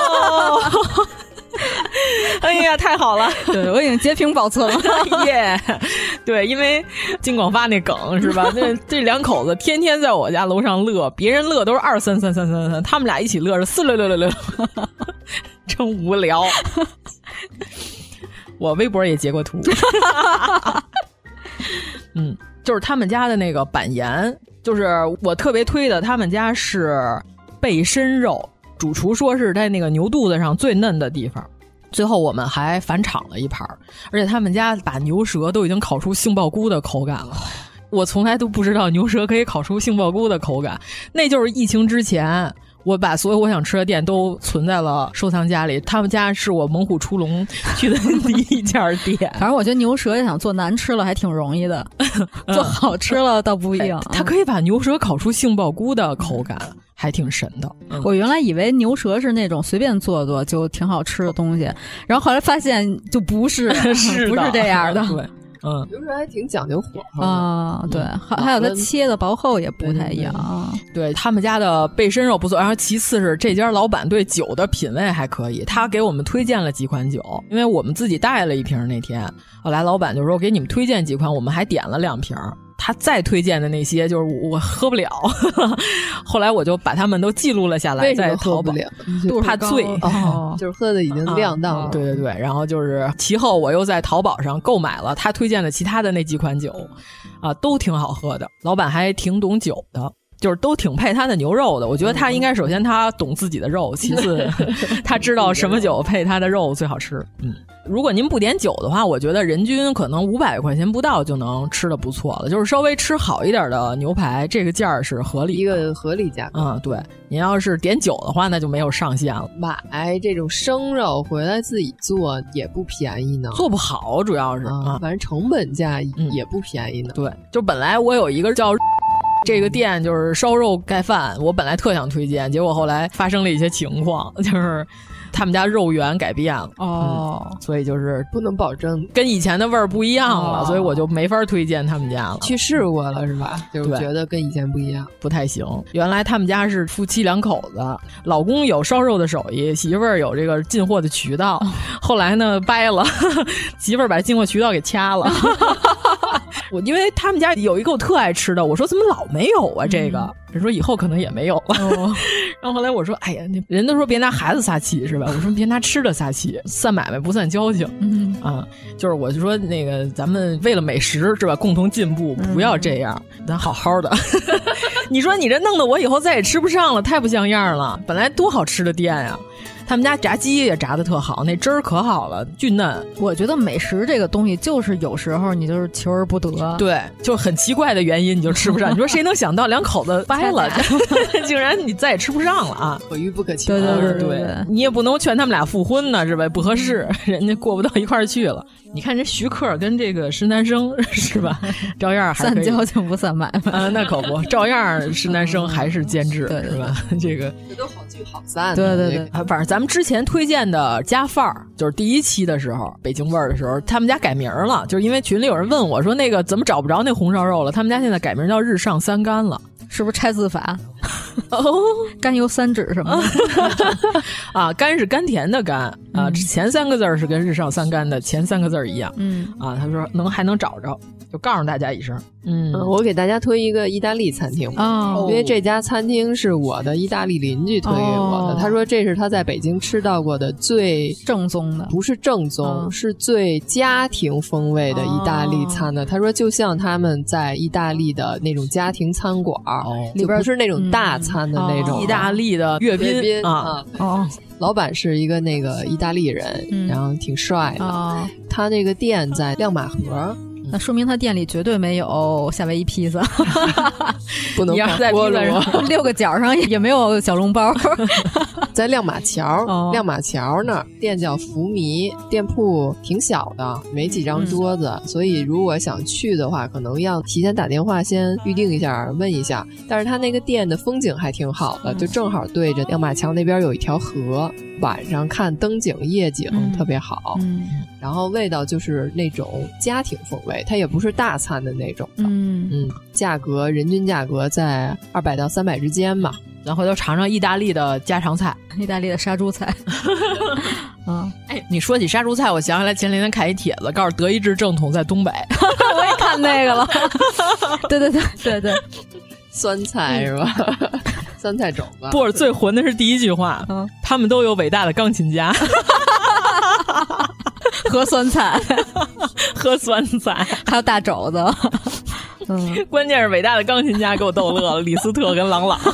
S13: 哎呀，太好了！
S12: 对，我已经截屏保存了。
S13: 耶，对，因为金广发那梗是吧？这2口子天天在我家楼上乐，别人乐都是2333333，他们俩一起乐是466666，真无聊。我微博也截过图。就是他们家的那个板盐，就是我特别推的，他们家是背身肉，主厨说是在那个牛肚子上最嫩的地方。最后我们还返场了一盘，而且他们家把牛舌都已经烤出杏鲍菇的口感了。我从来都不知道牛舌可以烤出杏鲍菇的口感，那就是疫情之前。我把所有我想吃的店都存在了收藏夹里，他们家是我猛虎出笼去的第一家店。
S12: 反正我觉得牛舌想做难吃了还挺容易的，做好吃了倒不一定。
S13: 它可以把牛舌烤出杏鲍菇的口感，还挺神的。
S12: 我原来以为牛舌是那种随便做做就挺好吃的东西，然后后来发现就不是，
S13: 是
S12: 不是这样的。
S13: 对。
S14: 牛舌还挺讲究火候
S12: 啊，对，还有它切的薄厚也不太一样。
S13: 对，他们家的背身肉不错，然后其次是这家老板对酒的品味还可以，他给我们推荐了几款酒，因为我们自己带了一瓶那天，后来老板就说我给你们推荐几款，我们还点了2瓶。他再推荐的那些就是我喝不了，后来我就把他们都记录了下来，在淘宝，怕醉，
S14: 就是喝的已经亮档了。
S13: 对对对，然后就是其后我又在淘宝上购买了他推荐的其他的那几款酒，都挺好喝的，老板还挺懂酒的。就是都挺配他的牛肉的，我觉得他应该首先他懂自己的肉，其次他知道什么酒配他的肉最好吃。如果您不点酒的话，我觉得人均可能500块钱不到就能吃的不错了，就是稍微吃好一点的牛排，这个价是合理的，
S14: 一个合理价格。
S13: 对，您要是点酒的话，那就没有上限了。
S14: 买这种生肉回来自己做也不便宜呢，
S13: 做不好主要是
S14: 反正成本价也不便宜呢。
S13: 对，就本来我有一个叫这个店就是烧肉盖饭，我本来特想推荐，结果后来发生了一些情况，就是他们家肉源改变了所以就是
S14: 不能保证
S13: 跟以前的味儿不一样了，所以我就没法推荐他们家了。
S14: 去试过了是吧？就是觉得跟以前不一样，
S13: 不太行。原来他们家是夫妻2口子，老公有烧肉的手艺，媳妇儿有这个进货的渠道。后来呢掰了，媳妇儿把进货渠道给掐了。我因为他们家有一个我特爱吃的，我说怎么老没有啊这个。人说以后可能也没有了，然后后来我说，哎呀，人都说别拿孩子撒气是吧？我说别拿吃的撒气，散买卖不散交情，就是我就说那个咱们为了美食是吧，共同进步，不要这样，咱好好的。你说你这弄得我以后再也吃不上了，太不像样了。本来多好吃的店呀。他们家炸鸡也炸得特好，那汁儿可好了，巨嫩。
S12: 我觉得美食这个东西就是有时候你就是求而不得，
S13: 对，就很奇怪的原因你就吃不上。你说谁能想到2口子掰了，竟然你再也吃不上了啊？
S14: 可遇不可求。
S13: 对，你也不能劝他们俩复婚呢，是吧？不合适，人家过不到一块儿去了。你看这徐克跟这个施南生是吧？照样还可以
S12: 散交情不散买卖
S13: 啊，那可不，照样施南生还是监制，是吧？这
S14: 都好聚好散。
S12: 对，
S13: 反正咱们之前推荐的家范儿，就是第1期的时候，北京味儿的时候，他们家改名了，就是因为群里有人问我说那个怎么找不着那红烧肉了，他们家现在改名叫日上3干了。
S12: 是不是拆字法？甘油3酯什么的
S13: 啊？甘是甘甜的甘啊，前3个字是跟日上3干的前3个字一样。他说还能找着，就告诉大家一声。
S14: 我给大家推一个意大利餐厅因为这家餐厅是我的意大利邻居推给我的。他说这是他在北京吃到过的最
S12: 正宗的，
S14: 不是正宗，是最家庭风味的意大利餐的。他说就像他们在意大利的那种家庭餐馆。里边不是那种大餐的那种，
S13: 意大利的阅兵啊，
S14: 老板是一个那个意大利人，然后挺帅的。他那个店在亮马河，
S12: 那说明他店里绝对没有夏威夷披萨，
S14: 不能
S12: 在披萨上6个角上也没有小笼包。
S14: 在亮马桥，亮马桥那儿店叫福迷，店铺挺小的，没几张桌子，所以如果想去的话，可能要提前打电话先预定一下，问一下。但是他那个店的风景还挺好的，就正好对着亮马桥那边有一条河，晚上看灯景夜景特别好。然后味道就是那种家庭风味，它也不是大餐的那种的。价格人均价格在200到300之间吧。
S13: 咱回头尝尝意大利的家常菜，
S12: 意大利的杀猪菜。
S13: 你说起杀猪菜，我想起来前2天看一帖子，告诉德意志正统在东北。
S12: 我也看那个了。对，
S14: 酸菜是吧？酸菜肘子。
S13: 不是最混的是第1句话，他们都有伟大的钢琴家。
S12: 喝酸菜，
S13: 喝酸菜，
S12: 还有大肘子。
S13: 关键是伟大的钢琴家给我逗乐了，李斯特跟郎朗。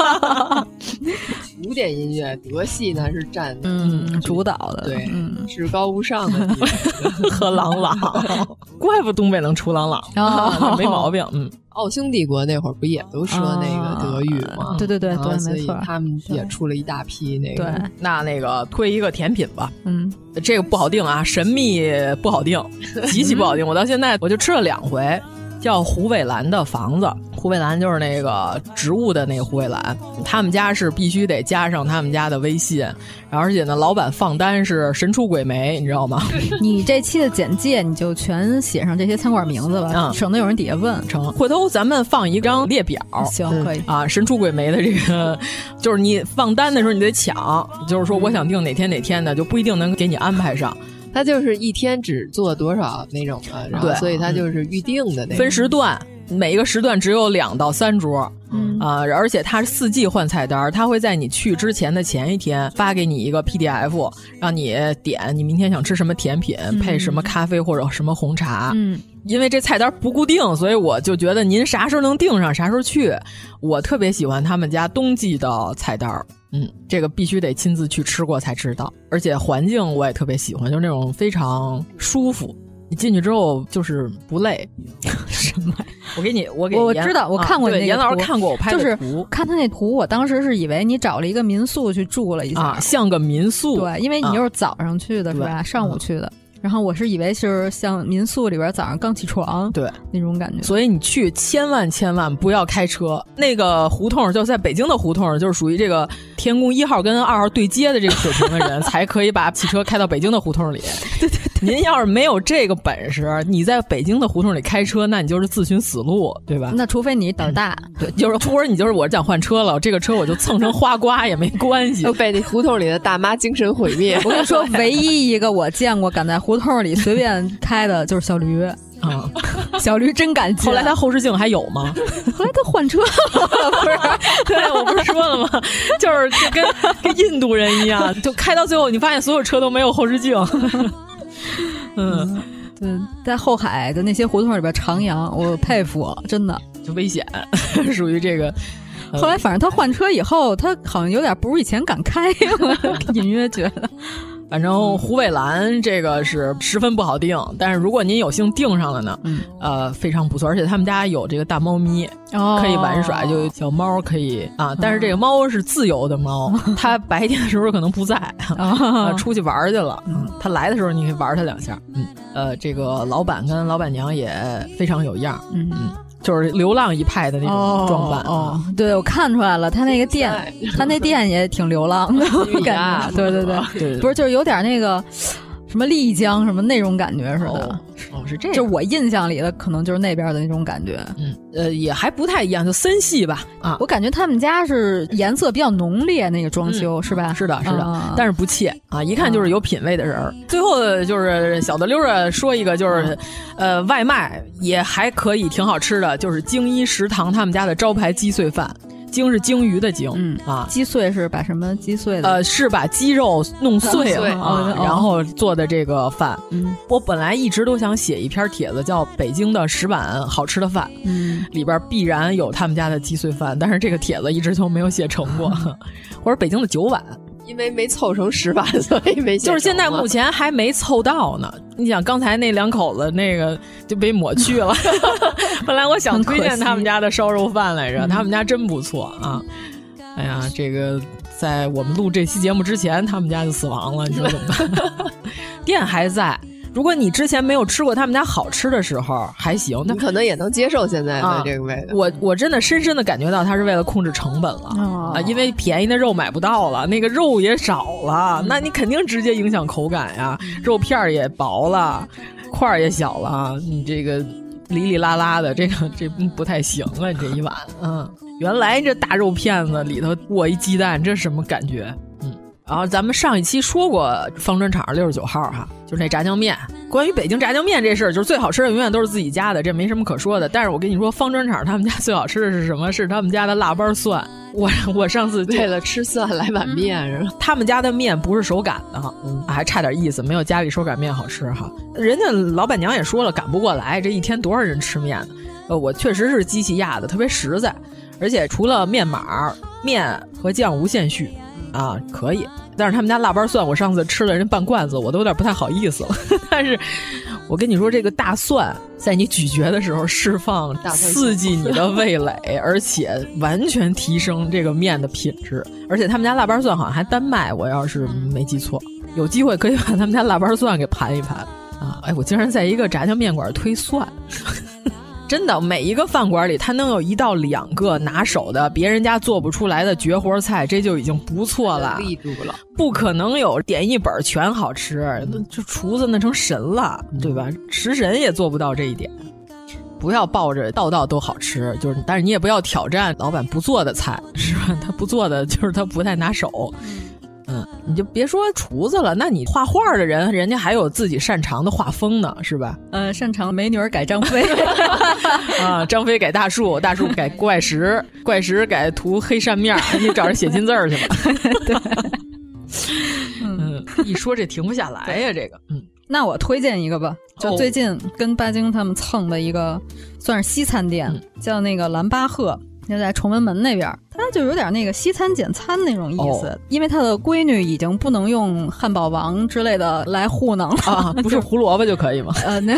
S14: 古典音乐德系呢是占
S12: 主导的，
S14: 对，至高无上的。
S13: 和郎朗，怪不东北能出郎朗没毛病。
S14: 奥匈帝国那会儿不也都说那个德语吗？
S12: 对，
S14: 所以他们也出了一大批那个。
S12: 对，
S13: 那个推一个甜品吧。这个不好定啊，神秘不好定，极其不好定。我到现在我就吃了2回。叫虎尾兰的房子，虎尾兰就是那个植物的那个虎尾兰，他们家是必须得加上他们家的微信，而且呢，老板放单是神出鬼没，你知道吗？
S12: 你这期的简介你就全写上这些餐馆名字吧，省得有人底下问。
S13: 成，回头咱们放一张列表，
S12: 行，可以
S13: 啊。神出鬼没的这个，就是你放单的时候你得抢，就是说我想订哪天哪天的，就不一定能给你安排上。
S14: 他就是一天只做多少那种的，然后所以他就是预定的那种。
S13: 分时段，每一个时段只有2到3桌。而且它是4季换菜单，它会在你去之前的前一天发给你一个 PDF， 让你点你明天想吃什么甜品，配什么咖啡或者什么红茶。因为这菜单不固定，所以我就觉得您啥时候能订上啥时候去。我特别喜欢他们家冬季的菜单，这个必须得亲自去吃过才知道。而且环境我也特别喜欢，就是那种非常舒服。你进去之后就是不累。什么？我
S12: 知道，我看过你那个图，
S13: 严老师看过我拍的图，
S12: 就是看他那图，我当时是以为你找了一个民宿去住了一下，
S13: 像个民宿。
S12: 对，因为你就是早上去的是吧？上午去的。 然后我是以为是像民宿里边早上刚起床
S13: 对
S12: 那种感觉，
S13: 所以你去千万不要开车。那个胡同就在北京的胡同，就是属于这个天宫1号跟2号对接的这个水平的人才可以把汽车开到北京的胡同里。对，您要是没有这个本事，你在北京的胡同里开车，那你就是自寻死路，对吧？
S12: 那除非你胆儿大，
S13: 对，就是或者你就是我想换车了，这个车我就蹭成花瓜也没关系，
S14: 都被那胡同里的大妈精神毁灭。
S12: 我跟你说，唯一一个我见过敢在胡同里随便开的就是小驴
S13: 啊，
S12: 小驴真敢进。
S13: 后来他后视镜还有吗？
S12: 后来他换车了，不是？
S13: 对，我不是说了吗？就是跟印度人一样，就开到最后，你发现所有车都没有后视镜。
S12: 对，在后海的那些胡同里边徜徉，我佩服，真的
S13: 就危险，属于这个。
S12: 后来反正他换车以后，他好像有点不如以前敢开，我隐约觉得。
S13: 反正虎尾兰这个是十分不好定，但是如果您有幸定上了呢，非常不错，而且他们家有这个大猫咪，可以玩耍，就小猫可以啊，但是这个猫是自由的猫，它白天的时候可能不在，出去玩去了，它来的时候你可以玩它2下，这个老板跟老板娘也非常有样，就是流浪一派的那种装扮
S12: 对，我看出来了，他那个店，他那店也挺流浪的感觉，对，不是，就是有点那个什么丽江什么那种感觉似的。
S13: 是这样，
S12: 就我印象里的可能就是那边的那种感觉。
S13: 也还不太一样，就森系吧。
S12: 我感觉他们家是颜色比较浓烈，那个装修是吧？
S13: 是的，但是不怯啊，一看就是有品位的人。最后就是小的溜儿说一个，就是外卖也还可以，挺好吃的，就是京一食堂他们家的招牌鸡碎饭。京是鲸鱼的鲸，
S12: 鸡碎是把什么鸡碎的？
S13: 是把鸡肉弄碎了然后做的这个饭。我本来一直都想写一篇帖子，叫《北京的10碗好吃的饭》，里边必然有他们家的鸡碎饭，但是这个帖子一直就没有写成过。或者北京的9碗。
S14: 因为没凑成10碗，所以没写成。
S13: 就是现在目前还没凑到呢。你想刚才那2口子那个就被抹去了。本来我想推荐他们家的烧肉饭来着，他们家真不错啊。哎呀，这个在我们录这期节目之前，他们家就死亡了，你说怎么办？店还在。如果你之前没有吃过他们家好吃的时候还行，
S14: 你可能也能接受现在的这个味道。
S13: 我真的深深的感觉到他是为了控制成本了因为便宜的肉买不到了，那个肉也少了，那你肯定直接影响口感呀，肉片也薄了，块也小了，你这个哩哩啦啦的，这不太行了，这一碗原来这大肉片子里头握一鸡蛋，这什么感觉？然后咱们上一期说过方砖厂69号哈，就是那炸酱面。关于北京炸酱面这事儿，就是最好吃的永远都是自己家的，这没什么可说的。但是我跟你说，方砖厂他们家最好吃的是什么？是他们家的腊八蒜。我上次
S14: 为了吃蒜来碗面是吧？
S13: 他们家的面不是手擀的，还差点意思，没有家里手擀面好吃哈。人家老板娘也说了，赶不过来，这一天多少人吃面呢？我确实是机器压的，特别实在，而且除了面码，面和酱无限续。可以，但是他们家腊八蒜，我上次吃了人半罐子，我都有点不太好意思了。但是，我跟你说，这个大蒜在你咀嚼的时候释放，刺激你的味蕾，而且完全提升这个面的品质。而且他们家腊八蒜好像还单卖，我要是没记错，有机会可以把他们家腊八蒜给盘一盘我竟然在一个炸酱面馆推蒜。真的，每一个饭馆里他能有1到2个拿手的别人家做不出来的绝活菜，这就已经不错了，
S14: 立住了。
S13: 不可能有点一本全好吃，这厨子那成神了，对吧？食神也做不到这一点。不要抱着道道都好吃，但是你也不要挑战老板不做的菜，是吧？他不做的就是他不太拿手。你就别说厨子了，那你画画的人，人家还有自己擅长的画风呢，是吧？
S12: 擅长美女改张飞
S13: 张飞改大树，大树改怪石，怪石改涂黑扇面，你找人写金字儿去吧。对，一说这停不下来呀，这个。
S12: 那我推荐一个吧，就最近跟巴金他们蹭的一个，算是西餐店，叫那个蓝巴赫。就在崇文门那边，他就有点那个西餐简餐那种意思，因为他的闺女已经不能用汉堡王之类的来糊弄了
S13: 不是胡萝卜就可以吗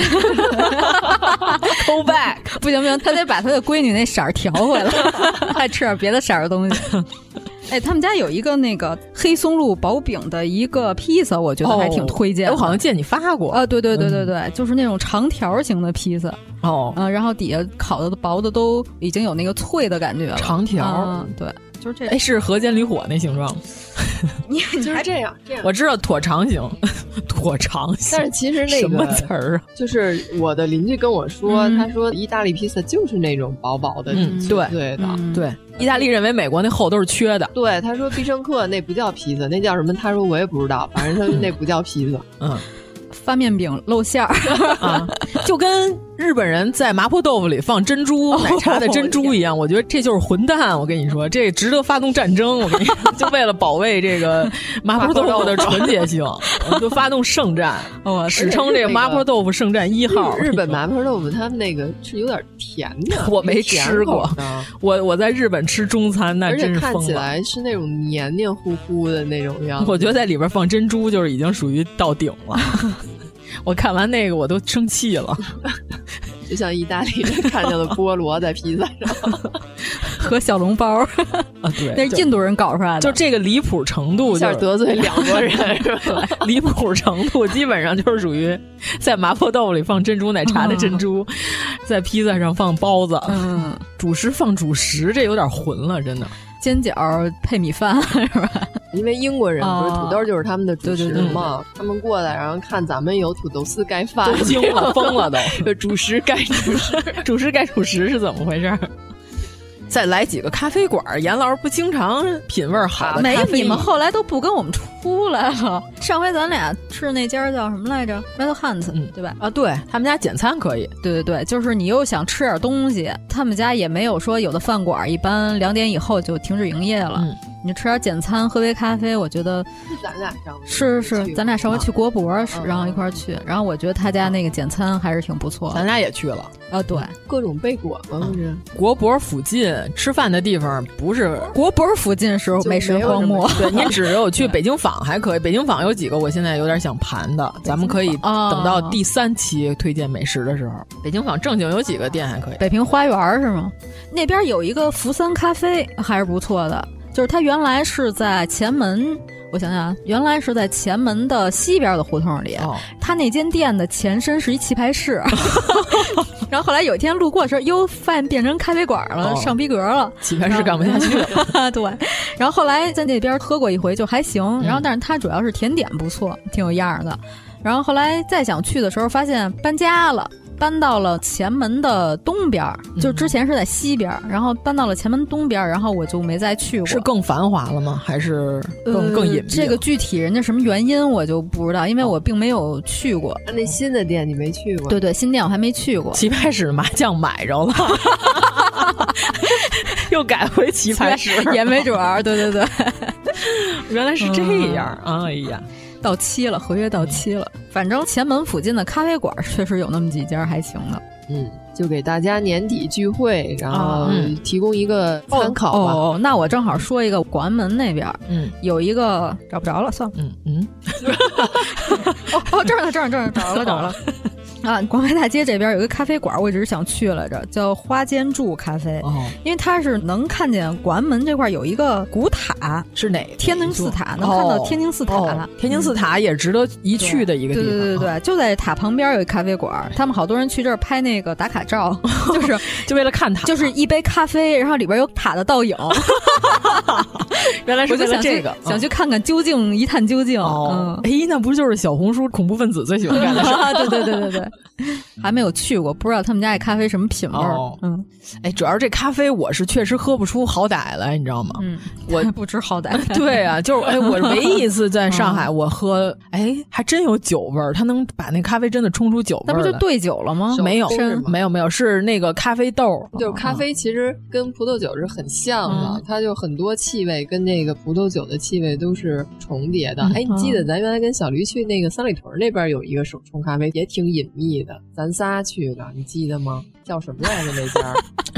S13: ？Go back，
S12: 不行，他得把他的闺女那色儿调回来，还吃点别的色儿的东西。 哎，他们家有一个那个黑松露薄饼的一个披萨，我觉得还挺推荐的。
S13: 我好像见你发过
S12: 啊，对，就是那种长条型的披萨然后底下烤的薄的都已经有那个脆的感觉了，
S13: 长条，
S12: 对。就是这，
S13: 哎，是河间驴火那形状，
S14: 你就是这样。
S13: 我知道椭长形，椭长形。
S14: 但是其实那个
S13: 什么词儿啊？
S14: 就是我的邻居跟我说，他说意大利披萨就是那种薄薄的，对的，
S13: 对。意大利认为美国那厚都是缺的。
S14: 对，他说必胜客那不叫披萨，那叫什么？他说我也不知道，反正他说那不叫披萨。
S12: 发面饼露馅儿
S13: 啊，就跟日本人在麻婆豆腐里放珍珠奶茶的珍珠一样，我觉得这就是混蛋。我跟你说，这值得发动战争。我跟你说，就为了保卫这个麻婆豆腐的纯洁性，就发动圣战。史称这个麻婆豆腐圣战1号。
S14: 日本麻婆豆腐他们那个是有点甜的，
S13: 我没吃过。我在日本吃中餐，那真是疯了。
S14: 而且看起来是那种黏黏糊糊的那种样子。
S13: 我觉得在里边放珍珠就是已经属于到顶了。我看完那个我都生气了，
S14: 就像意大利人看见了菠萝在披萨上
S12: 和小笼包
S13: 啊，对，
S12: 那是印度人搞出来的。
S13: 就这个离谱程度，
S14: 一下得罪2拨人是吧？
S13: 离谱程度基本上就是属于在麻婆豆腐里放珍珠奶茶的珍珠，在披萨上放包子，主食放主食，这有点混了，真的。
S12: 煎饺配米饭是吧？
S14: 因为英国人不是土豆就是他们的主食嘛，他们过来然后看咱们有土豆丝盖饭，
S13: 都惊了疯了都。
S14: 主食盖主食，
S13: 主食盖主食是怎么回事？再来几个咖啡馆，严老师不经常品味好的咖啡？
S12: 没，你们后来都不跟我们出来了。上回咱俩吃那家叫什么来着 ？Red Hands，对吧？
S13: 啊，对他们家简餐可以。
S12: 对，就是你又想吃点东西，他们家也没有说有的饭馆一般2点以后就停止营业了。你吃点简餐，喝杯咖啡，我觉得
S14: 咱俩上
S12: 是咱俩上回去国博，然后一块儿去，然后我觉得他家那个简餐还是挺不错的。
S13: 咱俩也去了
S12: 啊，对，
S14: 各种贝果嘛，不是
S13: 国博附近吃饭的地方，不是
S12: 国博附近是美食荒漠。
S13: 对，您只有去北京坊还可以，北京坊有几个我现在有点想盘的，咱们可以等到第3期推荐美食的时候，北京坊正经有几个店还可以。
S12: 北平花园是吗？那边有一个福三咖啡还是不错的。就是它原来是在前门，我想想，原来是在前门的西边的胡同里。它那间店的前身是一棋牌室，然后后来有一天路过的时候，哟，发现变成咖啡馆了，上逼格了。
S13: 棋牌室干不下去了。
S12: 对，然后后来在那边喝过一回，就还行。然后但是它主要是甜点不错，挺有样的。然后后来再想去的时候，发现搬家了。搬到了前门的东边，就之前是在西边，然后搬到了前门东边，然后我就没再去过。
S13: 是更繁华了吗？还是更隐蔽？
S12: 这个具体人家什么原因我就不知道，因为我并没有去过。
S14: 那新的店你没去过？
S12: 对，新店我还没去过。
S13: 棋牌室麻将买着了，又改回棋牌室，
S12: 也没准儿。对，
S13: 原来是这样。哎呀。
S12: 到期了，合约到期了。反正前门附近的咖啡馆确实有那么几家还行的。
S14: 就给大家年底聚会，然后提供一个参考吧。
S12: 那我正好说一个广安门那边，有一个找不着了，算了。这儿呢，找了。啊，广外大街这边有一个咖啡馆，我一直想去来着，叫花间筑咖啡。因为它是能看见广安门这块有一个古塔，
S13: 是哪？
S12: 天宁寺塔，能看到天宁寺塔。
S13: 天宁寺塔也值得一去的一个地方。
S12: 对，就在塔旁边有一咖啡馆，他们好多人去这儿拍那个打卡照，
S13: 就为了看塔，
S12: 就是一杯咖啡，然后里边有塔的倒影。
S13: 原来是为了这个，
S12: 想去看看究竟，一探究竟。
S13: 那不就是小红书恐怖分子最喜欢干的事？
S12: 对，还没有去过，不知道他们家这咖啡什么品味。
S13: 主要这咖啡我是确实喝不出好歹来，你知道吗？
S12: 我不知好歹。
S13: 对啊，就是我唯一一次在上海，我喝，还真有酒味儿，它能把那咖啡真的冲出酒味儿。
S12: 那不就兑酒了吗？
S13: 没有，是那个咖啡豆。
S14: 就是咖啡其实跟葡萄酒是很像的，它就很多气味跟那个葡萄酒的气味都是重叠的。你记得咱原来跟小驴去那个三里屯那边有一个手冲咖啡，也挺隐秘的，咱仨去的，你记得吗？叫什么来着那家？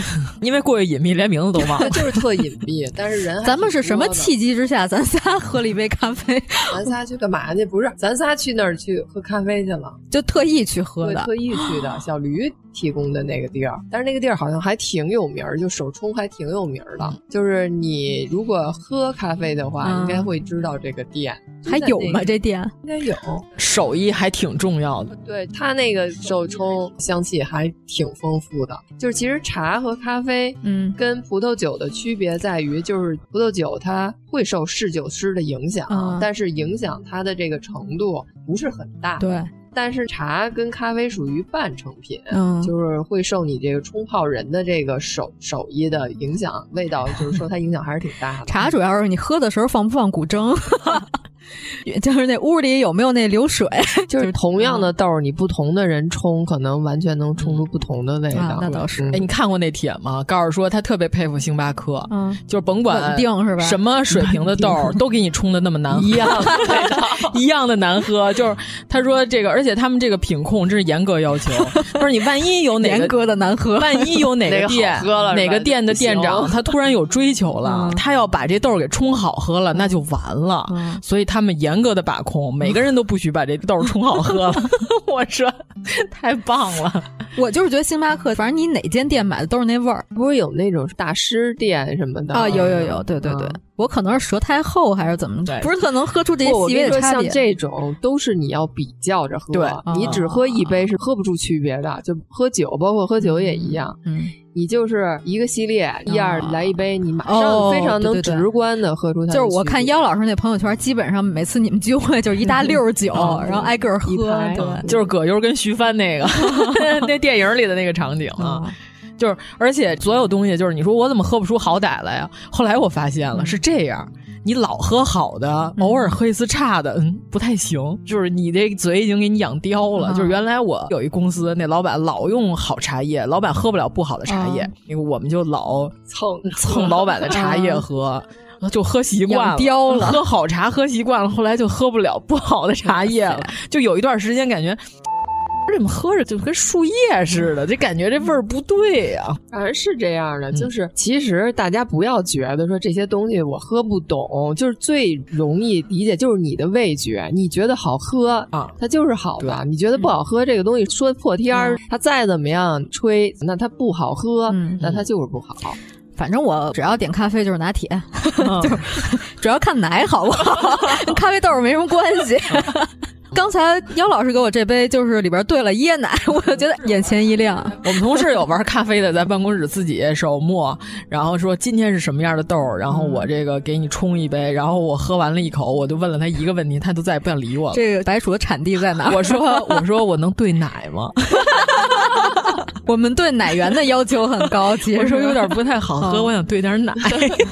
S13: 因为过于隐秘，连名字都忘了，
S14: 就是特隐蔽。但是人，
S12: 咱们是什么契机之下，咱仨喝了一杯咖啡？
S14: 咱仨去干嘛去？不是，咱仨去那儿去喝咖啡去了，
S12: 就特意去喝的，
S14: 特意去的。小驴提供的那个地儿，但是那个地儿好像还挺有名儿，就手冲还挺有名儿的。就是你如果喝咖啡的话，应该会知道这个店。
S12: 还有吗？这店
S14: 应该有，
S13: 手艺还挺重要的。
S14: 对，他那个手冲香气还挺丰富的。就是其实茶和咖啡，跟葡萄酒的区别在于，就是葡萄酒它会受侍酒师的影响，但是影响它的这个程度不是很大。
S12: 对。
S14: 但是茶跟咖啡属于半成品，就是会受你这个冲泡人的这个手艺的影响，味道就是说它影响还是挺大的。
S12: 茶主要是你喝的时候放不放古筝，就是那屋里有没有那流水，
S14: 就是同样的豆，你不同的人冲，可能完全能冲出不同的味道。
S12: 那倒是。
S13: 哎，你看过那帖吗？告诉说他特别佩服星巴克，就是甭管
S12: 稳定是吧？
S13: 什么水平的豆都给你冲的那么难喝，一样的难喝。就是他说这个，而且他们这个品控真是严格要求。他说你万一有哪个
S12: 严格的难喝，
S13: 万一有哪个店哪个店的店长他突然有追求了，他要把这豆给冲好喝了，那就完了。所以他们严格的把控，每个人都不许把这豆冲好喝了。我说太棒了。
S12: 我就是觉得星巴克，反正你哪间店买的都是那味儿。
S14: 不是有那种大师店什么的
S12: 啊？有，对。我可能是舌太厚还是怎么的，不是特能喝出这些细微的差别。
S14: 像这种都是你要比较着喝，对，你只喝一杯是喝不出区别的。就喝酒，包括喝酒也一样。你就是一个系列1、2来一杯，你马上非常能直观的喝出它的。
S12: 就是我看妖老师那朋友圈，基本上每次你们聚会就是一大溜酒，然后挨个喝。对，
S13: 就是葛优跟徐帆那个那电影里的那个场景啊。就是，而且所有东西就是，你说我怎么喝不出好歹来呀？后来我发现了是这样，你老喝好的，偶尔喝一次差的，不太行。就是你这嘴已经给你养刁了。就是原来我有一公司，那老板老用好茶叶，老板喝不了不好的茶叶，因为我们就老蹭老板的茶叶喝。就喝习惯了，
S12: 刁了，
S13: 喝好茶喝习惯了，后来就喝不了不好的茶叶了。就有一段时间感觉。怎么喝着就跟树叶似的，这感觉这味儿不对呀。
S14: 反正是这样的，就是其实大家不要觉得说这些东西我喝不懂，就是最容易理解就是你的味觉，你觉得好喝啊，它就是好的；你觉得不好喝，这个东西说破天儿，它再怎么样吹，那它不好喝，那它就是不好。
S12: 反正我只要点咖啡就是拿铁，就是主要看奶好不好，跟咖啡豆没什么关系。刚才妖老师给我这杯就是里边兑了椰奶，我就觉得眼前一亮。
S13: 我们同事有玩咖啡的，在办公室自己手磨，然后说今天是什么样的豆，然后我这个给你冲一杯，然后我喝完了一口，我就问了他一个问题，他就再也不想理我了。
S12: 这个白薯的产地在哪？
S13: 我说我能兑奶吗？
S12: 我们对奶源的要求很高，其实
S13: 我说有点不太好喝，我想兑点奶。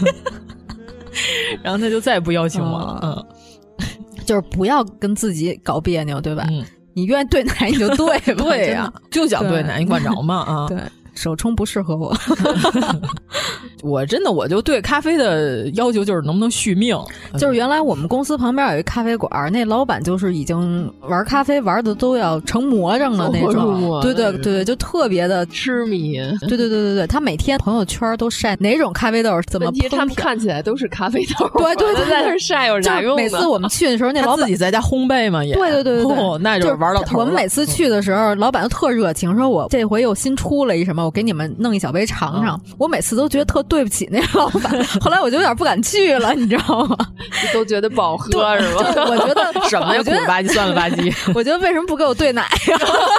S13: 然后他就再也不邀请我了。
S12: 就是不要跟自己搞别扭，对吧？你愿意兑奶你就兑吧。
S13: 对呀，就想兑奶，你管着吗？啊，
S12: 对。手冲不适合我。
S13: 我真的我就对咖啡的要求就是能不能续命。
S12: 就是原来我们公司旁边有一咖啡馆，那老板就是已经玩咖啡玩的都要成魔怔了那种。对，就特别的
S14: 痴迷。
S12: 对，他每天朋友圈都晒哪种咖啡豆怎么
S14: 烹调，他们看起来都是咖啡豆。
S12: 对，
S14: 在那晒有啥用？
S12: 每次我们去的时候，那老板
S13: 自己在家烘焙嘛也。
S12: 对，
S13: 那就是玩到头了。
S12: 我们每次去的时候，老板都特热情，说我这回又新出了一什么，我给你们弄一小杯尝尝。我每次都觉得特对不起那老板，后来我就有点不敢去了，你知道吗？
S14: 都觉得不好喝是吗？
S12: 我觉得
S13: 什么呀，苦了吧唧酸了吧唧。
S12: 我觉得为什么不给我兑奶呀？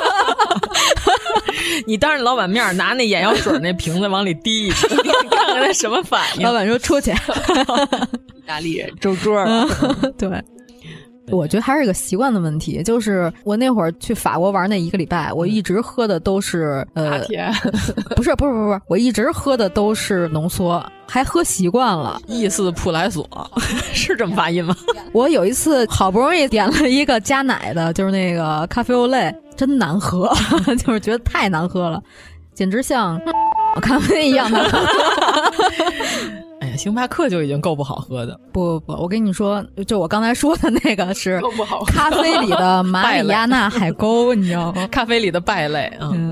S13: 你当着老板面拿那眼药水那瓶子往里滴一滴，看看他什么反应。
S12: 老板说出去。
S14: 意大利人周桌。
S12: 对。我觉得还是一个习惯的问题，就是我那会儿去法国玩那一个礼拜，我一直喝的都是不是，我一直喝的都是浓缩，还喝习惯了。
S13: 意式普莱索是这么发音吗？
S12: 我有一次好不容易点了一个加奶的，就是那个咖啡欧蕾，真难喝，就是觉得太难喝了，简直像咖啡一样难喝。
S13: 哎呀，星巴克就已经够不好喝的。
S12: 不，我跟你说，就我刚才说的那个是咖啡里的马里亚纳海沟，你知道吗？
S13: 咖啡里的败类。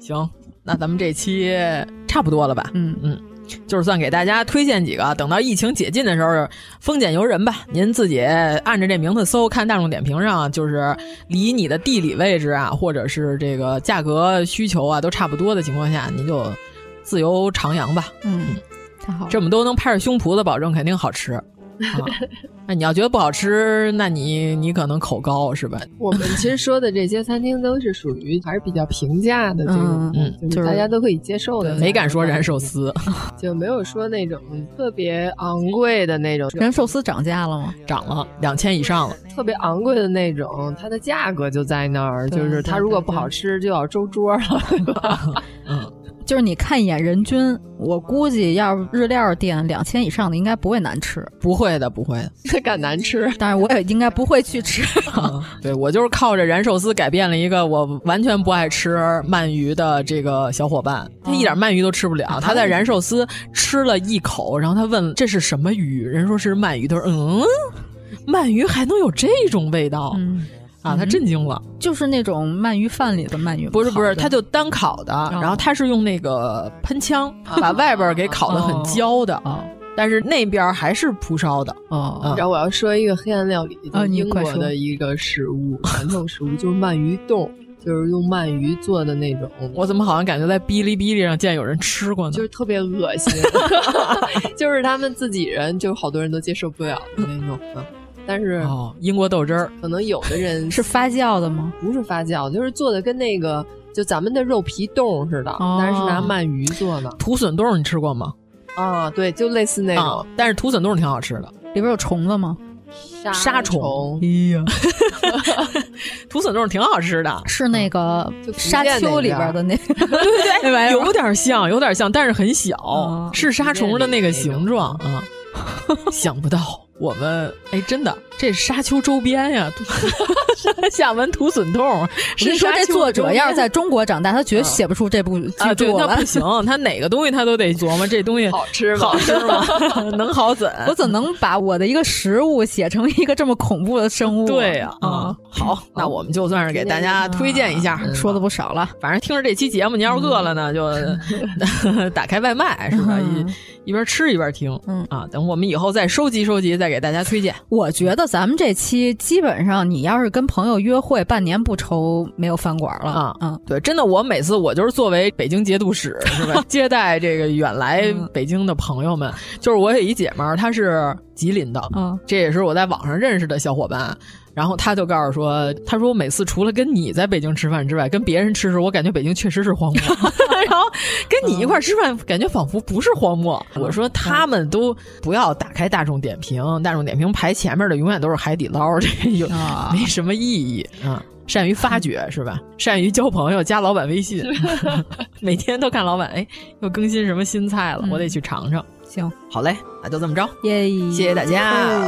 S13: 行，那咱们这期差不多了吧？就是算给大家推荐几个，等到疫情解禁的时候，丰俭由人吧。您自己按着这名字搜，看大众点评上，就是离你的地理位置啊，或者是这个价格需求啊，都差不多的情况下，您就自由徜徉吧。
S12: 太好了，
S13: 这么都能拍着胸脯的保证肯定好吃。那你要觉得不好吃，那你可能口高是吧？
S14: 我们其实说的这些餐厅都是属于还是比较平价的这种，就是大家都可以接受的。
S13: 没敢说燃寿司，
S14: 就没有说那种特别昂贵的那种。
S12: 燃寿司涨价了吗？
S13: 涨了，2000以上了。
S14: 特别昂贵的那种，它的价格就在那儿，就是它如果不好吃就要周桌了，对吧？
S12: 就是你看一眼人均，我估计要是日料店2000以上的应该不会难吃。
S13: 不会的，不会的，
S14: 它敢难吃，
S12: 但是我也应该不会去吃。
S13: 对，我就是靠着燃寿司改变了一个我完全不爱吃鳗鱼的这个小伙伴，他一点鳗鱼都吃不了。他在燃寿司吃了一口，然后他问这是什么鱼，人说是鳗鱼，他说鳗鱼还能有这种味道？他震惊了，
S12: 就是那种鳗鱼饭里的鳗鱼，
S13: 不是，他就单烤的，然后他是用那个喷枪把外边给烤得很焦的但是那边还是蒲烧的
S14: 然后我要说一个黑暗料理，就是英国的一个食物，传统食物就是鳗鱼冻，就是用鳗鱼做的那种。
S13: 我怎么好像感觉在哔哩哔哩上见有人吃过呢？
S14: 就是特别恶心，就是他们自己人，就好多人都接受不了的那种。但是
S13: 英国豆汁儿，
S14: 可能有的人
S12: 是发酵的吗？
S14: 不是发酵，就是做的跟那个就咱们的肉皮冻似的，但是拿鳗鱼做的。
S13: 土笋冻你吃过吗？
S14: 对，就类似那种，
S13: 但是土笋冻挺好吃的。
S12: 里边有虫子吗？
S14: 沙虫。
S13: 哎呀，土笋冻挺好吃的，
S12: 是那个沙丘里边的那个，
S13: 对，有点像，但是很小，是沙虫的那个形状啊。想不到我们真的这是沙丘周边呀，厦门土笋冻。
S12: 你说这作者要是在中国长大，他绝对写不出这部剧作了。
S13: 那不行，他哪个东西他都得琢磨，这东西
S14: 好吃吗？
S13: 能好怎？
S12: 我怎能把我的一个食物写成一个这么恐怖的生物？
S13: 对呀，好，那我们就算是给大家推荐一下，
S12: 说的不少了。
S13: 反正听着这期节目，你要是饿了呢，就打开外卖是吧？一边吃一边听，等我们以后再收集，再给大家推荐。
S12: 我觉得咱们这期基本上，你要是跟朋友约会，半年不愁没有饭馆了
S13: 对，真的，我每次我就是作为北京节度使是吧，接待这个远来北京的朋友们，就是我有一姐们儿，她是吉林的，这也是我在网上认识的小伙伴。然后他就告诉说，他说我每次除了跟你在北京吃饭之外，跟别人吃时，我感觉北京确实是荒漠。然后跟你一块吃饭，感觉仿佛不是荒漠。我说他们都不要打开大众点评，大众点评排前面的永远都是海底捞，这有没什么意义啊。善于发掘是吧？善于交朋友，加老板微信，每天都看老板，又更新什么新菜了，我得去尝尝。
S12: 行，
S13: 好嘞，那就这么着，
S12: 耶！
S13: 谢谢大家。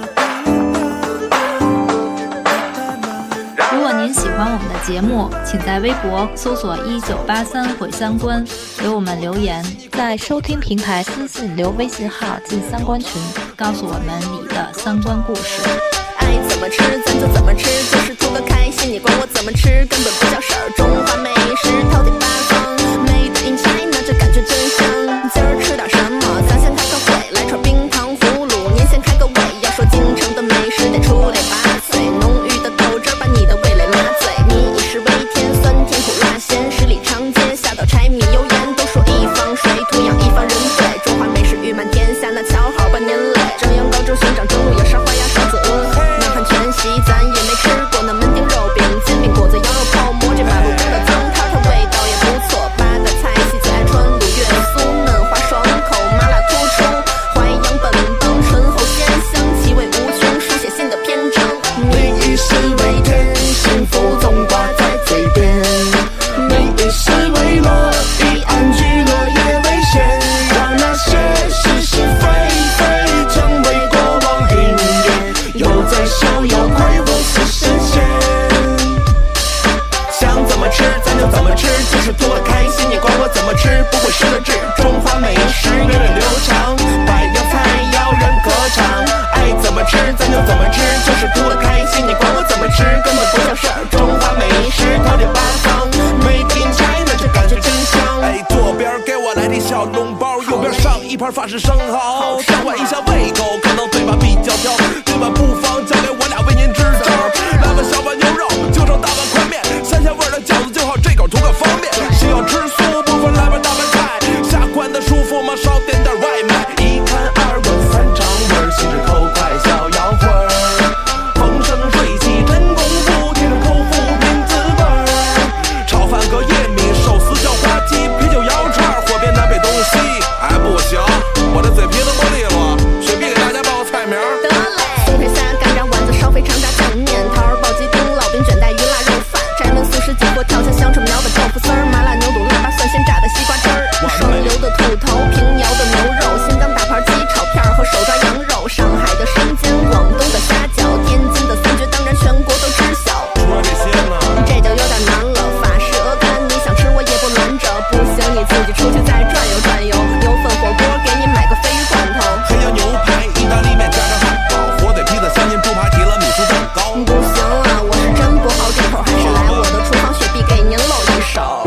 S1: 如果您喜欢我们的节目，请在微博搜索1983毁三观，给我们留言，在收听平台私信留微信号进三观群，告诉我们你的三观故事。
S15: 爱怎么吃咱就怎么吃，就是图个开心，你管我怎么吃根本不叫事儿。中华美食饕餮八方 Made in China， 这感觉真香。今儿吃点什么？咱先开个会，来串冰糖葫芦，您先开个胃。要说京城的美食得出类拔萃，浓郁的豆汁把你的味蕾麻醉。民以食为天，酸甜苦辣咸，十里长街下到柴米油盐，都说一方水土养一方人对。中华美食誉满天下，那瞧好半年累。蒸羊羔蒸熊掌蒸鹿眼烧花鸭烧子南汉全席咱也没吃过，那焖丁肉饼煎饼果子羊肉泡馍，这马路边的脏摊它味道也不错。八大菜系最爱川鲁粤，酥嫩滑爽口，麻辣突出，淮扬本帮醇厚鲜香，其味无穷，书写新的篇章。民以食为天，幸福总挂在嘴边。民以食为乐，以安居乐业为先，让那些是是非非成为过往云烟，又在逍遥快活似神仙。想怎么吃咱就怎么吃，就是图个开心，你管我怎么吃，不会失了智。中华美食源远流长，百样菜肴人歌唱。爱怎么吃咱就怎么吃，就是图个开心，你管我怎么吃根本不叫事儿。中华美食饕餮八方 Made in China， 这感
S16: 一盘法式生蚝，交换一下胃口，可能嘴巴比较挑，今晚不妨交给我俩为您支招。来碗小碗牛肉，就剩大碗宽面，三鲜味的饺子就好这口图个方便。需要吃素部分来碗大白菜，下馆子舒服吗？少点点外卖。一看二问三尝味，细致口快小摇会儿，风生水起真功夫，贴着口腹品滋味儿。炒饭隔夜米，寿司叫花鸡，啤酒羊肉串，火遍南北东西。哎，不行，我这嘴皮子不利落，雪碧给大家报个菜名。
S15: 得嘞，松片虾、干炸丸子、烧肥肠炸酱面、桃儿爆鸡丁、烙饼卷带鱼腊肉饭、摘焖素食鸡火跳墙香椿苗的豆腐丝儿、麻辣牛肚、腊八蒜鲜炸的西瓜汁儿、双流的兔头、平遥的牛肉、新疆大盘鸡、炒片和手抓羊肉、上海的生煎、广东的虾饺、天津的三绝，当然全国都知晓。
S16: 除了这些呢，
S15: 这就有点难了。法式鹅肝，你想吃我也不拦着，不行你自己出去再转悠转悠。牛粪火锅给你买个鲱鱼罐头，
S16: 黑羊牛排、意大利面加上汉堡，火腿披萨、香煎猪扒、提拉米苏蛋糕。
S15: 不行啊，我是真不好这口，还是来我的厨房雪碧给您露一手。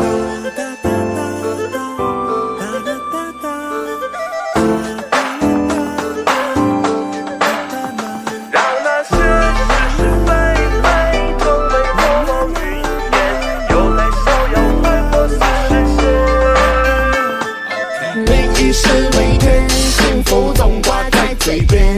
S16: 是每天幸福总挂在嘴边。